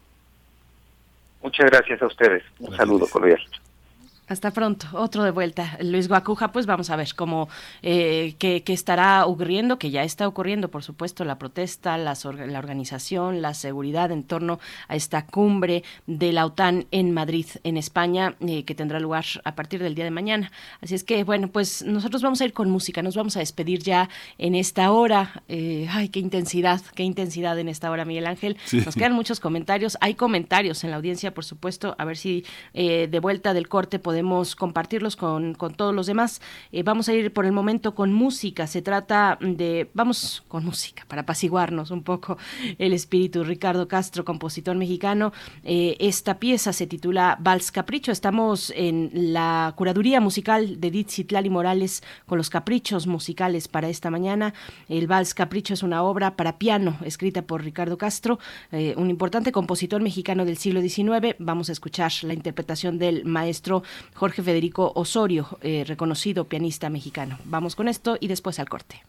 Muchas gracias a ustedes. Un gracias. Saludo cordial. Hasta pronto, otro de vuelta. Luis Guacuja, pues vamos a ver cómo, eh, qué, qué estará ocurriendo, que ya está ocurriendo, por supuesto, la protesta, las, la organización, la seguridad en torno a esta cumbre de la OTAN en Madrid, en España, eh, que tendrá lugar a partir del día de mañana. Así es que, bueno, pues nosotros vamos a ir con música, nos vamos a despedir ya en esta hora. Eh, ay, qué intensidad, qué intensidad en esta hora, Miguel Ángel. Sí. Nos quedan muchos comentarios, hay comentarios en la audiencia, por supuesto, a ver si eh, de vuelta del corte podemos podemos compartirlos con, con todos los demás. Eh, vamos a ir por el momento con música. Se trata de, vamos con música para apaciguarnos un poco el espíritu. Ricardo Castro, compositor mexicano. Eh, esta pieza se titula Vals Capricho. Estamos en la curaduría musical de Edith Citlali Morales con los caprichos musicales para esta mañana. El Vals Capricho es una obra para piano escrita por Ricardo Castro, eh, un importante compositor mexicano del siglo diecinueve. Vamos a escuchar la interpretación del maestro Jorge Federico Osorio, eh, reconocido pianista mexicano. Vamos con esto y después al corte.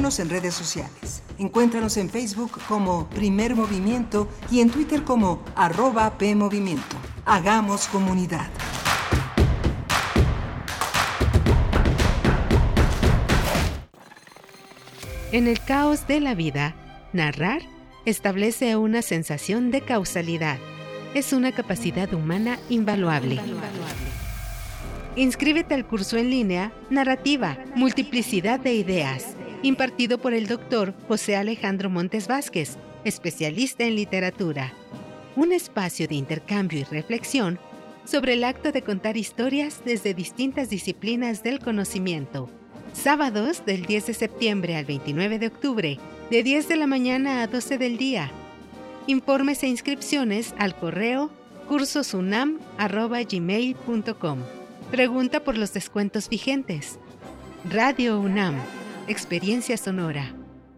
Síguenos en redes sociales. Encuéntranos en Facebook como Primer Movimiento y en Twitter como arroba PMovimiento. Hagamos comunidad. En el caos de la vida, narrar establece una sensación de causalidad. Es una capacidad humana invaluable. Inscríbete al curso en línea Narrativa, Multiplicidad de Ideas, impartido por el doctor José Alejandro Montes Vázquez, especialista en literatura. Un espacio de intercambio y reflexión sobre el acto de contar historias desde distintas disciplinas del conocimiento. Sábados del diez de septiembre al veintinueve de octubre, de diez de la mañana a doce del día. Informes e inscripciones al correo cursosunam arroba gmail punto com. Pregunta por los descuentos vigentes. Radio UNAM, experiencia sonora.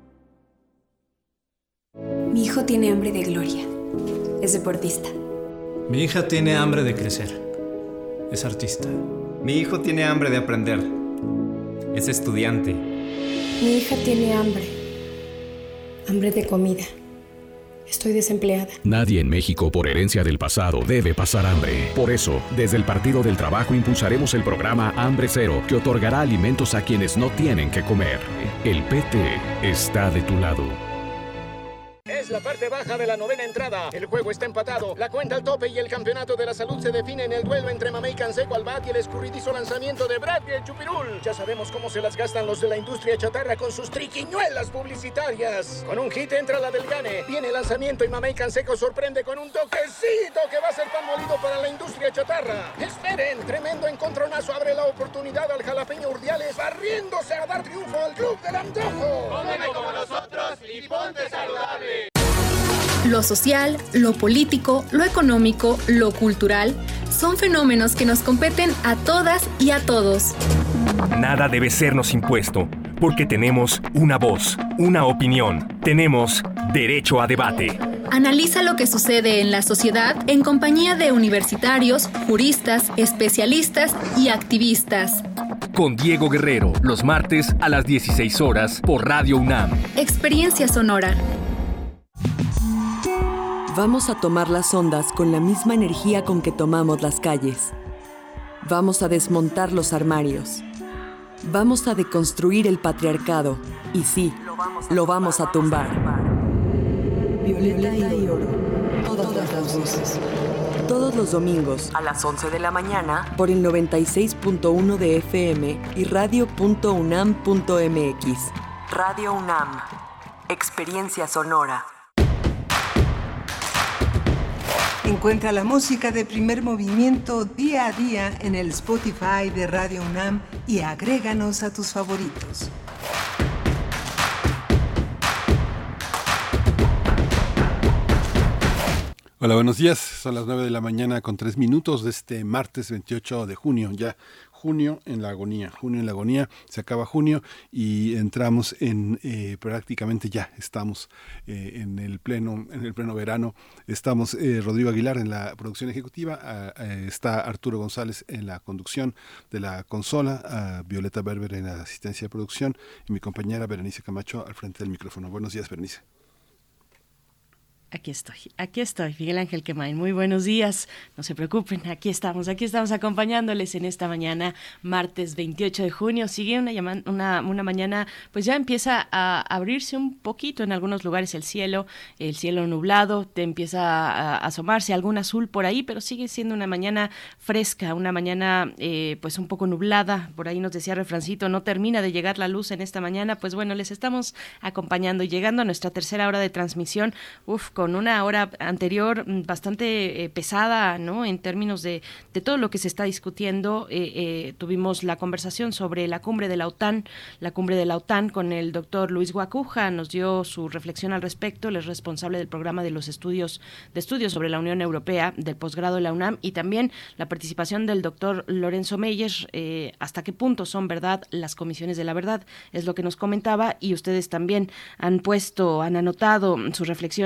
Mi hijo tiene hambre de gloria. Es deportista. Mi hija tiene hambre de crecer. Es artista. Mi hijo tiene hambre de aprender. Es estudiante. Mi hija tiene hambre. Hambre de comida. Estoy desempleada. Nadie en México por herencia del pasado debe pasar hambre. Por eso, desde el Partido del Trabajo impulsaremos el programa Hambre Cero, que otorgará alimentos a quienes no tienen que comer. El P T está de tu lado. Es la parte baja de la novena entrada. El juego está empatado. La cuenta al tope y el campeonato de la salud se define en el duelo entre Mamey Canseco al bat y el escurridizo lanzamiento de Brad y el Chupirul. Ya sabemos cómo se las gastan los de la industria chatarra con sus triquiñuelas publicitarias. Con un hit entra la del Gane. Viene el lanzamiento y Mamey Canseco sorprende con un toquecito que va a ser pan molido para la industria chatarra. Esperen, tremendo encontronazo abre la oportunidad al jalapeño Urdiales, barriéndose a dar triunfo al Club del Antojo. Cómeme como nosotros y ponte saludable. Lo social, lo político, lo económico, lo cultural, son fenómenos que nos competen a todas y a todos. Nada debe sernos impuesto, porque tenemos una voz, una opinión, tenemos derecho a debate. Analiza lo que sucede en la sociedad en compañía de universitarios, juristas, especialistas y activistas. Con Diego Guerrero, los martes a las dieciséis horas por Radio UNAM. Experiencia sonora. Vamos a tomar las ondas con la misma energía con que tomamos las calles. Vamos a desmontar los armarios. Vamos a deconstruir el patriarcado. Y sí, lo vamos a tumbar. Violeta y oro. Todas las voces. Todos los domingos a las once de la mañana por el noventa y seis punto uno de F M y radio punto unam punto m x. Radio UNAM. Experiencia sonora. Encuentra la música de Primer Movimiento día a día en el Spotify de Radio UNAM y agréganos a tus favoritos. Hola, buenos días. Son las nueve de la mañana con tres minutos de este martes veintiocho de junio. Ya junio en la agonía, junio en la agonía, se acaba junio y entramos en eh, prácticamente ya estamos eh, en el pleno en el pleno verano. Estamos eh, Rodrigo Aguilar en la producción ejecutiva, a, a, está Arturo González en la conducción de la consola, a Violeta Berber en la asistencia de producción y mi compañera Berenice Camacho al frente del micrófono. Buenos días, Berenice. Aquí estoy, aquí estoy, Miguel Ángel Quemain. Muy buenos días, no se preocupen, aquí estamos, aquí estamos acompañándoles en esta mañana, martes veintiocho de junio. Sigue una, llama, una, una mañana, pues ya empieza a abrirse un poquito en algunos lugares el cielo, el cielo nublado, te empieza a, a asomarse algún azul por ahí, pero sigue siendo una mañana fresca, una mañana eh, pues un poco nublada. Por ahí nos decía Refrancito, no termina de llegar la luz en esta mañana. Pues bueno, les estamos acompañando y llegando a nuestra tercera hora de transmisión. Uf, con una hora anterior bastante eh, pesada, ¿no? En términos de, de todo lo que se está discutiendo. Eh, eh, tuvimos la conversación sobre la cumbre de la OTAN, la cumbre de la OTAN con el doctor Luis Guacuja, nos dio su reflexión al respecto. Él es responsable del programa de los estudios de estudios sobre la Unión Europea del posgrado de la UNAM, y también la participación del doctor Lorenzo Meyer. Eh, hasta qué punto son verdad las comisiones de la verdad, es lo que nos comentaba, y ustedes también han puesto, han anotado sus reflexiones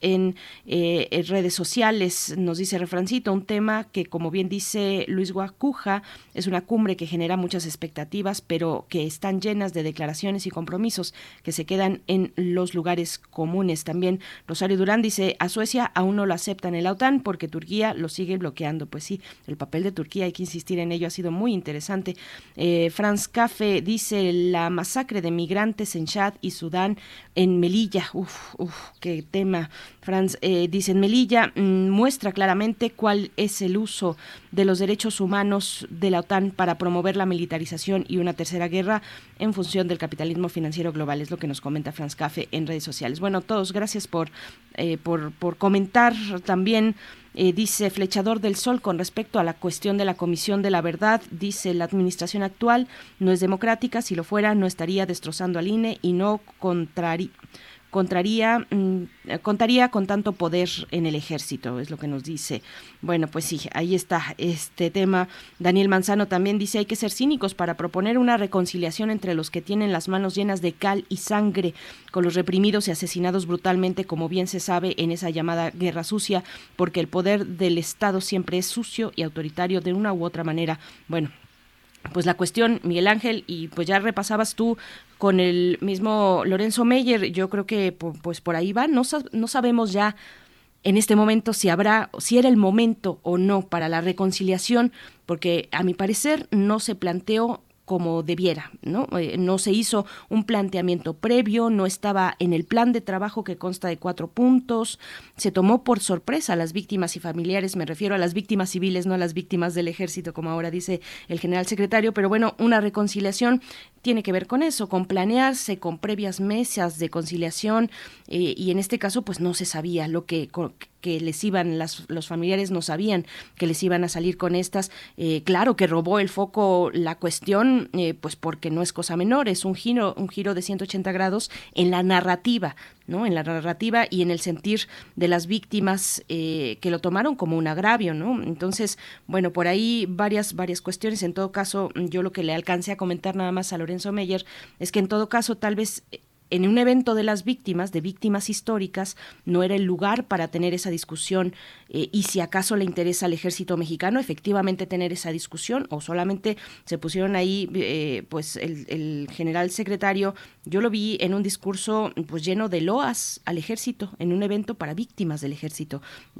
en, eh, en redes sociales. Nos dice Refrancito, un tema que, como bien dice Luis Guacuja, es una cumbre que genera muchas expectativas, pero que están llenas de declaraciones y compromisos que se quedan en los lugares comunes. También Rosario Durán dice, a Suecia aún no lo aceptan en la OTAN porque Turquía lo sigue bloqueando. Pues sí, el papel de Turquía, hay que insistir en ello, ha sido muy interesante. Eh, Franz Café dice, la masacre de migrantes en Chad y Sudán, en Melilla, uf, uf, qué tema, Franz, eh, dice, en Melilla mmm, muestra claramente cuál es el uso de los derechos humanos de la OTAN para promover la militarización y una tercera guerra en función del capitalismo financiero global, es lo que nos comenta Franz Café en redes sociales. Bueno, todos, gracias por, eh, por, por comentar también. Eh, dice Flechador del Sol, con respecto a la cuestión de la Comisión de la Verdad, dice, la administración actual no es democrática, si lo fuera no estaría destrozando al I N E y no contrari- contraría, mm, contaría con tanto poder en el ejército, es lo que nos dice. Bueno, pues sí, ahí está este tema. Daniel Manzano también dice, hay que ser cínicos para proponer una reconciliación entre los que tienen las manos llenas de cal y sangre, con los reprimidos y asesinados brutalmente, como bien se sabe en esa llamada guerra sucia, porque el poder del Estado siempre es sucio y autoritario de una u otra manera. Bueno, pues la cuestión, Miguel Ángel, y pues ya repasabas tú con el mismo Lorenzo Meyer, yo creo que pues por ahí va, no, no sabemos ya en este momento si habrá, si era el momento o no para la reconciliación, porque a mi parecer no se planteó como debiera, ¿no? Eh, no se hizo un planteamiento previo, no estaba en el plan de trabajo que consta de cuatro puntos, se tomó por sorpresa a las víctimas y familiares, me refiero a las víctimas civiles, no a las víctimas del ejército, como ahora dice el general secretario, pero bueno, una reconciliación tiene que ver con eso, con planearse, con previas mesas de conciliación, eh, y en este caso pues no se sabía lo que... que les iban, las, los familiares no sabían que les iban a salir con estas. Eh, claro que robó el foco la cuestión, eh, pues porque no es cosa menor, es un giro, un giro de ciento ochenta grados en la narrativa, ¿no? En la narrativa y en el sentir de las víctimas eh, que lo tomaron como un agravio, ¿no? Entonces, bueno, por ahí varias, varias cuestiones. En todo caso, yo lo que le alcancé a comentar nada más a Lorenzo Meyer es que en todo caso tal vez en un evento de las víctimas, de víctimas históricas, no era el lugar para tener esa discusión, eh, y si acaso le interesa al ejército mexicano efectivamente tener esa discusión, o solamente se pusieron ahí, eh, pues el, el general secretario, yo lo vi en un discurso pues lleno de loas al ejército, en un evento para víctimas del ejército.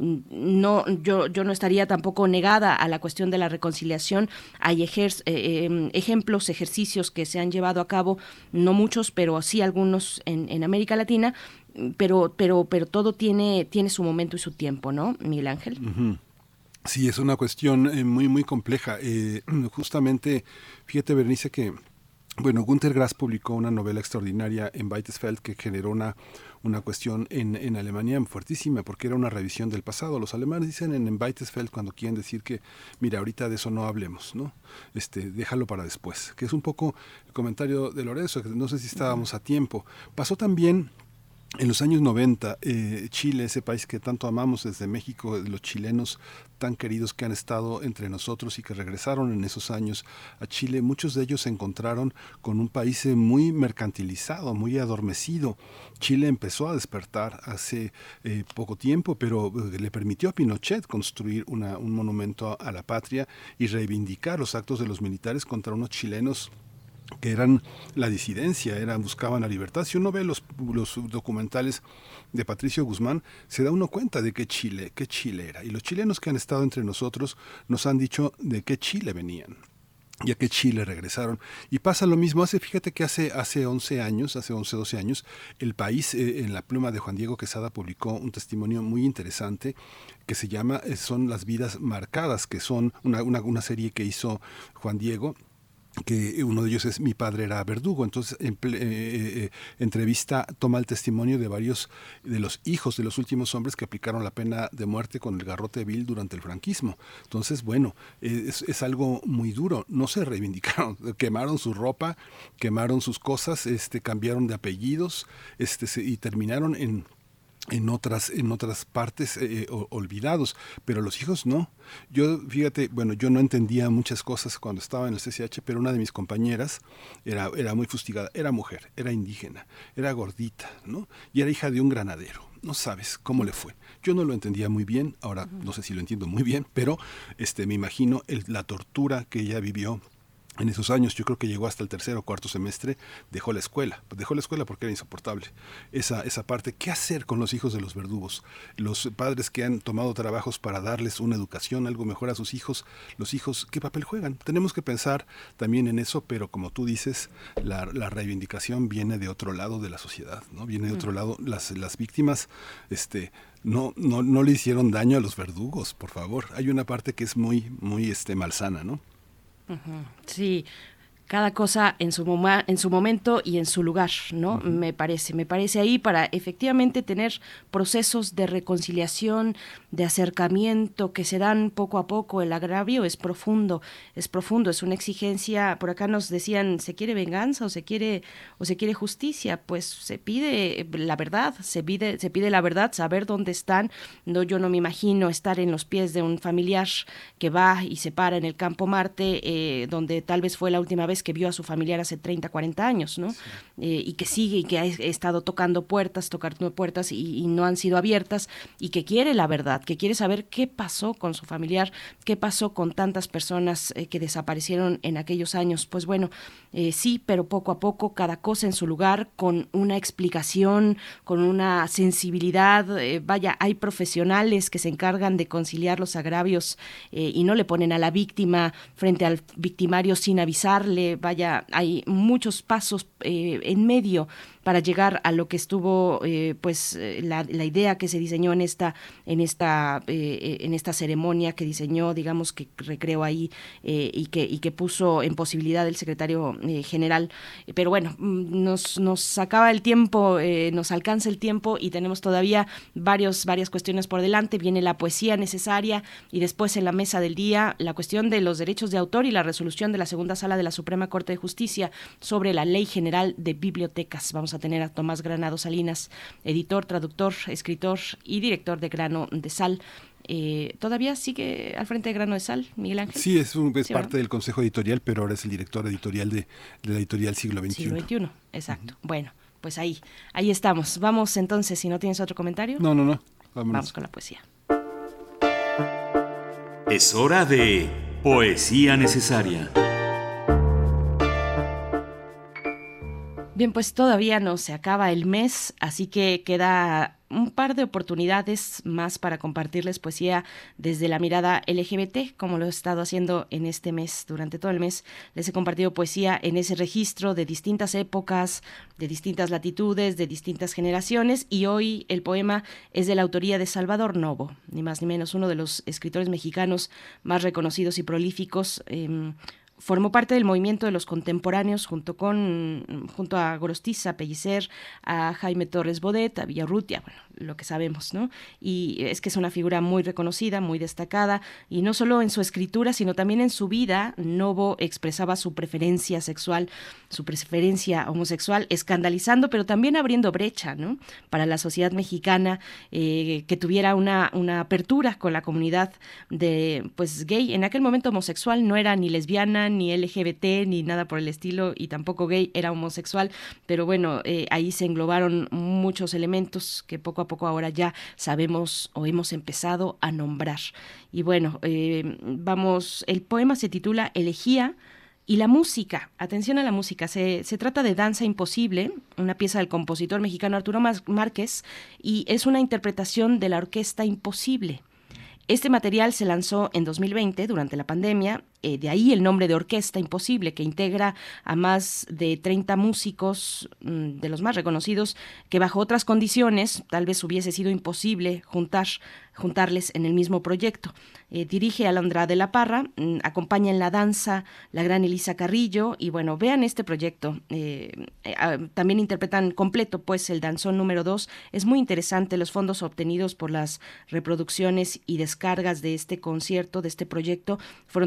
No, yo, yo no estaría tampoco negada a la cuestión de la reconciliación. Hay ejer- eh, eh, ejemplos, ejercicios que se han llevado a cabo, no muchos, pero sí algunos En, en América Latina, pero pero pero todo tiene tiene su momento y su tiempo, ¿no, Miguel Ángel? Uh-huh. Sí, es una cuestión eh, muy muy compleja. Eh, justamente, fíjate, Berenice, que bueno, Günter Grass publicó una novela extraordinaria en Weizsäcker que generó una una cuestión en, en Alemania fuertísima, porque era una revisión del pasado. Los alemanes dicen en, en Weizsäcker, cuando quieren decir que, mira, ahorita de eso no hablemos, ¿no? Este, déjalo para después, que es un poco el comentario de Lorenzo, que no sé si estábamos a tiempo. Pasó también en los años noventa, eh, Chile, ese país que tanto amamos desde México, los chilenos tan queridos que han estado entre nosotros y que regresaron en esos años a Chile, muchos de ellos se encontraron con un país muy mercantilizado, muy adormecido. Chile empezó a despertar hace eh, poco tiempo, pero eh, le permitió a Pinochet construir una, un monumento a la patria y reivindicar los actos de los militares contra unos chilenos que eran la disidencia, eran, buscaban la libertad. Si uno ve los, los documentales de Patricio Guzmán, se da uno cuenta de qué Chile, qué Chile era. Y los chilenos que han estado entre nosotros nos han dicho de qué Chile venían y a qué Chile regresaron. Y pasa lo mismo, hace, fíjate que hace, hace once años, hace once, doce años, El País, eh, en la pluma de Juan Diego Quesada, publicó un testimonio muy interesante que se llama eh, Son las vidas marcadas, que son una, una, una serie que hizo Juan Diego, que uno de ellos es Mi padre era verdugo. Entonces en, eh, eh, entrevista, toma el testimonio de varios de los hijos de los últimos hombres que aplicaron la pena de muerte con el garrote vil durante el franquismo. Entonces, bueno, eh, es, es algo muy duro. No se reivindicaron, quemaron su ropa, quemaron sus cosas, este, cambiaron de apellidos, este, se, y terminaron en en otras en otras partes eh, o, olvidados, pero los hijos no. Yo, fíjate, bueno, yo no entendía muchas cosas cuando estaba en el C C H, pero una de mis compañeras era, era muy fustigada, era mujer, era indígena, era gordita, ¿no? Y era hija de un granadero. No sabes cómo le fue. Yo no lo entendía muy bien, ahora no sé si lo entiendo muy bien, pero este me imagino el, la tortura que ella vivió en esos años. Yo creo que llegó hasta el tercer o cuarto semestre, dejó la escuela, dejó la escuela porque era insoportable. Esa, esa parte, ¿qué hacer con los hijos de los verdugos? Los padres que han tomado trabajos para darles una educación, algo mejor a sus hijos, los hijos, ¿qué papel juegan? Tenemos que pensar también en eso, pero como tú dices, la, la reivindicación viene de otro lado de la sociedad, ¿no? Viene de otro lado, las, las víctimas, este... No, no, no le hicieron daño a los verdugos, por favor. Hay una parte que es muy, muy este, malsana, ¿no? Uh-huh. Sí, cada cosa en su moma, en su momento y en su lugar, ¿no? Uh-huh. Me parece, me parece ahí para efectivamente tener procesos de reconciliación, de acercamiento que se dan poco a poco. El agravio es profundo, es profundo, es una exigencia. Por acá nos decían, ¿se quiere venganza o se quiere o se quiere justicia? Pues se pide la verdad, se pide se pide la verdad, saber dónde están. No, yo no me imagino estar en los pies de un familiar que va y se para en el Campo Marte, eh, donde tal vez fue la última vez que vio a su familiar hace treinta, cuarenta años, ¿no? Sí. Eh, y que sigue y que ha estado tocando puertas, tocando puertas y, y no han sido abiertas, y que quiere la verdad, que quiere saber qué pasó con su familiar, qué pasó con tantas personas eh, que desaparecieron en aquellos años. Pues bueno, eh, sí, pero poco a poco, cada cosa en su lugar, con una explicación, con una sensibilidad. Eh, vaya, hay profesionales que se encargan de conciliar los agravios eh, y no le ponen a la víctima frente al victimario sin avisarle. Vaya, hay muchos pasos eh, en medio para llegar a lo que estuvo, eh, pues, la, la idea que se diseñó en esta, en esta, eh, en esta ceremonia que diseñó, digamos, que recreó ahí eh, y que y que puso en posibilidad el secretario eh, general. Pero bueno, nos nos acaba el tiempo, eh, nos alcanza el tiempo y tenemos todavía varios varias cuestiones por delante. Viene la poesía necesaria y después en la mesa del día la cuestión de los derechos de autor y la resolución de la segunda sala de la Suprema Corte de Justicia sobre la Ley General de Bibliotecas. Vamos a tener a Tomás Granados Salinas, editor, traductor, escritor y director de Grano de Sal. Eh, ¿Todavía sigue al frente de Grano de Sal, Miguel Ángel? Sí, es, un, es ¿Sí, parte no? del Consejo Editorial, pero ahora es el director editorial de, de la editorial Siglo veintiuno. Siglo veintiuno, exacto. Uh-huh. Bueno, pues ahí, ahí estamos. Vamos entonces, si no tienes otro comentario. No, no, no. Vámonos. Vamos con la poesía. Es hora de Poesía Necesaria. Bien, pues todavía no se acaba el mes, así que queda un par de oportunidades más para compartirles poesía desde la mirada L G B T, como lo he estado haciendo en este mes. Durante todo el mes les he compartido poesía en ese registro de distintas épocas, de distintas latitudes, de distintas generaciones, y hoy el poema es de la autoría de Salvador Novo, ni más ni menos uno de los escritores mexicanos más reconocidos y prolíficos. Eh, Formó parte del movimiento de los contemporáneos junto con junto a Gorostiza Pellicer, a Jaime Torres Bodet, a Villarrutia, bueno, lo que sabemos, ¿no? Y es que es una figura muy reconocida, muy destacada, y no solo en su escritura, sino también en su vida. Novo expresaba su preferencia sexual, su preferencia homosexual, escandalizando, pero también abriendo brecha, ¿no? Para la sociedad mexicana, eh, que tuviera una, una apertura con la comunidad de, pues, gay. En aquel momento homosexual no era ni lesbiana, ni L G B T, ni nada por el estilo, y tampoco gay, era homosexual, pero bueno, eh, ahí se englobaron muchos elementos que poco a poco ahora ya sabemos o hemos empezado a nombrar. Y bueno, eh, vamos, el poema se titula Elegía. Y la música, atención a la música, se, se trata de Danza Imposible, una pieza del compositor mexicano Arturo Márquez, y es una interpretación de la Orquesta Imposible. Este material se lanzó en dos mil veinte, durante la pandemia, eh, de ahí el nombre de Orquesta Imposible, que integra a más de treinta músicos, mmm, de los más reconocidos, que bajo otras condiciones tal vez hubiese sido imposible juntar, juntarles en el mismo proyecto. Eh, dirige Alondra de la Parra, mmm, acompaña en la danza la gran Elisa Carrillo, y bueno, vean este proyecto. Eh, eh, también interpretan completo, pues, el danzón número dos. Es muy interesante los fondos obtenidos por las reproducciones y descargas de este concierto, de este proyecto, fueron destinados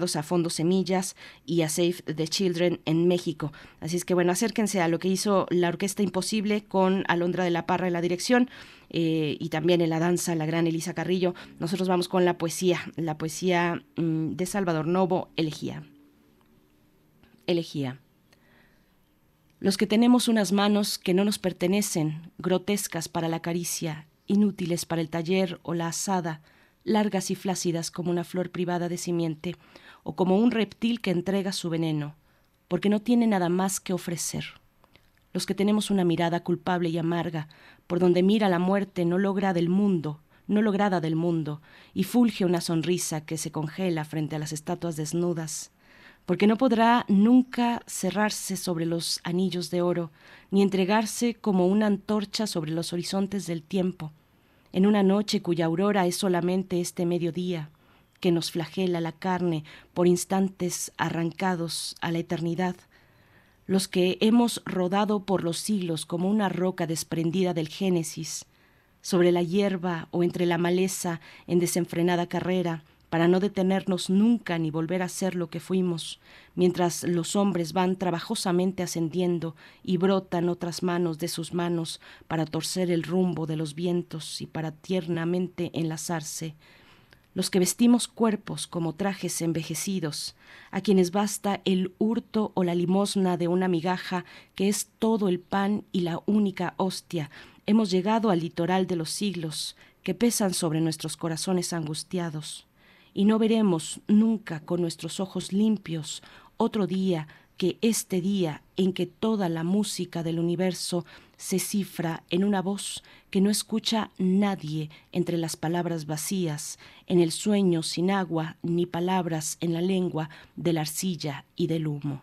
saludos a Fondo Semillas y a Save the Children en México. Así es que bueno, acérquense a lo que hizo la Orquesta Imposible con Alondra de la Parra en la dirección. Eh, y también en la danza, la gran Elisa Carrillo. Nosotros vamos con la poesía, la poesía mmm, de Salvador Novo, Elegía. Elegía. Los que tenemos unas manos que no nos pertenecen, grotescas para la caricia, inútiles para el taller o la asada, largas y flácidas como una flor privada de simiente, o como un reptil que entrega su veneno, porque no tiene nada más que ofrecer. Los que tenemos una mirada culpable y amarga, por donde mira la muerte no logra del mundo, no lograda del mundo, y fulge una sonrisa que se congela frente a las estatuas desnudas, porque no podrá nunca cerrarse sobre los anillos de oro, ni entregarse como una antorcha sobre los horizontes del tiempo, en una noche cuya aurora es solamente este mediodía, que nos flagela la carne por instantes arrancados a la eternidad, los que hemos rodado por los siglos como una roca desprendida del Génesis, sobre la hierba o entre la maleza en desenfrenada carrera, para no detenernos nunca ni volver a ser lo que fuimos, mientras los hombres van trabajosamente ascendiendo y brotan otras manos de sus manos para torcer el rumbo de los vientos y para tiernamente enlazarse, los que vestimos cuerpos como trajes envejecidos, a quienes basta el hurto o la limosna de una migaja que es todo el pan y la única hostia, hemos llegado al litoral de los siglos que pesan sobre nuestros corazones angustiados, y no veremos nunca con nuestros ojos limpios otro día que este día en que toda la música del universo se cifra en una voz que no escucha nadie entre las palabras vacías, en el sueño sin agua ni palabras en la lengua de la arcilla y del humo.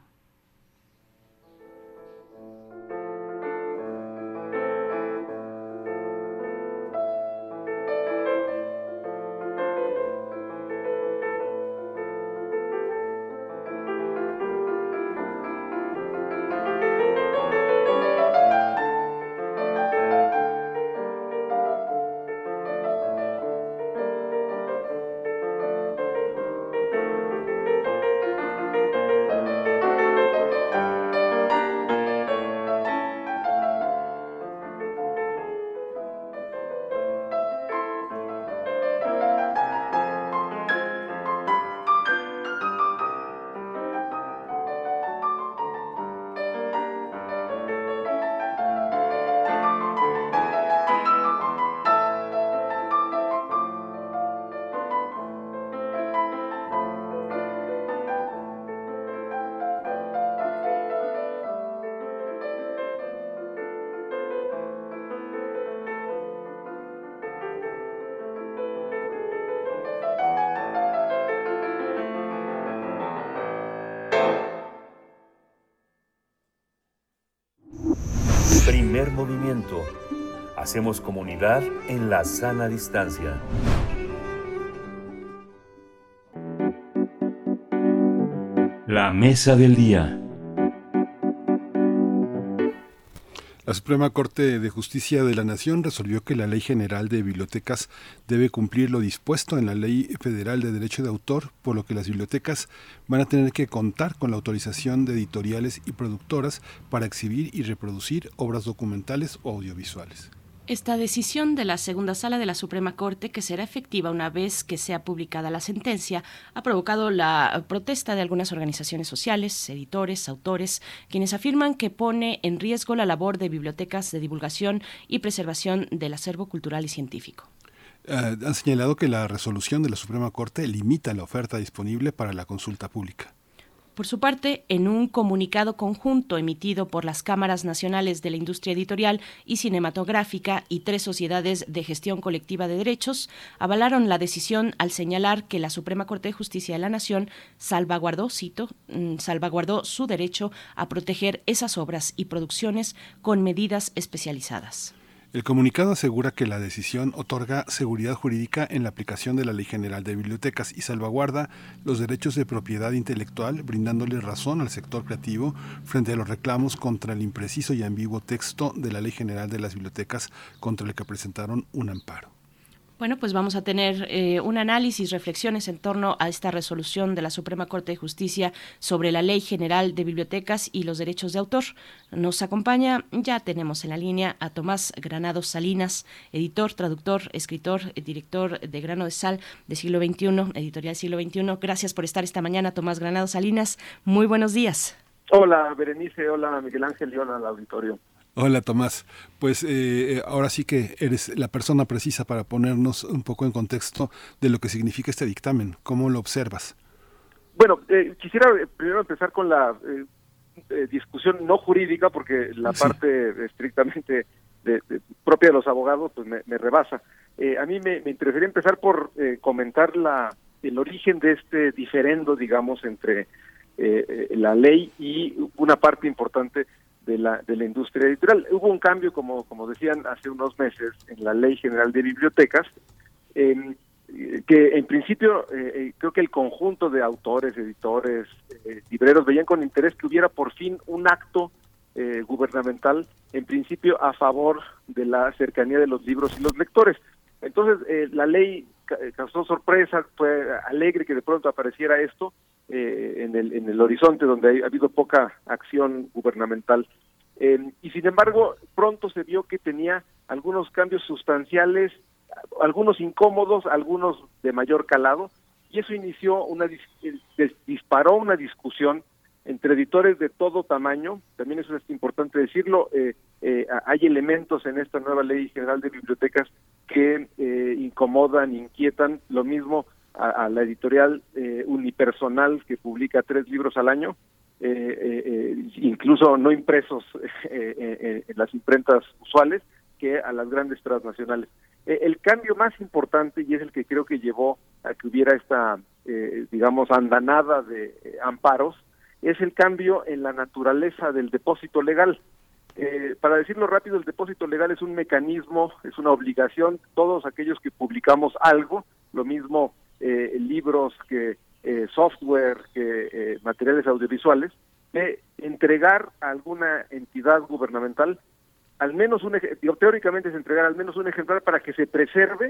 Primer movimiento. Hacemos comunidad en la sana distancia. La mesa del día. La Suprema Corte de Justicia de la Nación resolvió que la Ley General de Bibliotecas debe cumplir lo dispuesto en la Ley Federal de Derecho de Autor, por lo que las bibliotecas van a tener que contar con la autorización de editoriales y productoras para exhibir y reproducir obras documentales o audiovisuales. Esta decisión de la segunda sala de la Suprema Corte, que será efectiva una vez que sea publicada la sentencia, ha provocado la protesta de algunas organizaciones sociales, editores, autores, quienes afirman que pone en riesgo la labor de bibliotecas de divulgación y preservación del acervo cultural y científico. Uh, han señalado que la resolución de la Suprema Corte limita la oferta disponible para la consulta pública. Por su parte, en un comunicado conjunto emitido por las Cámaras Nacionales de la Industria Editorial y Cinematográfica y tres sociedades de gestión colectiva de derechos, avalaron la decisión al señalar que la Suprema Corte de Justicia de la Nación salvaguardó, cito, salvaguardó su derecho a proteger esas obras y producciones con medidas especializadas. El comunicado asegura que la decisión otorga seguridad jurídica en la aplicación de la Ley General de Bibliotecas y salvaguarda los derechos de propiedad intelectual, brindándole razón al sector creativo frente a los reclamos contra el impreciso y ambiguo texto de la Ley General de las Bibliotecas, contra el que presentaron un amparo. Bueno, pues vamos a tener eh, un análisis, reflexiones en torno a esta resolución de la Suprema Corte de Justicia sobre la Ley General de Bibliotecas y los derechos de autor. Nos acompaña, ya tenemos en la línea a Tomás Granados Salinas, editor, traductor, escritor, director de Grano de Sal de Siglo veintiuno, editorial Siglo veintiuno. Gracias por estar esta mañana, Tomás Granados Salinas. Muy buenos días. Hola, Berenice, hola, Miguel Ángel y hola al auditorio. Hola Tomás, pues eh, ahora sí que eres la persona precisa para ponernos un poco en contexto de lo que significa este dictamen. ¿Cómo lo observas? Bueno, eh, quisiera primero empezar con la eh, eh, discusión no jurídica, porque la sí. parte estrictamente de, de, propia de los abogados pues me, me rebasa. Eh, a mí me, me interesaría empezar por eh, comentar la el origen de este diferendo, digamos, entre eh, la ley y una parte importante de la de la industria editorial. Hubo un cambio, como como decían hace unos meses, en la Ley General de Bibliotecas, eh, que en principio eh, creo que el conjunto de autores, editores, eh, libreros veían con interés que hubiera por fin un acto eh, gubernamental, en principio a favor de la cercanía de los libros y los lectores. Entonces eh, la ley ca- causó sorpresa, fue alegre que de pronto apareciera esto, Eh, en el en el horizonte donde ha habido poca acción gubernamental, eh, y sin embargo pronto se vio que tenía algunos cambios sustanciales, algunos incómodos, algunos de mayor calado, y eso inició una dis- disparó una discusión entre editores de todo tamaño. También eso es importante decirlo, eh, eh, hay elementos en esta nueva Ley General de Bibliotecas que eh, incomodan, inquietan, lo mismo a, a la editorial eh, unipersonal que publica tres libros al año, eh, eh, eh, incluso no impresos eh, eh, en las imprentas usuales, que a las grandes transnacionales. Eh, el cambio más importante, y es el que creo que llevó a que hubiera esta, eh, digamos, andanada de eh, amparos, es el cambio en la naturaleza del depósito legal. Eh, para decirlo rápido, el depósito legal es un mecanismo, es una obligación, todos aquellos que publicamos algo, lo mismo eh, libros que eh, software, que eh, materiales audiovisuales, de entregar a alguna entidad gubernamental al menos un ejemplar, teóricamente es entregar al menos un ejemplar para que se preserve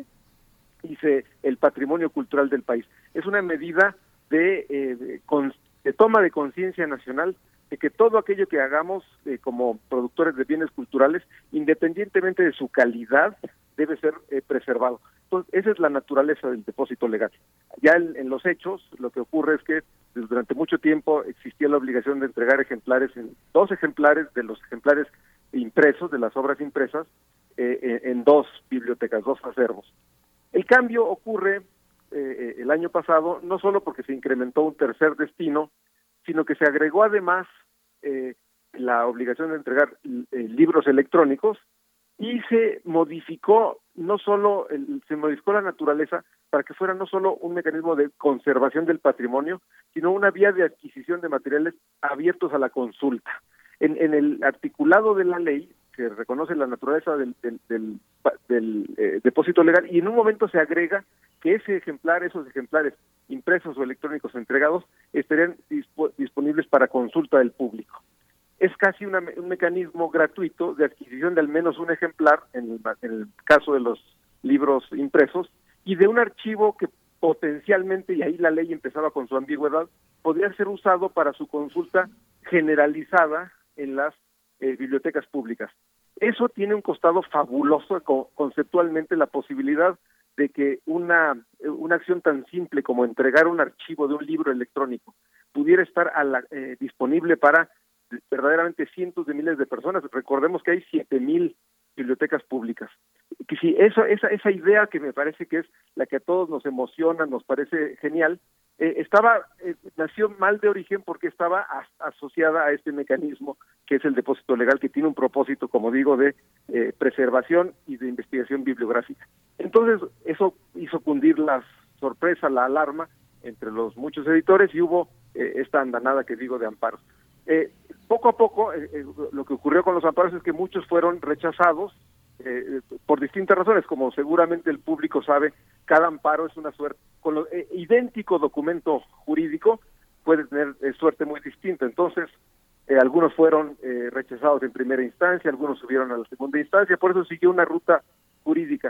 y se el patrimonio cultural del país. Es una medida de, eh, de, con, de toma de conciencia nacional de que todo aquello que hagamos eh, como productores de bienes culturales, independientemente de su calidad, debe ser eh, preservado. Entonces, esa es la naturaleza del depósito legal. Ya en, en los hechos, lo que ocurre es que pues, durante mucho tiempo existía la obligación de entregar ejemplares, en dos ejemplares de los ejemplares impresos, de las obras impresas, eh, en, en dos bibliotecas, dos acervos. El cambio ocurre eh, el año pasado, no solo porque se incrementó un tercer destino, sino que se agregó además eh, la obligación de entregar eh, libros electrónicos, y se modificó no solo el, se modificó la naturaleza para que fuera no solo un mecanismo de conservación del patrimonio, sino una vía de adquisición de materiales abiertos a la consulta. En, en el articulado de la ley que reconoce la naturaleza del, del, del, del eh, depósito legal, y en un momento se agrega que ese ejemplar, esos ejemplares impresos o electrónicos entregados estarían dispo, disponibles para consulta del público. Es casi una, un mecanismo gratuito de adquisición de al menos un ejemplar, en el, en el caso de los libros impresos, y de un archivo que potencialmente, y ahí la ley empezaba con su ambigüedad, podría ser usado para su consulta generalizada en las eh, bibliotecas públicas. Eso tiene un costado fabuloso, co- conceptualmente, la posibilidad de que una, una acción tan simple como entregar un archivo de un libro electrónico pudiera estar a la, eh, disponible para verdaderamente cientos de miles de personas. Recordemos que hay siete mil bibliotecas públicas. Que si eso, esa, esa idea que me parece que es la que a todos nos emociona, nos parece genial, eh, estaba eh, nació mal de origen porque estaba as, asociada a este mecanismo que es el depósito legal, que tiene un propósito, como digo, de eh, preservación y de investigación bibliográfica. Entonces eso hizo cundir la sorpresa, la alarma entre los muchos editores, y hubo eh, esta andanada que digo de amparos. Eh, poco a poco, eh, eh, lo que ocurrió con los amparos es que muchos fueron rechazados eh, por distintas razones. Como seguramente el público sabe, cada amparo es una suerte, con lo, eh, idéntico documento jurídico puede tener eh, suerte muy distinta. Entonces, eh, algunos fueron eh, rechazados en primera instancia, algunos subieron a la segunda instancia, por eso siguió una ruta jurídica.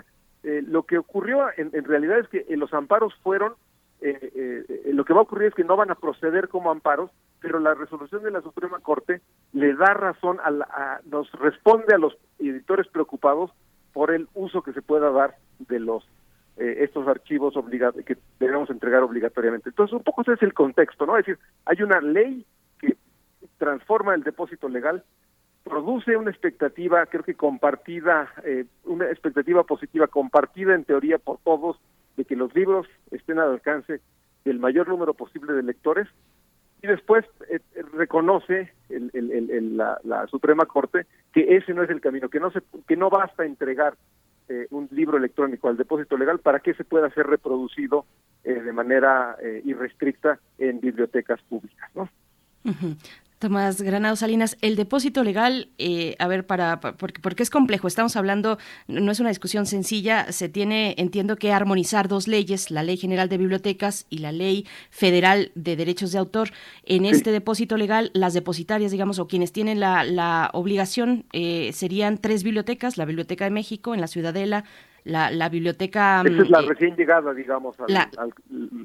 eh, lo que ocurrió en, en realidad es que eh, los amparos fueron, eh, eh, lo que va a ocurrir es que no van a proceder como amparos, pero la resolución de la Suprema Corte le da razón, a, la, a nos responde a los editores preocupados por el uso que se pueda dar de los eh, estos archivos obligados que debemos entregar obligatoriamente. Entonces, un poco ese es el contexto, ¿no? Es decir, hay una ley que transforma el depósito legal, produce una expectativa, creo que compartida, eh, una expectativa positiva compartida en teoría por todos, de que los libros estén al alcance del mayor número posible de lectores, y después eh, reconoce el, el, el, el, la, la Suprema Corte que ese no es el camino, que no se, que no basta entregar eh, un libro electrónico al depósito legal para que se pueda ser reproducido eh, de manera eh, irrestricta en bibliotecas públicas, ¿no? Uh-huh. Tomás Granados Salinas, el depósito legal, eh, a ver, para, para porque, porque es complejo, estamos hablando, no es una discusión sencilla, se tiene, entiendo que armonizar dos leyes, la Ley General de Bibliotecas y la Ley Federal de Derechos de Autor. En sí. este depósito legal, las depositarias, digamos, o quienes tienen la, la obligación, eh, serían tres bibliotecas, la Biblioteca de México, en la Ciudadela, la, la biblioteca... Esa es la eh, recién llegada, digamos, al... La, al,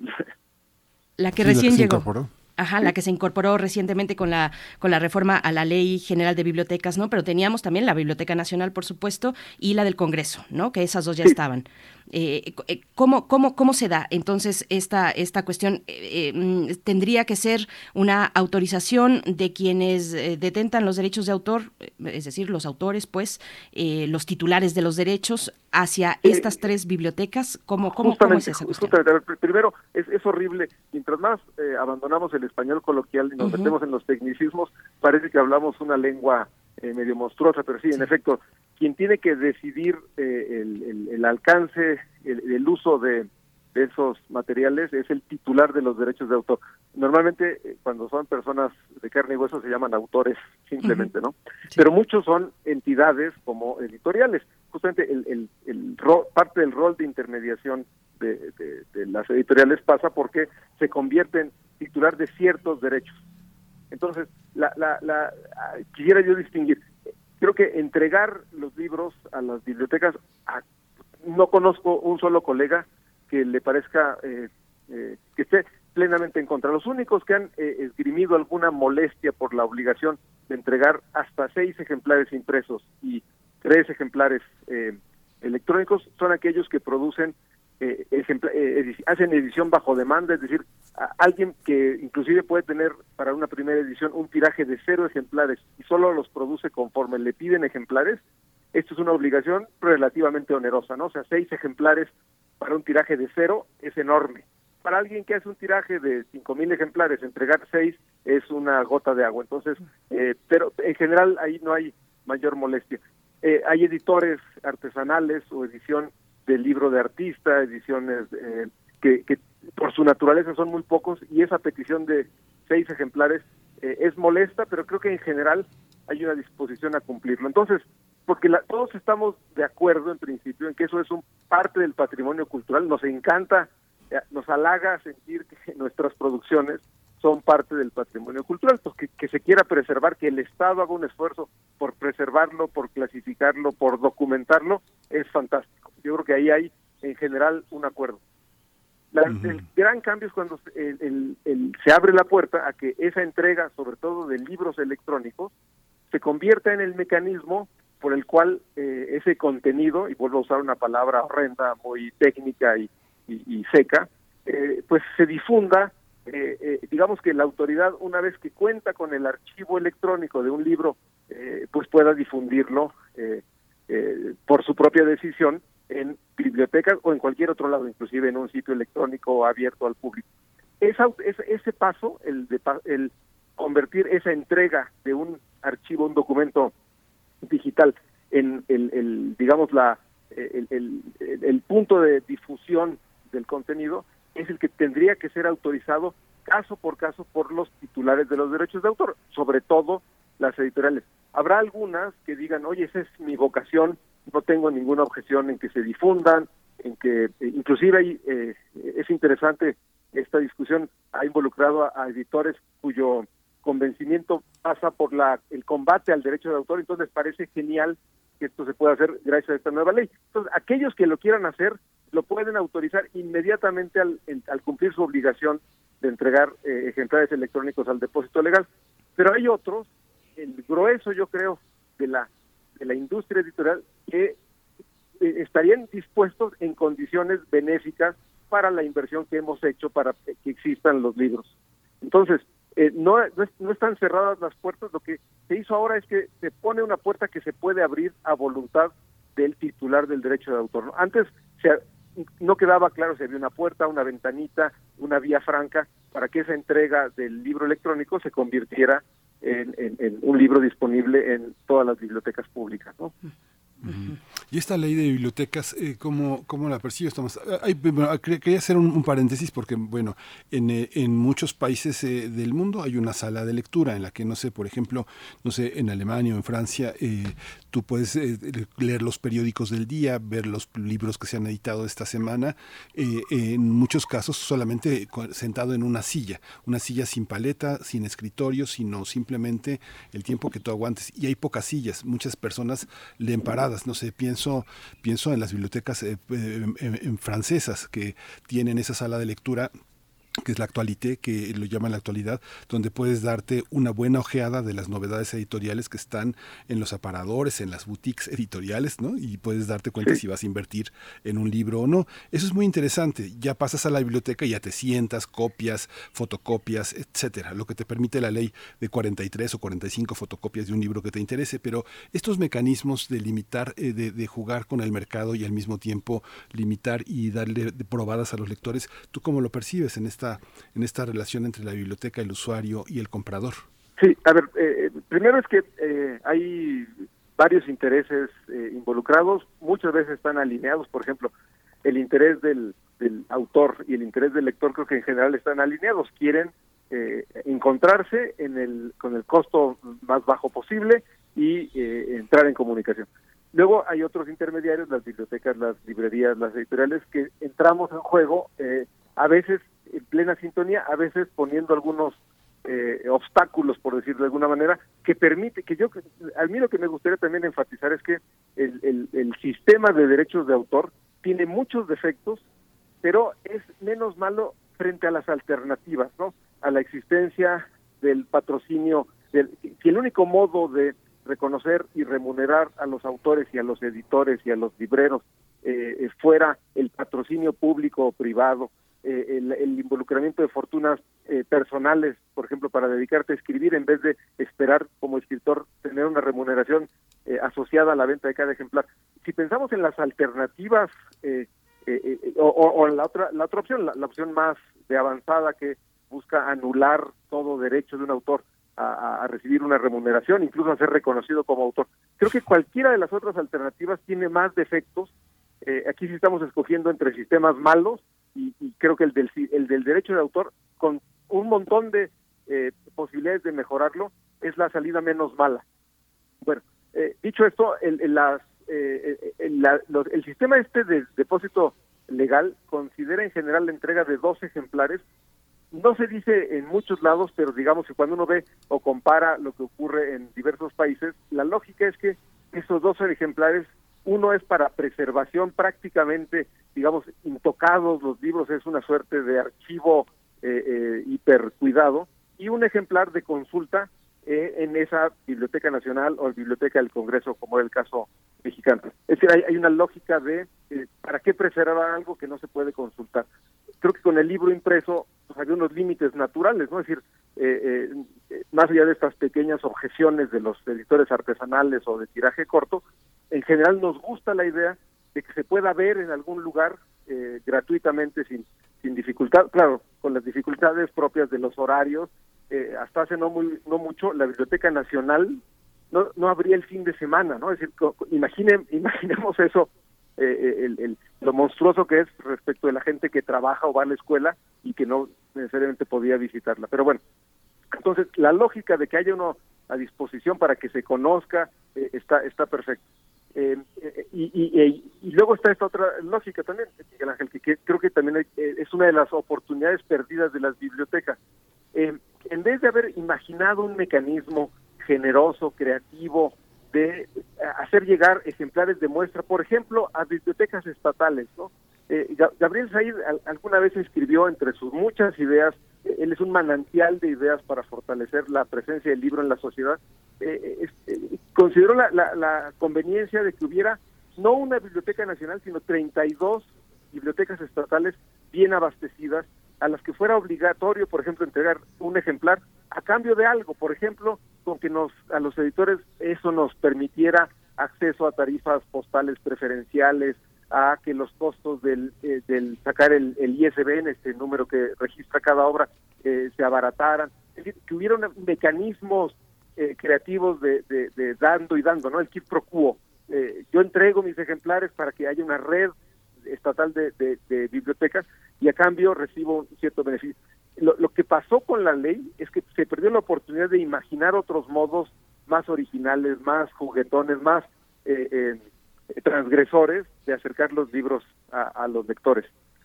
la que sí, recién la que llegó. Incorporó. Ajá, la que se incorporó recientemente con la con la reforma a la Ley General de Bibliotecas, ¿no? Pero teníamos también la Biblioteca Nacional, por supuesto, y la del Congreso, ¿no? Que esas dos ya sí. estaban. Eh, ¿cómo, cómo, ¿Cómo se da entonces esta, esta cuestión? Eh, eh, ¿Tendría que ser una autorización de quienes eh, detentan los derechos de autor, es decir, los autores, pues, eh, los titulares de los derechos, hacia estas tres bibliotecas? ¿Cómo, cómo, ¿cómo es esa cuestión? Justamente, primero, es, es horrible. Mientras más eh, abandonamos el español coloquial y nos uh-huh. metemos en los tecnicismos, parece que hablamos una lengua eh, medio monstruosa, pero sí, en efecto, quien tiene que decidir eh, el, el, el alcance, el, el uso de, de esos materiales es el titular de los derechos de autor. Normalmente, eh, cuando son personas de carne y hueso, se llaman autores, simplemente, uh-huh. ¿no? Sí. Pero muchos son entidades como editoriales. Justamente el, el, el ro- parte del rol de intermediación de, de, de las editoriales pasa porque se convierten titular de ciertos derechos. Entonces, la, la, la, quisiera yo distinguir, creo que entregar los libros a las bibliotecas, a, no conozco un solo colega que le parezca eh, eh, que esté plenamente en contra. Los únicos que han eh, esgrimido alguna molestia por la obligación de entregar hasta seis ejemplares impresos y tres ejemplares eh, electrónicos son aquellos que producen Eh, ejempla- eh, edic- hacen edición bajo demanda, es decir, a alguien que inclusive puede tener para una primera edición un tiraje de cero ejemplares y solo los produce conforme le piden ejemplares. Esto es una obligación relativamente onerosa, ¿no? O sea, seis ejemplares para un tiraje de cero es enorme. Para alguien que hace un tiraje de cinco mil ejemplares, entregar seis es una gota de agua. Entonces, eh, pero en general ahí no hay mayor molestia. Eh, hay editores artesanales o edición de libro de artista, ediciones eh, que, que por su naturaleza son muy pocos, y esa petición de seis ejemplares eh, es molesta, pero creo que en general hay una disposición a cumplirlo. Entonces, porque la, todos estamos de acuerdo en principio en que eso es un parte del patrimonio cultural, nos encanta, eh, nos halaga sentir que nuestras producciones son parte del patrimonio cultural, pues que, que se quiera preservar, que el Estado haga un esfuerzo por preservarlo, por clasificarlo, por documentarlo, es fantástico. Yo creo que ahí hay, en general, un acuerdo. La, uh-huh. El gran cambio es cuando el, el, el, se abre la puerta a que esa entrega, sobre todo de libros electrónicos, se convierta en el mecanismo por el cual eh, ese contenido, y vuelvo a usar una palabra horrenda, muy técnica y, y, y seca, eh, pues se difunda. Eh, eh, digamos que la autoridad, una vez que cuenta con el archivo electrónico de un libro, eh, pues pueda difundirlo eh, eh, por su propia decisión en bibliotecas o en cualquier otro lado, inclusive en un sitio electrónico abierto al público. Esa, ese, ese paso, el de el convertir esa entrega de un archivo, un documento digital, en el, el digamos la el, el, el, el punto de difusión del contenido, es el que tendría que ser autorizado caso por caso por los titulares de los derechos de autor, sobre todo las editoriales. Habrá algunas que digan, oye, esa es mi vocación, no tengo ninguna objeción en que se difundan, en que, eh, inclusive hay, eh, es interesante, esta discusión ha involucrado a, a editores cuyo convencimiento pasa por la el combate al derecho de autor, entonces parece genial que esto se puede hacer gracias a esta nueva ley. Entonces, aquellos que lo quieran hacer, lo pueden autorizar inmediatamente al, en, al cumplir su obligación de entregar eh, ejemplares electrónicos al depósito legal. Pero hay otros, el grueso, yo creo, de la de la industria editorial, que eh, estarían dispuestos en condiciones benéficas para la inversión que hemos hecho para que existan los libros. Entonces, eh, no, no, no están cerradas las puertas. Lo que se hizo ahora es que se pone una puerta que se puede abrir a voluntad del titular del derecho de autor, ¿no? Antes se, no quedaba claro si había una puerta, una ventanita, una vía franca para que esa entrega del libro electrónico se convirtiera en, en, en un libro disponible en todas las bibliotecas públicas, ¿no? Uh-huh. Y esta ley de bibliotecas, eh, ¿cómo, ¿cómo la percibes, Tomás? Hay, bueno, quería hacer un, un paréntesis porque, bueno, en, en muchos países eh, del mundo hay una sala de lectura en la que, no sé, por ejemplo, no sé, en Alemania o en Francia, eh, tú puedes eh, leer los periódicos del día, ver los libros que se han editado esta semana, eh, en muchos casos solamente sentado en una silla, una silla sin paleta, sin escritorio, sino simplemente el tiempo que tú aguantes. Y hay pocas sillas, muchas personas leen paradas, no sé, pienso pienso en las bibliotecas eh, en, en francesas que tienen esa sala de lectura que es la Actualité, que lo llaman la actualidad, donde puedes darte una buena ojeada de las novedades editoriales que están en los aparadores, en las boutiques editoriales, ¿no? Y puedes darte cuenta sí. si vas a invertir en un libro o no. Eso es muy interesante. Ya pasas a la biblioteca y ya te sientas, copias, fotocopias, etcétera, lo que te permite la ley de cuarenta y tres o cuarenta y cinco fotocopias de un libro que te interese, pero estos mecanismos de limitar, eh, de, de jugar con el mercado y al mismo tiempo limitar y darle probadas a los lectores, ¿tú cómo lo percibes en este en esta relación entre la biblioteca, el usuario y el comprador? Sí, a ver, eh, primero es que eh, hay varios intereses eh, involucrados, muchas veces están alineados. Por ejemplo, el interés del, del autor y el interés del lector creo que en general están alineados, quieren eh, encontrarse en el con el costo más bajo posible y eh, entrar en comunicación. Luego hay otros intermediarios, las bibliotecas, las librerías, las editoriales, que entramos en juego, eh, a veces en plena sintonía, a veces poniendo algunos eh, obstáculos, por decirlo de alguna manera, que permite, que yo, a mí lo que me gustaría también enfatizar es que el, el, el sistema de derechos de autor tiene muchos defectos, pero es menos malo frente a las alternativas, ¿no? A la existencia del patrocinio, del, que el único modo de reconocer y remunerar a los autores y a los editores y a los libreros eh, fuera el patrocinio público o privado, eh, el, el involucramiento de fortunas eh, personales, por ejemplo, para dedicarte a escribir en vez de esperar como escritor tener una remuneración eh, asociada a la venta de cada ejemplar. Si pensamos en las alternativas eh, eh, eh, o, o la otra la otra opción, la, la opción más de avanzada que busca anular todo derecho de un autor A, a recibir una remuneración, incluso a ser reconocido como autor. Creo que cualquiera de las otras alternativas tiene más defectos. Eh, aquí sí estamos escogiendo entre sistemas malos y, y creo que el del, el del derecho de autor, con un montón de eh, posibilidades de mejorarlo, es la salida menos mala. Bueno, eh, dicho esto, el, el, las, eh, el, la, los, el sistema este de depósito legal considera en general la entrega de dos ejemplares. No se dice en muchos lados, pero digamos que cuando uno ve o compara lo que ocurre en diversos países, la lógica es que esos dos ejemplares, uno es para preservación prácticamente, digamos, intocados los libros, es una suerte de archivo eh, eh, hipercuidado, y un ejemplar de consulta eh, en esa Biblioteca Nacional o Biblioteca del Congreso, como era el caso mexicano. Es decir, hay, hay una lógica de eh, ¿para qué preservar algo que no se puede consultar? Creo que con el libro impreso pues, había unos límites naturales, ¿no? Es decir, eh, eh, más allá de estas pequeñas objeciones de los editores artesanales o de tiraje corto, en general nos gusta la idea de que se pueda ver en algún lugar eh, gratuitamente, sin, sin dificultad, claro, con las dificultades propias de los horarios. Eh, hasta hace no muy no mucho, la Biblioteca Nacional no no abría el fin de semana, ¿no? Es decir, imaginen, imaginemos eso, eh, el, el, lo monstruoso que es respecto de la gente que trabaja o va a la escuela y que no necesariamente podía visitarla. Pero bueno, entonces la lógica de que haya uno a disposición para que se conozca eh, está está perfecto. Eh, eh, y, y, y, y luego está esta otra lógica también, Miguel Ángel, que, que creo que también hay, eh, es una de las oportunidades perdidas de las bibliotecas. Eh, en vez de haber imaginado un mecanismo generoso, creativo, de hacer llegar ejemplares de muestra, por ejemplo, a bibliotecas estatales, ¿no? Eh, Gabriel Said alguna vez escribió, entre sus muchas ideas, eh, él es un manantial de ideas para fortalecer la presencia del libro en la sociedad, eh, eh, consideró la, la, la conveniencia de que hubiera no una biblioteca nacional, sino treinta y dos bibliotecas estatales bien abastecidas, a las que fuera obligatorio, por ejemplo, entregar un ejemplar a cambio de algo, por ejemplo, con que nos a los editores eso nos permitiera acceso a tarifas postales preferenciales, a que los costos del, eh, del sacar el, el I S B N, este número que registra cada obra, eh, se abarataran, es decir, que hubiera una, mecanismos eh, creativos de, de, de dando y dando, ¿no? El quid pro quo. Eh, yo entrego mis ejemplares para que haya una red estatal de, de, de bibliotecas y a cambio recibo un cierto beneficio. Lo, lo que pasó con la ley es que se perdió la oportunidad de imaginar otros modos más originales, más juguetones, más eh, eh, transgresores de acercar los libros a, a los lectores.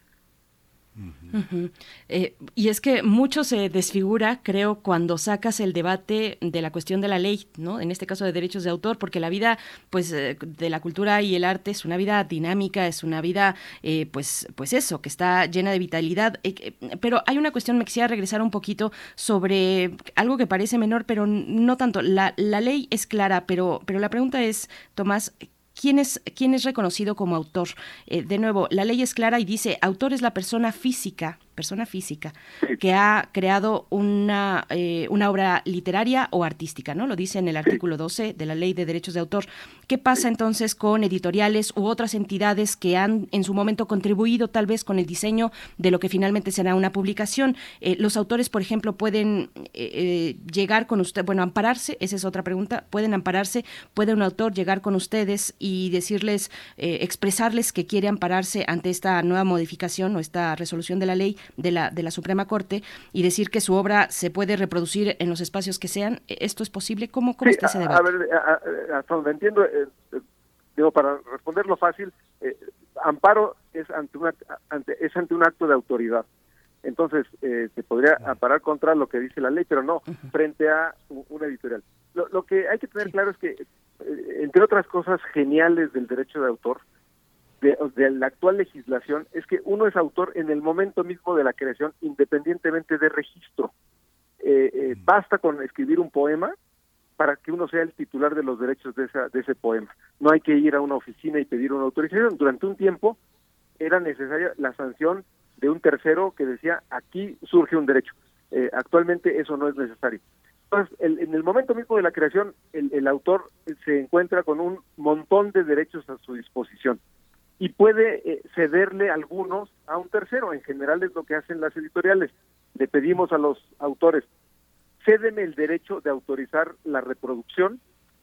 Uh-huh. Eh, y es que mucho se desfigura, creo, cuando sacas el debate de la cuestión de la ley, ¿no? En este caso de derechos de autor, porque la vida, pues, eh, de la cultura y el arte es una vida dinámica, es una vida, eh, pues, pues eso, que está llena de vitalidad. Eh, eh, pero hay una cuestión, me quisiera regresar un poquito sobre algo que parece menor, pero no tanto. La, la ley es clara, pero, pero la pregunta es, Tomás, ¿Quién es, quién es reconocido como autor? Eh, de nuevo, la ley es clara y dice, autor es la persona física, persona física, que ha creado una, eh, una obra literaria o artística, ¿no? Lo dice en el artículo doce de la Ley de Derechos de Autor. ¿Qué pasa entonces con editoriales u otras entidades que han en su momento contribuido tal vez con el diseño de lo que finalmente será una publicación? Eh, los autores, por ejemplo, pueden eh, llegar con usted, bueno, ampararse, esa es otra pregunta, pueden ampararse, puede un autor llegar con ustedes y decirles, eh, expresarles que quiere ampararse ante esta nueva modificación o esta resolución de la ley de la de la Suprema Corte y decir que su obra se puede reproducir en los espacios que sean. ¿Esto es posible? ¿Cómo, cómo sí, está ese debate? A ver, a, a, hasta donde entiendo, eh, eh, digo, para responderlo fácil, eh, amparo es ante, una, ante, es ante un acto de autoridad. Entonces, eh, se podría amparar contra lo que dice la ley, pero no uh-huh. frente a una editorial. Lo, lo que hay que tener sí. claro es que, eh, entre otras cosas geniales del derecho de autor, De, de la actual legislación, es que uno es autor en el momento mismo de la creación, independientemente de registro. Eh, eh, basta con escribir un poema para que uno sea el titular de los derechos de, esa, de ese poema. No hay que ir a una oficina y pedir una autorización. Durante un tiempo era necesaria la sanción de un tercero que decía, aquí surge un derecho. Eh, actualmente eso no es necesario. Entonces, el, en el momento mismo de la creación, el, el autor se encuentra con un montón de derechos a su disposición y puede eh, cederle algunos a un tercero. En general es lo que hacen las editoriales. Le pedimos a los autores, cédeme el derecho de autorizar la reproducción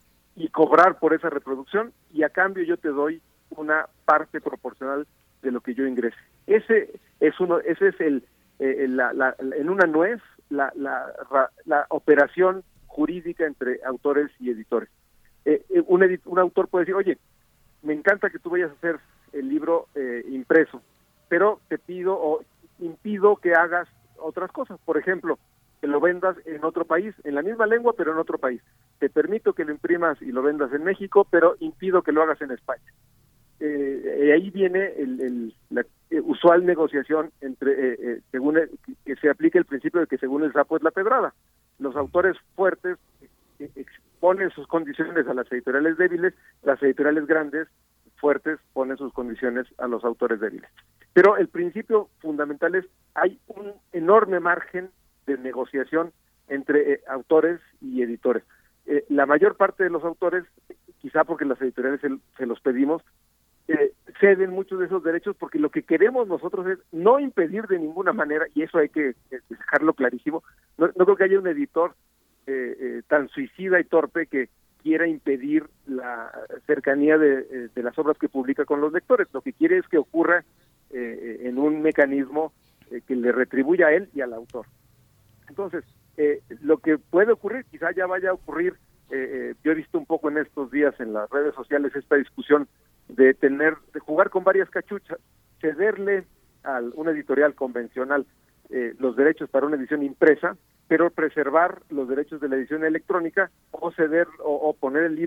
y cobrar por esa reproducción, y a cambio yo te doy una parte proporcional de lo que yo ingrese. Ese es uno, ese es el, eh, la, la, en una nuez, la, la, la, la operación jurídica entre autores y editores. Eh, eh, un, edit, un autor puede decir, oye, me encanta que tú vayas a hacer el libro eh, impreso, pero te pido o impido que hagas otras cosas, por ejemplo, que lo vendas en otro país, en la misma lengua, pero en otro país. Te permito que lo imprimas y lo vendas en México, pero impido que lo hagas en España. Eh, y ahí viene el, el, la eh, usual negociación entre, eh, eh, según el, que se aplica el principio de que según el sapo es la pedrada. Los autores fuertes eh, exponen sus condiciones a las editoriales débiles, las editoriales grandes fuertes ponen sus condiciones a los autores débiles. Pero el principio fundamental es, hay un enorme margen de negociación entre eh, autores y editores. Eh, la mayor parte de los autores, quizá porque las editoriales se, se los pedimos, eh, ceden muchos de esos derechos porque lo que queremos nosotros es no impedir de ninguna manera, y eso hay que eh, dejarlo clarísimo, no, no creo que haya un editor eh, eh, tan suicida y torpe que quiera impedir la cercanía de, de las obras que publica con los lectores. Lo que quiere es que ocurra eh, en un mecanismo eh, que le retribuya a él y al autor. Entonces, eh, lo que puede ocurrir, quizá ya vaya a ocurrir, eh, eh, yo he visto un poco en estos días en las redes sociales esta discusión de tener, de jugar con varias cachuchas, cederle a una editorial convencional eh, los derechos para una edición impresa, pero preservar los derechos de la edición electrónica, o ceder o, o poner el libro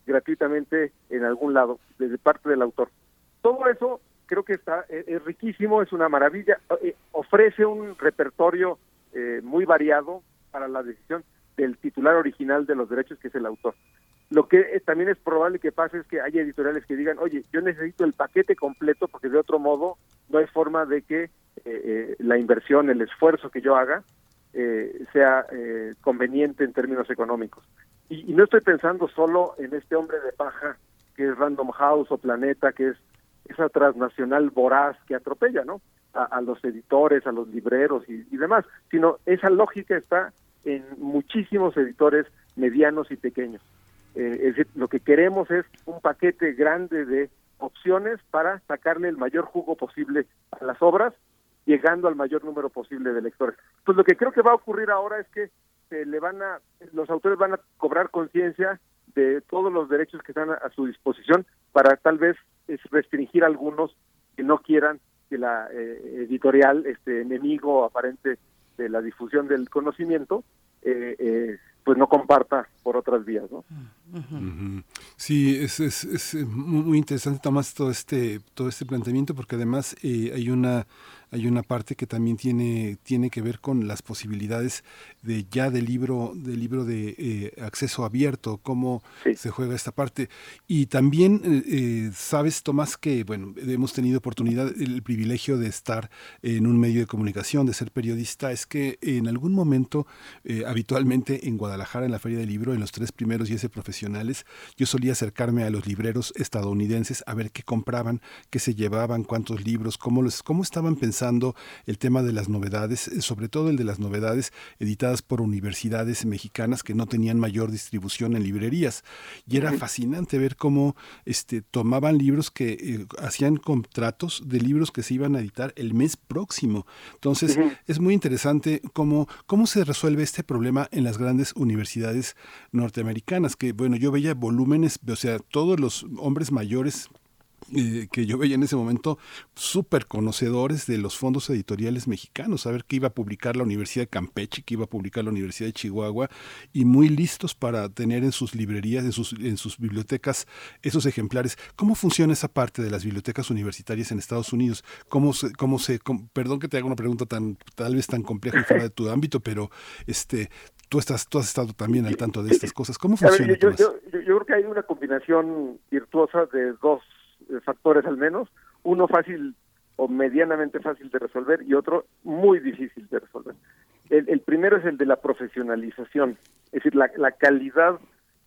gratuitamente en algún lado, desde parte del autor. Todo eso creo que está es, es riquísimo, es una maravilla, eh, ofrece un repertorio eh, muy variado para la decisión del titular original de los derechos, que es el autor. Lo que eh, también es probable que pase es que haya editoriales que digan, oye, yo necesito el paquete completo porque de otro modo no hay forma de que eh, eh, la inversión, el esfuerzo que yo haga eh, sea eh, conveniente en términos económicos. Y, y no estoy pensando solo en este hombre de paja que es Random House o Planeta, que es esa transnacional voraz que atropella, ¿no?, a, a los editores, a los libreros y, y demás, sino esa lógica está en muchísimos editores medianos y pequeños. Eh, es decir, lo que queremos es un paquete grande de opciones para sacarle el mayor jugo posible a las obras, llegando al mayor número posible de lectores. Pues lo que creo que va a ocurrir ahora es que se le van a, los autores van a cobrar conciencia de todos los derechos que están a, a su disposición para tal vez es restringir algunos que no quieran que la eh, editorial, este enemigo aparente de la difusión del conocimiento, eh, eh, pues no comparta por otras vías, ¿no? Uh-huh. Sí, es, es, es muy interesante, Tomás, todo este todo este planteamiento, porque además eh, hay una hay una parte que también tiene tiene que ver con las posibilidades de ya del libro del libro de eh, acceso abierto, cómo sí. se juega esta parte. Y también eh, sabes, Tomás, que bueno, hemos tenido oportunidad, el privilegio de estar en un medio de comunicación, de ser periodista, es que en algún momento, eh, habitualmente en Guadalajara, en la Feria del Libro, en los tres primeros y ese profesionales, yo solía acercarme a los libreros estadounidenses a ver qué compraban, qué se llevaban, cuántos libros, cómo los, cómo estaban pensando el tema de las novedades, sobre todo el de las novedades editadas por universidades mexicanas que no tenían mayor distribución en librerías. Y era fascinante ver cómo este, tomaban libros que eh, hacían contratos de libros que se iban a editar el mes próximo. Entonces, uh-huh. es muy interesante cómo, cómo se resuelve este problema en las grandes universidades norteamericanas, que bueno, yo veía volúmenes, o sea, todos los hombres mayores Eh, que yo veía en ese momento súper conocedores de los fondos editoriales mexicanos, saber qué iba a publicar la Universidad de Campeche, qué iba a publicar la Universidad de Chihuahua, y muy listos para tener en sus librerías, en sus, en sus bibliotecas, esos ejemplares. ¿Cómo funciona esa parte de las bibliotecas universitarias en Estados Unidos? ¿Cómo se, cómo se, cómo, perdón que te haga una pregunta tan, tal vez tan compleja y fuera de tu ámbito, pero este, tú estás, tú has estado también al tanto de estas cosas. ¿Cómo funciona? A ver, yo, yo, yo, yo creo que hay una combinación virtuosa de dos factores al menos, uno fácil o medianamente fácil de resolver y otro muy difícil de resolver. El, el primero es el de la profesionalización, es decir, la, la calidad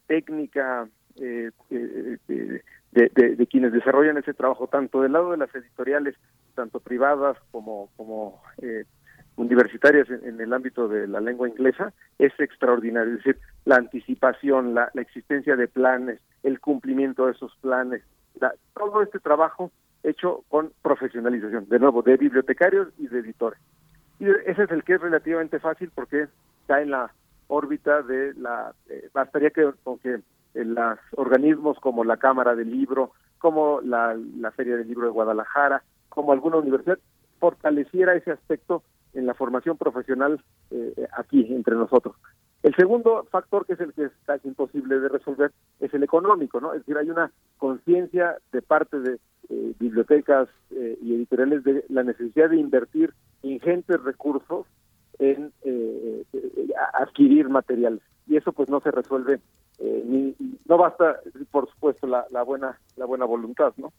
técnica eh, eh, de, de, de, de quienes desarrollan ese trabajo, tanto del lado de las editoriales, tanto privadas como, como eh, universitarias en, en el ámbito de la lengua inglesa, es extraordinario. Es decir, la anticipación, la, la existencia de planes, el cumplimiento de esos planes, La, todo este trabajo hecho con profesionalización, de nuevo, de bibliotecarios y de editores. Y ese es el que es relativamente fácil porque está en la órbita de la... Eh, bastaría que con que eh, los organismos como la Cámara del Libro, como la, la Feria del Libro de Guadalajara, como alguna universidad, fortaleciera ese aspecto en la formación profesional eh, aquí, entre nosotros. El segundo factor, que es el que es casi imposible de resolver, es el económico, ¿no? Es decir, hay una conciencia de parte de eh, bibliotecas eh, y editoriales de la necesidad de invertir ingentes recursos en eh, eh, adquirir materiales. Y eso pues no se resuelve, eh, ni no basta, por supuesto, la, la buena la buena voluntad, ¿no?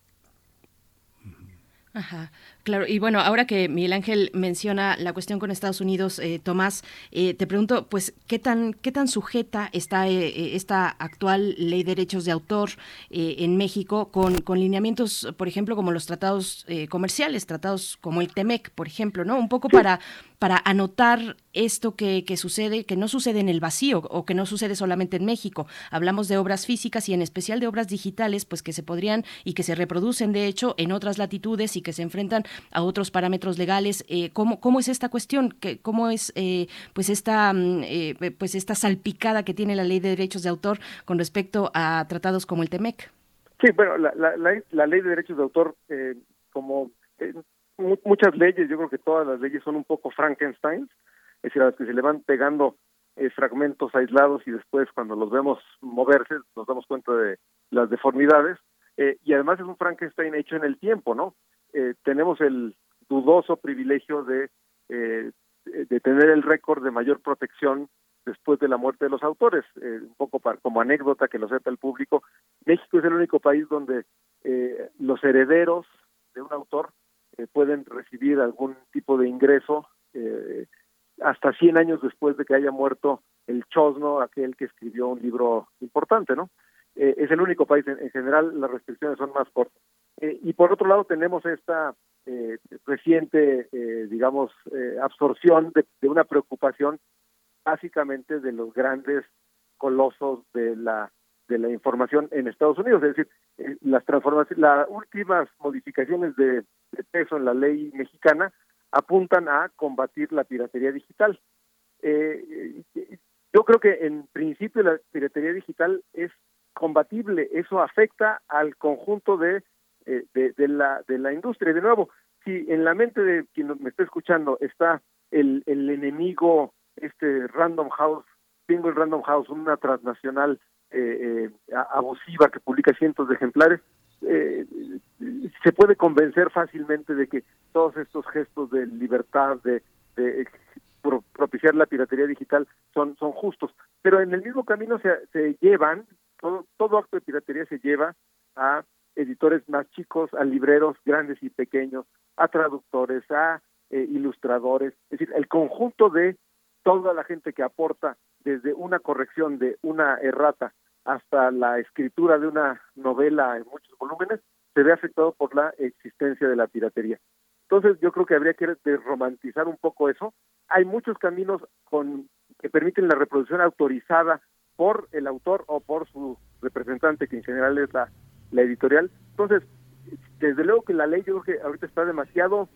Ajá, claro. Y bueno, ahora que Miguel Ángel menciona la cuestión con Estados Unidos, eh, Tomás, eh, te pregunto, pues, ¿qué tan qué tan sujeta está eh, esta actual ley de derechos de autor eh, en México con, con lineamientos, por ejemplo, como los tratados eh, comerciales, tratados como el T M E C, por ejemplo, ¿no? Un poco para para anotar esto que, que sucede, que no sucede en el vacío o que no sucede solamente en México. Hablamos de obras físicas y en especial de obras digitales, pues que se podrían y que se reproducen, de hecho, en otras latitudes y que se enfrentan a otros parámetros legales. Eh, ¿cómo, ¿Cómo es esta cuestión? ¿Qué, ¿Cómo es eh, pues esta eh, pues esta salpicada que tiene la ley de derechos de autor con respecto a tratados como el T M E C? Sí, bueno, la, la, la, la ley de derechos de autor, eh, como... Eh, muchas leyes, yo creo que todas las leyes son un poco Frankenstein, es decir, a las que se le van pegando eh, fragmentos aislados y después cuando los vemos moverse nos damos cuenta de las deformidades, eh, y además es un Frankenstein hecho en el tiempo, ¿no? Eh, tenemos el dudoso privilegio de, eh, de tener el récord de mayor protección después de la muerte de los autores. Eh, un poco para, como anécdota que lo sepa el público, México es el único país donde eh, los herederos de un autor eh, pueden recibir algún tipo de ingreso eh, hasta cien años después de que haya muerto el chosno, aquel que escribió un libro importante, ¿no? Eh, es el único país, en, en general las restricciones son más cortas. Eh, y por otro lado tenemos esta eh, reciente, eh, digamos, eh, absorción de, de una preocupación básicamente de los grandes colosos de la de la información en Estados Unidos, es decir, eh, las transformaciones, las últimas modificaciones de, de peso en la ley mexicana apuntan a combatir la piratería digital. Eh, yo creo que en principio la piratería digital es combatible, eso afecta al conjunto de, eh, de, de la de la industria. De nuevo, si en la mente de quien me está escuchando está el, el enemigo, este Random House, Penguin Random House, una transnacional eh, eh, abusiva que publica cientos de ejemplares, eh, se puede convencer fácilmente de que todos estos gestos de libertad, de, de pro, propiciar la piratería digital, son, son justos. Pero en el mismo camino se, se llevan, todo, todo acto de piratería se lleva a editores más chicos, a libreros grandes y pequeños, a traductores, a eh, ilustradores, es decir, el conjunto de toda la gente que aporta desde una corrección de una errata hasta la escritura de una novela en muchos volúmenes, se ve afectado por la existencia de la piratería. Entonces yo creo que habría que romantizar un poco eso. Hay muchos caminos con que permiten la reproducción autorizada por el autor o por su representante, que en general es la, la editorial. Entonces, desde luego que la ley yo creo que ahorita está demasiado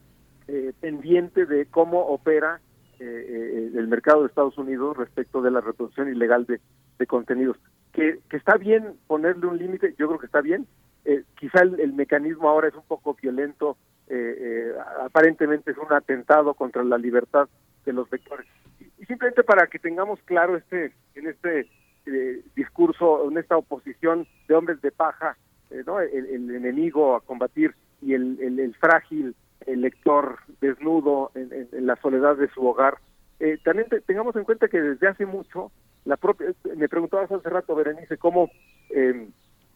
eh, pendiente de cómo opera Eh, eh, el mercado de Estados Unidos respecto de la reproducción ilegal de, de contenidos. Que, que está bien ponerle un límite, yo creo que está bien. Eh, quizá el, el mecanismo ahora es un poco violento, eh, eh, aparentemente es un atentado contra la libertad de los lectores. Y, y simplemente para que tengamos claro este en este eh, discurso, en esta oposición de hombres de paja, eh, ¿no? el, el enemigo a combatir y el, el, el frágil el lector desnudo en, en, en la soledad de su hogar. Eh, también te, tengamos en cuenta que desde hace mucho, la propia, me preguntabas hace rato, Berenice, cómo, eh,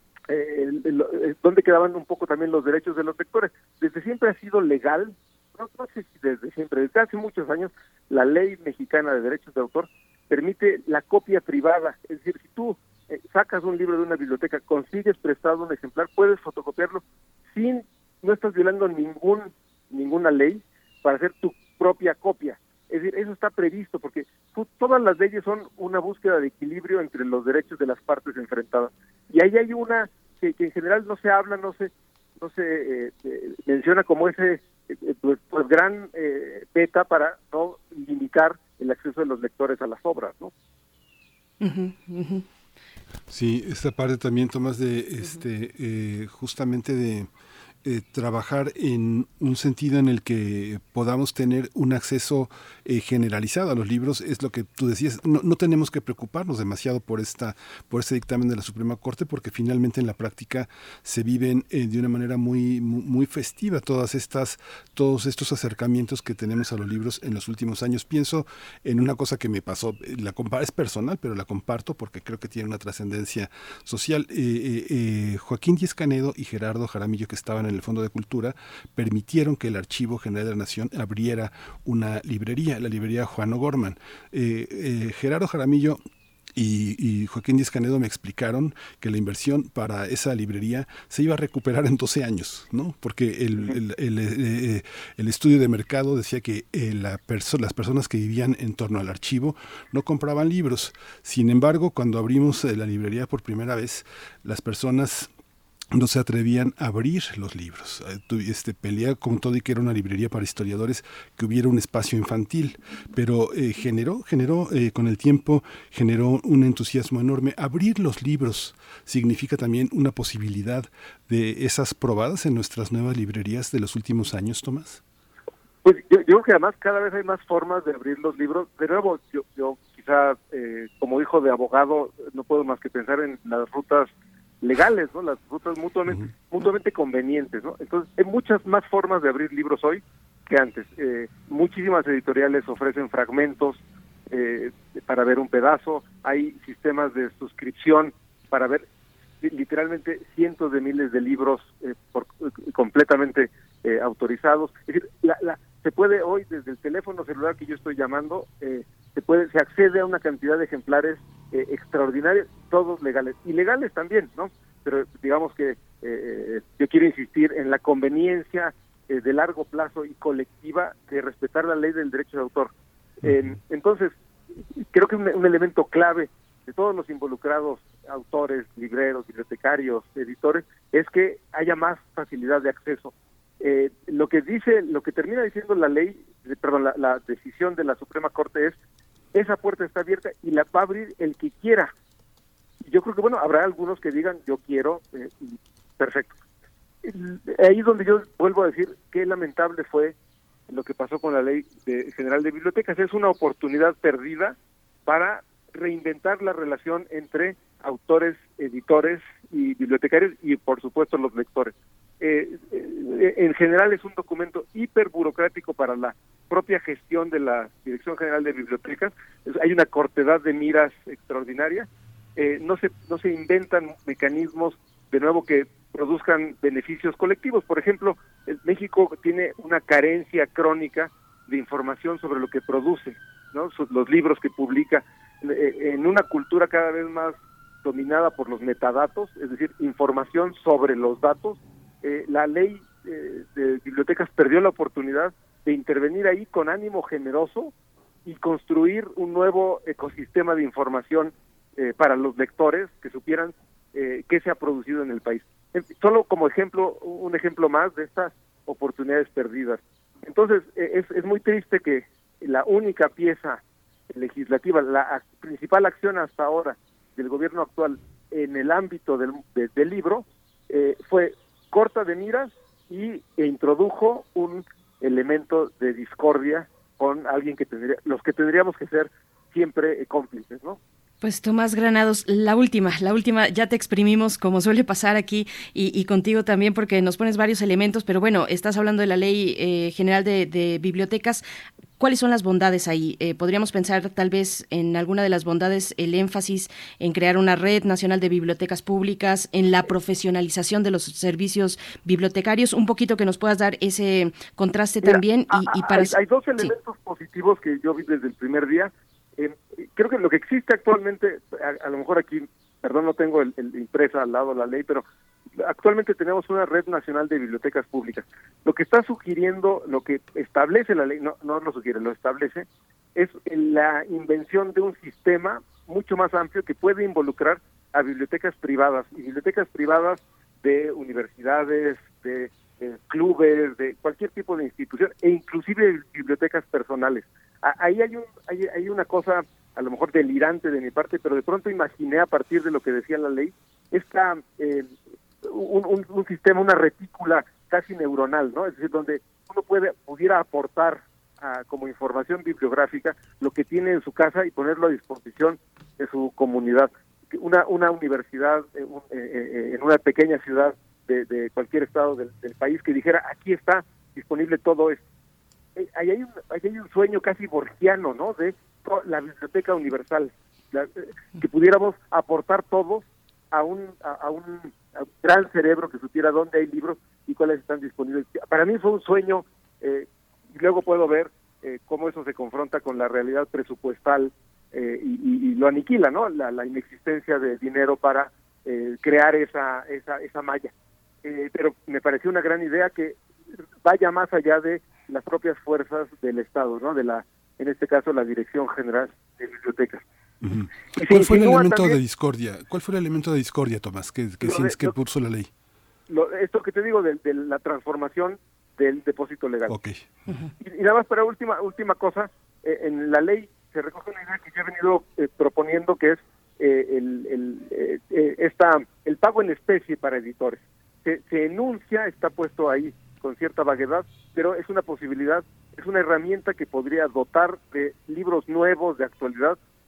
eh, el, el, el, dónde quedaban un poco también los derechos de los lectores. Desde siempre ha sido legal, no, no sé si desde siempre, desde hace muchos años, la ley mexicana de derechos de autor permite la copia privada, es decir, si tú eh, sacas un libro de una biblioteca, consigues prestado un ejemplar, puedes fotocopiarlo sin, no estás violando ningún ninguna ley para hacer tu propia copia. Es decir, eso está previsto porque todas las leyes son una búsqueda de equilibrio entre los derechos de las partes enfrentadas. Y ahí hay una que, que en general no se habla, no se no se eh, eh, menciona como ese eh, pues, pues gran eh, beta para no limitar el acceso de los lectores a las obras, ¿no? Uh-huh, uh-huh. Sí, esta parte también, Tomás, de este eh, justamente de Eh, trabajar en un sentido en el que podamos tener un acceso eh, generalizado a los libros, es lo que tú decías, no, no tenemos que preocuparnos demasiado por esta por este dictamen de la Suprema Corte, porque finalmente en la práctica se viven eh, de una manera muy, muy muy festiva todas estas todos estos acercamientos que tenemos a los libros en los últimos años. Pienso en una cosa que me pasó, la compa- es personal, pero la comparto porque creo que tiene una trascendencia social. eh, eh, eh, Joaquín Díez Canedo y Gerardo Jaramillo, que estaban en el Fondo de Cultura, permitieron que el Archivo General de la Nación abriera una librería, la librería Juan O'Gorman. Eh, eh, Gerardo Jaramillo y, y Joaquín Díez Canedo me explicaron que la inversión para esa librería se iba a recuperar en doce años, ¿no? Porque el, el, el, el, el estudio de mercado decía que eh, la perso- las personas que vivían en torno al archivo no compraban libros. Sin embargo, cuando abrimos eh, la librería por primera vez, las personas no se atrevían a abrir los libros. Este, peleaba con todo y que era una librería para historiadores, que hubiera un espacio infantil, pero eh, generó, generó eh, con el tiempo, generó un entusiasmo enorme. Abrir los libros significa también una posibilidad de esas probadas en nuestras nuevas librerías de los últimos años, Tomás. Pues yo, yo creo que además cada vez hay más formas de abrir los libros. De nuevo, yo, yo quizá quizá eh, como hijo de abogado no puedo más que pensar en las rutas legales, ¿no? Las rutas mutuamente, uh-huh. mutuamente convenientes, ¿no? Entonces, hay muchas más formas de abrir libros hoy que antes. Eh, muchísimas editoriales ofrecen fragmentos eh, para ver un pedazo, hay sistemas de suscripción para ver literalmente cientos de miles de libros eh, por, eh, completamente eh, autorizados. Es decir, la, la, se puede hoy desde el teléfono celular que yo estoy llamando, eh, se puede, se accede a una cantidad de ejemplares eh, extraordinarios, todos legales, ilegales también, ¿no? Pero digamos que eh, yo quiero insistir en la conveniencia eh, de largo plazo y colectiva de respetar la ley del derecho de autor. Eh, entonces, creo que un, un elemento clave de todos los involucrados, autores, libreros, bibliotecarios, editores, es que haya más facilidad de acceso. Eh, lo que dice, lo que termina diciendo la ley, perdón, la, la decisión de la Suprema Corte es, esa puerta está abierta y la va a abrir el que quiera. Y yo creo que, bueno, habrá algunos que digan, yo quiero, eh, perfecto. Ahí es donde yo vuelvo a decir qué lamentable fue lo que pasó con la Ley de, General de Bibliotecas. Es una oportunidad perdida para reinventar la relación entre autores, editores y bibliotecarios y, por supuesto, los lectores. Eh, eh, en general es un documento hiperburocrático para la propia gestión de la Dirección General de Bibliotecas. Es, hay una cortedad de miras extraordinaria. Eh, no se no se inventan mecanismos, de nuevo, que produzcan beneficios colectivos. Por ejemplo, el México tiene una carencia crónica de información sobre lo que produce, ¿no? Los libros que publica, eh, en una cultura cada vez más dominada por los metadatos, es decir, información sobre los datos. Eh, la ley eh, de bibliotecas perdió la oportunidad de intervenir ahí con ánimo generoso y construir un nuevo ecosistema de información eh, para los lectores que supieran eh, qué se ha producido en el país. Eh, solo como ejemplo, un ejemplo más de estas oportunidades perdidas. Entonces, eh, es, es muy triste que la única pieza legislativa, la principal acción hasta ahora del gobierno actual en el ámbito del, de, del libro, eh, fue corta de miras y e introdujo un elemento de discordia con alguien que tendría, los que tendríamos que ser siempre eh, cómplices, ¿no? Pues Tomás Granados, la última, la última, ya te exprimimos como suele pasar aquí y, y contigo también porque nos pones varios elementos, pero bueno, estás hablando de la Ley eh, General de, de Bibliotecas. ¿Cuáles son las bondades ahí? Eh, podríamos pensar tal vez en alguna de las bondades, el énfasis en crear una red nacional de bibliotecas públicas, en la profesionalización de los servicios bibliotecarios, un poquito que nos puedas dar ese contraste. Mira, también. Y, y para... hay, hay dos elementos sí. positivos que yo vi desde el primer día. Eh, creo que lo que existe actualmente, a, a lo mejor aquí, perdón, no tengo el, el impresa al lado la ley, pero actualmente tenemos una red nacional de bibliotecas públicas. Lo que está sugiriendo, lo que establece la ley, no, no lo sugiere, lo establece, es la invención de un sistema mucho más amplio que puede involucrar a bibliotecas privadas, y bibliotecas privadas de universidades, de, de clubes, de cualquier tipo de institución, e inclusive bibliotecas personales. Ahí hay, un, hay, hay una cosa a lo mejor delirante de mi parte, pero de pronto imaginé a partir de lo que decía la ley, esta... Eh, Un, un, un sistema, una retícula casi neuronal, ¿no? Es decir, donde uno puede pudiera aportar a, como información bibliográfica lo que tiene en su casa y ponerlo a disposición de su comunidad. Una una universidad eh, un, eh, eh, en una pequeña ciudad de, de cualquier estado del, del país que dijera, aquí está disponible todo esto. Eh, ahí, hay un, ahí hay un sueño casi borgiano, ¿no? De la biblioteca universal, la, eh, que pudiéramos aportar todos a un a, a un a un gran cerebro que supiera dónde hay libros y cuáles están disponibles. Para mí fue un sueño, eh, y luego puedo ver eh, cómo eso se confronta con la realidad presupuestal eh, y, y, y lo aniquila, ¿no? La, la inexistencia de dinero para eh, crear esa esa esa malla. Eh, pero me pareció una gran idea que vaya más allá de las propias fuerzas del Estado, ¿no? De la, en este caso, la Dirección General de Bibliotecas. Uh-huh. ¿Cuál fue el elemento también de discordia? ¿Cuál fue el elemento de discordia, Tomás, que, que sientes que puso la ley? Lo, esto que te digo de, de la transformación del depósito legal. Okay. Uh-huh. Y, y nada más para última última cosa, eh, en la ley se recoge una idea que yo he venido eh, proponiendo, que es eh, el el eh, eh, esta el pago en especie para editores. Se, se enuncia, está puesto ahí con cierta vaguedad, pero es una posibilidad, es una herramienta que podría dotar de libros nuevos de actualidad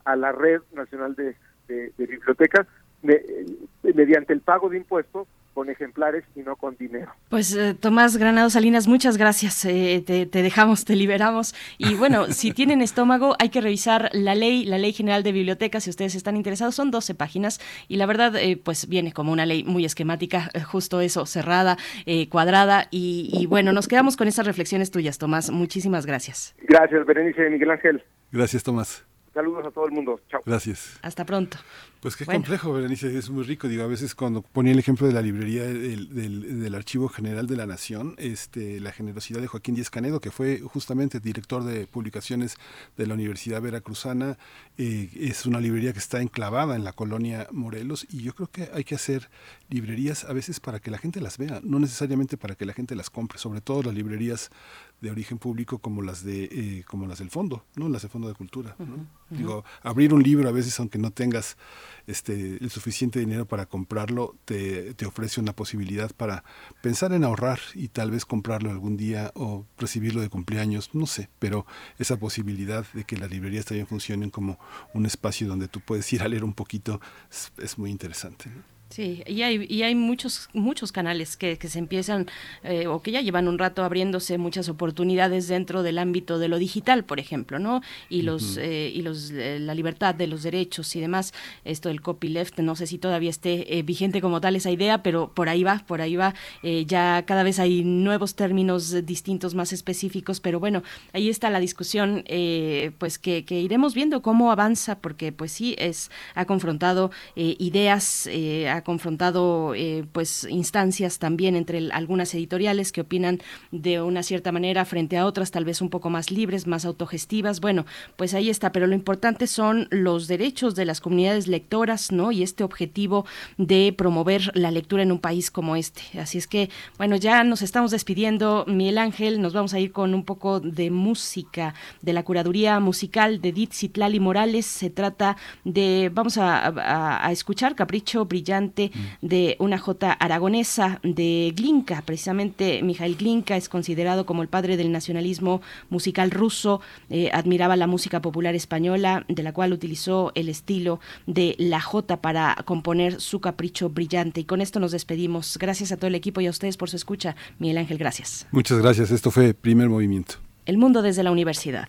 a la Red Nacional de, de, de Bibliotecas me, mediante el pago de impuestos con ejemplares y no con dinero. Pues eh, Tomás Granados Salinas, muchas gracias, eh, te, te dejamos, te liberamos, y bueno, si tienen estómago hay que revisar la ley, la Ley General de Bibliotecas, si ustedes están interesados, son doce páginas, y la verdad, eh, pues viene como una ley muy esquemática, eh, justo eso, cerrada, eh, cuadrada, y, y bueno, nos quedamos con esas reflexiones tuyas, Tomás, muchísimas gracias. Gracias, Berenice, Miguel Ángel. Gracias, Tomás. Saludos a todo el mundo. Chao. Gracias. Hasta pronto. Pues qué bueno. complejo, Berenice, es muy rico. Digo, a veces cuando ponía el ejemplo de la librería del, del, del Archivo General de la Nación, este, la generosidad de Joaquín Díez Canedo, que fue justamente director de publicaciones de la Universidad Veracruzana, eh, es una librería que está enclavada en la colonia Morelos, y yo creo que hay que hacer librerías a veces para que la gente las vea, no necesariamente para que la gente las compre, sobre todo las librerías de origen público como las de eh, como las del fondo, ¿no? Las del Fondo de Cultura, ¿no? Uh-huh, uh-huh. Digo, abrir un libro a veces, aunque no tengas este el suficiente dinero para comprarlo, te, te ofrece una posibilidad para pensar en ahorrar y tal vez comprarlo algún día o recibirlo de cumpleaños, no sé, pero esa posibilidad de que las librerías también funcionen como un espacio donde tú puedes ir a leer un poquito es, es muy interesante, ¿no? Sí, y hay, y hay muchos muchos canales que, que se empiezan eh, o que ya llevan un rato abriéndose muchas oportunidades dentro del ámbito de lo digital, por ejemplo, ¿no? Y los uh-huh. eh, y los eh, la libertad de los derechos y demás, esto del copyleft, no sé si todavía esté eh, vigente como tal esa idea, pero por ahí va, por ahí va. Eh, ya cada vez hay nuevos términos distintos, más específicos, pero bueno, ahí está la discusión, eh, pues que, que iremos viendo cómo avanza, porque pues sí es ha confrontado eh, ideas, eh, ha confrontado eh, pues instancias también entre el, algunas editoriales que opinan de una cierta manera frente a otras tal vez un poco más libres, más autogestivas. Bueno, pues ahí está, pero lo importante son los derechos de las comunidades lectoras, ¿no? Y este objetivo de promover la lectura en un país como este. Así es que, bueno, ya nos estamos despidiendo, Miguel Ángel, nos vamos a ir con un poco de música, de la curaduría musical de Edith Citlali Morales. Se trata de, vamos a, a, a escuchar Capricho Brillante de una jota aragonesa de Glinka. Precisamente Mijail Glinka es considerado como el padre del nacionalismo musical ruso, eh, admiraba la música popular española, de la cual utilizó el estilo de la jota para componer su Capricho Brillante. Y con esto nos despedimos. Gracias a todo el equipo y a ustedes por su escucha. Miguel Ángel, gracias. Muchas gracias. Esto fue Primer Movimiento. El mundo desde la universidad.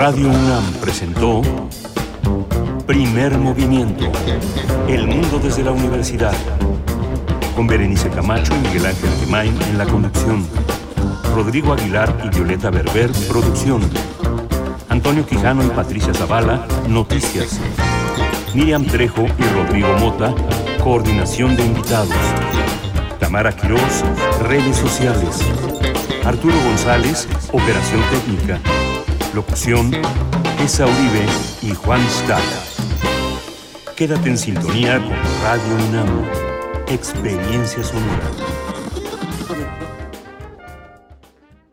Radio UNAM presentó Primer Movimiento, El Mundo desde la Universidad, con Berenice Camacho y Miguel Ángel Quemain en la conducción, Rodrigo Aguilar y Violeta Berber, producción, Antonio Quijano y Patricia Zavala, noticias, Miriam Trejo y Rodrigo Mota, coordinación de invitados, Tamara Quirós, redes sociales, Arturo González, operación técnica, locución, Esa Uribe y Juan Stack. Quédate en sintonía con Radio UNAM, experiencia sonora.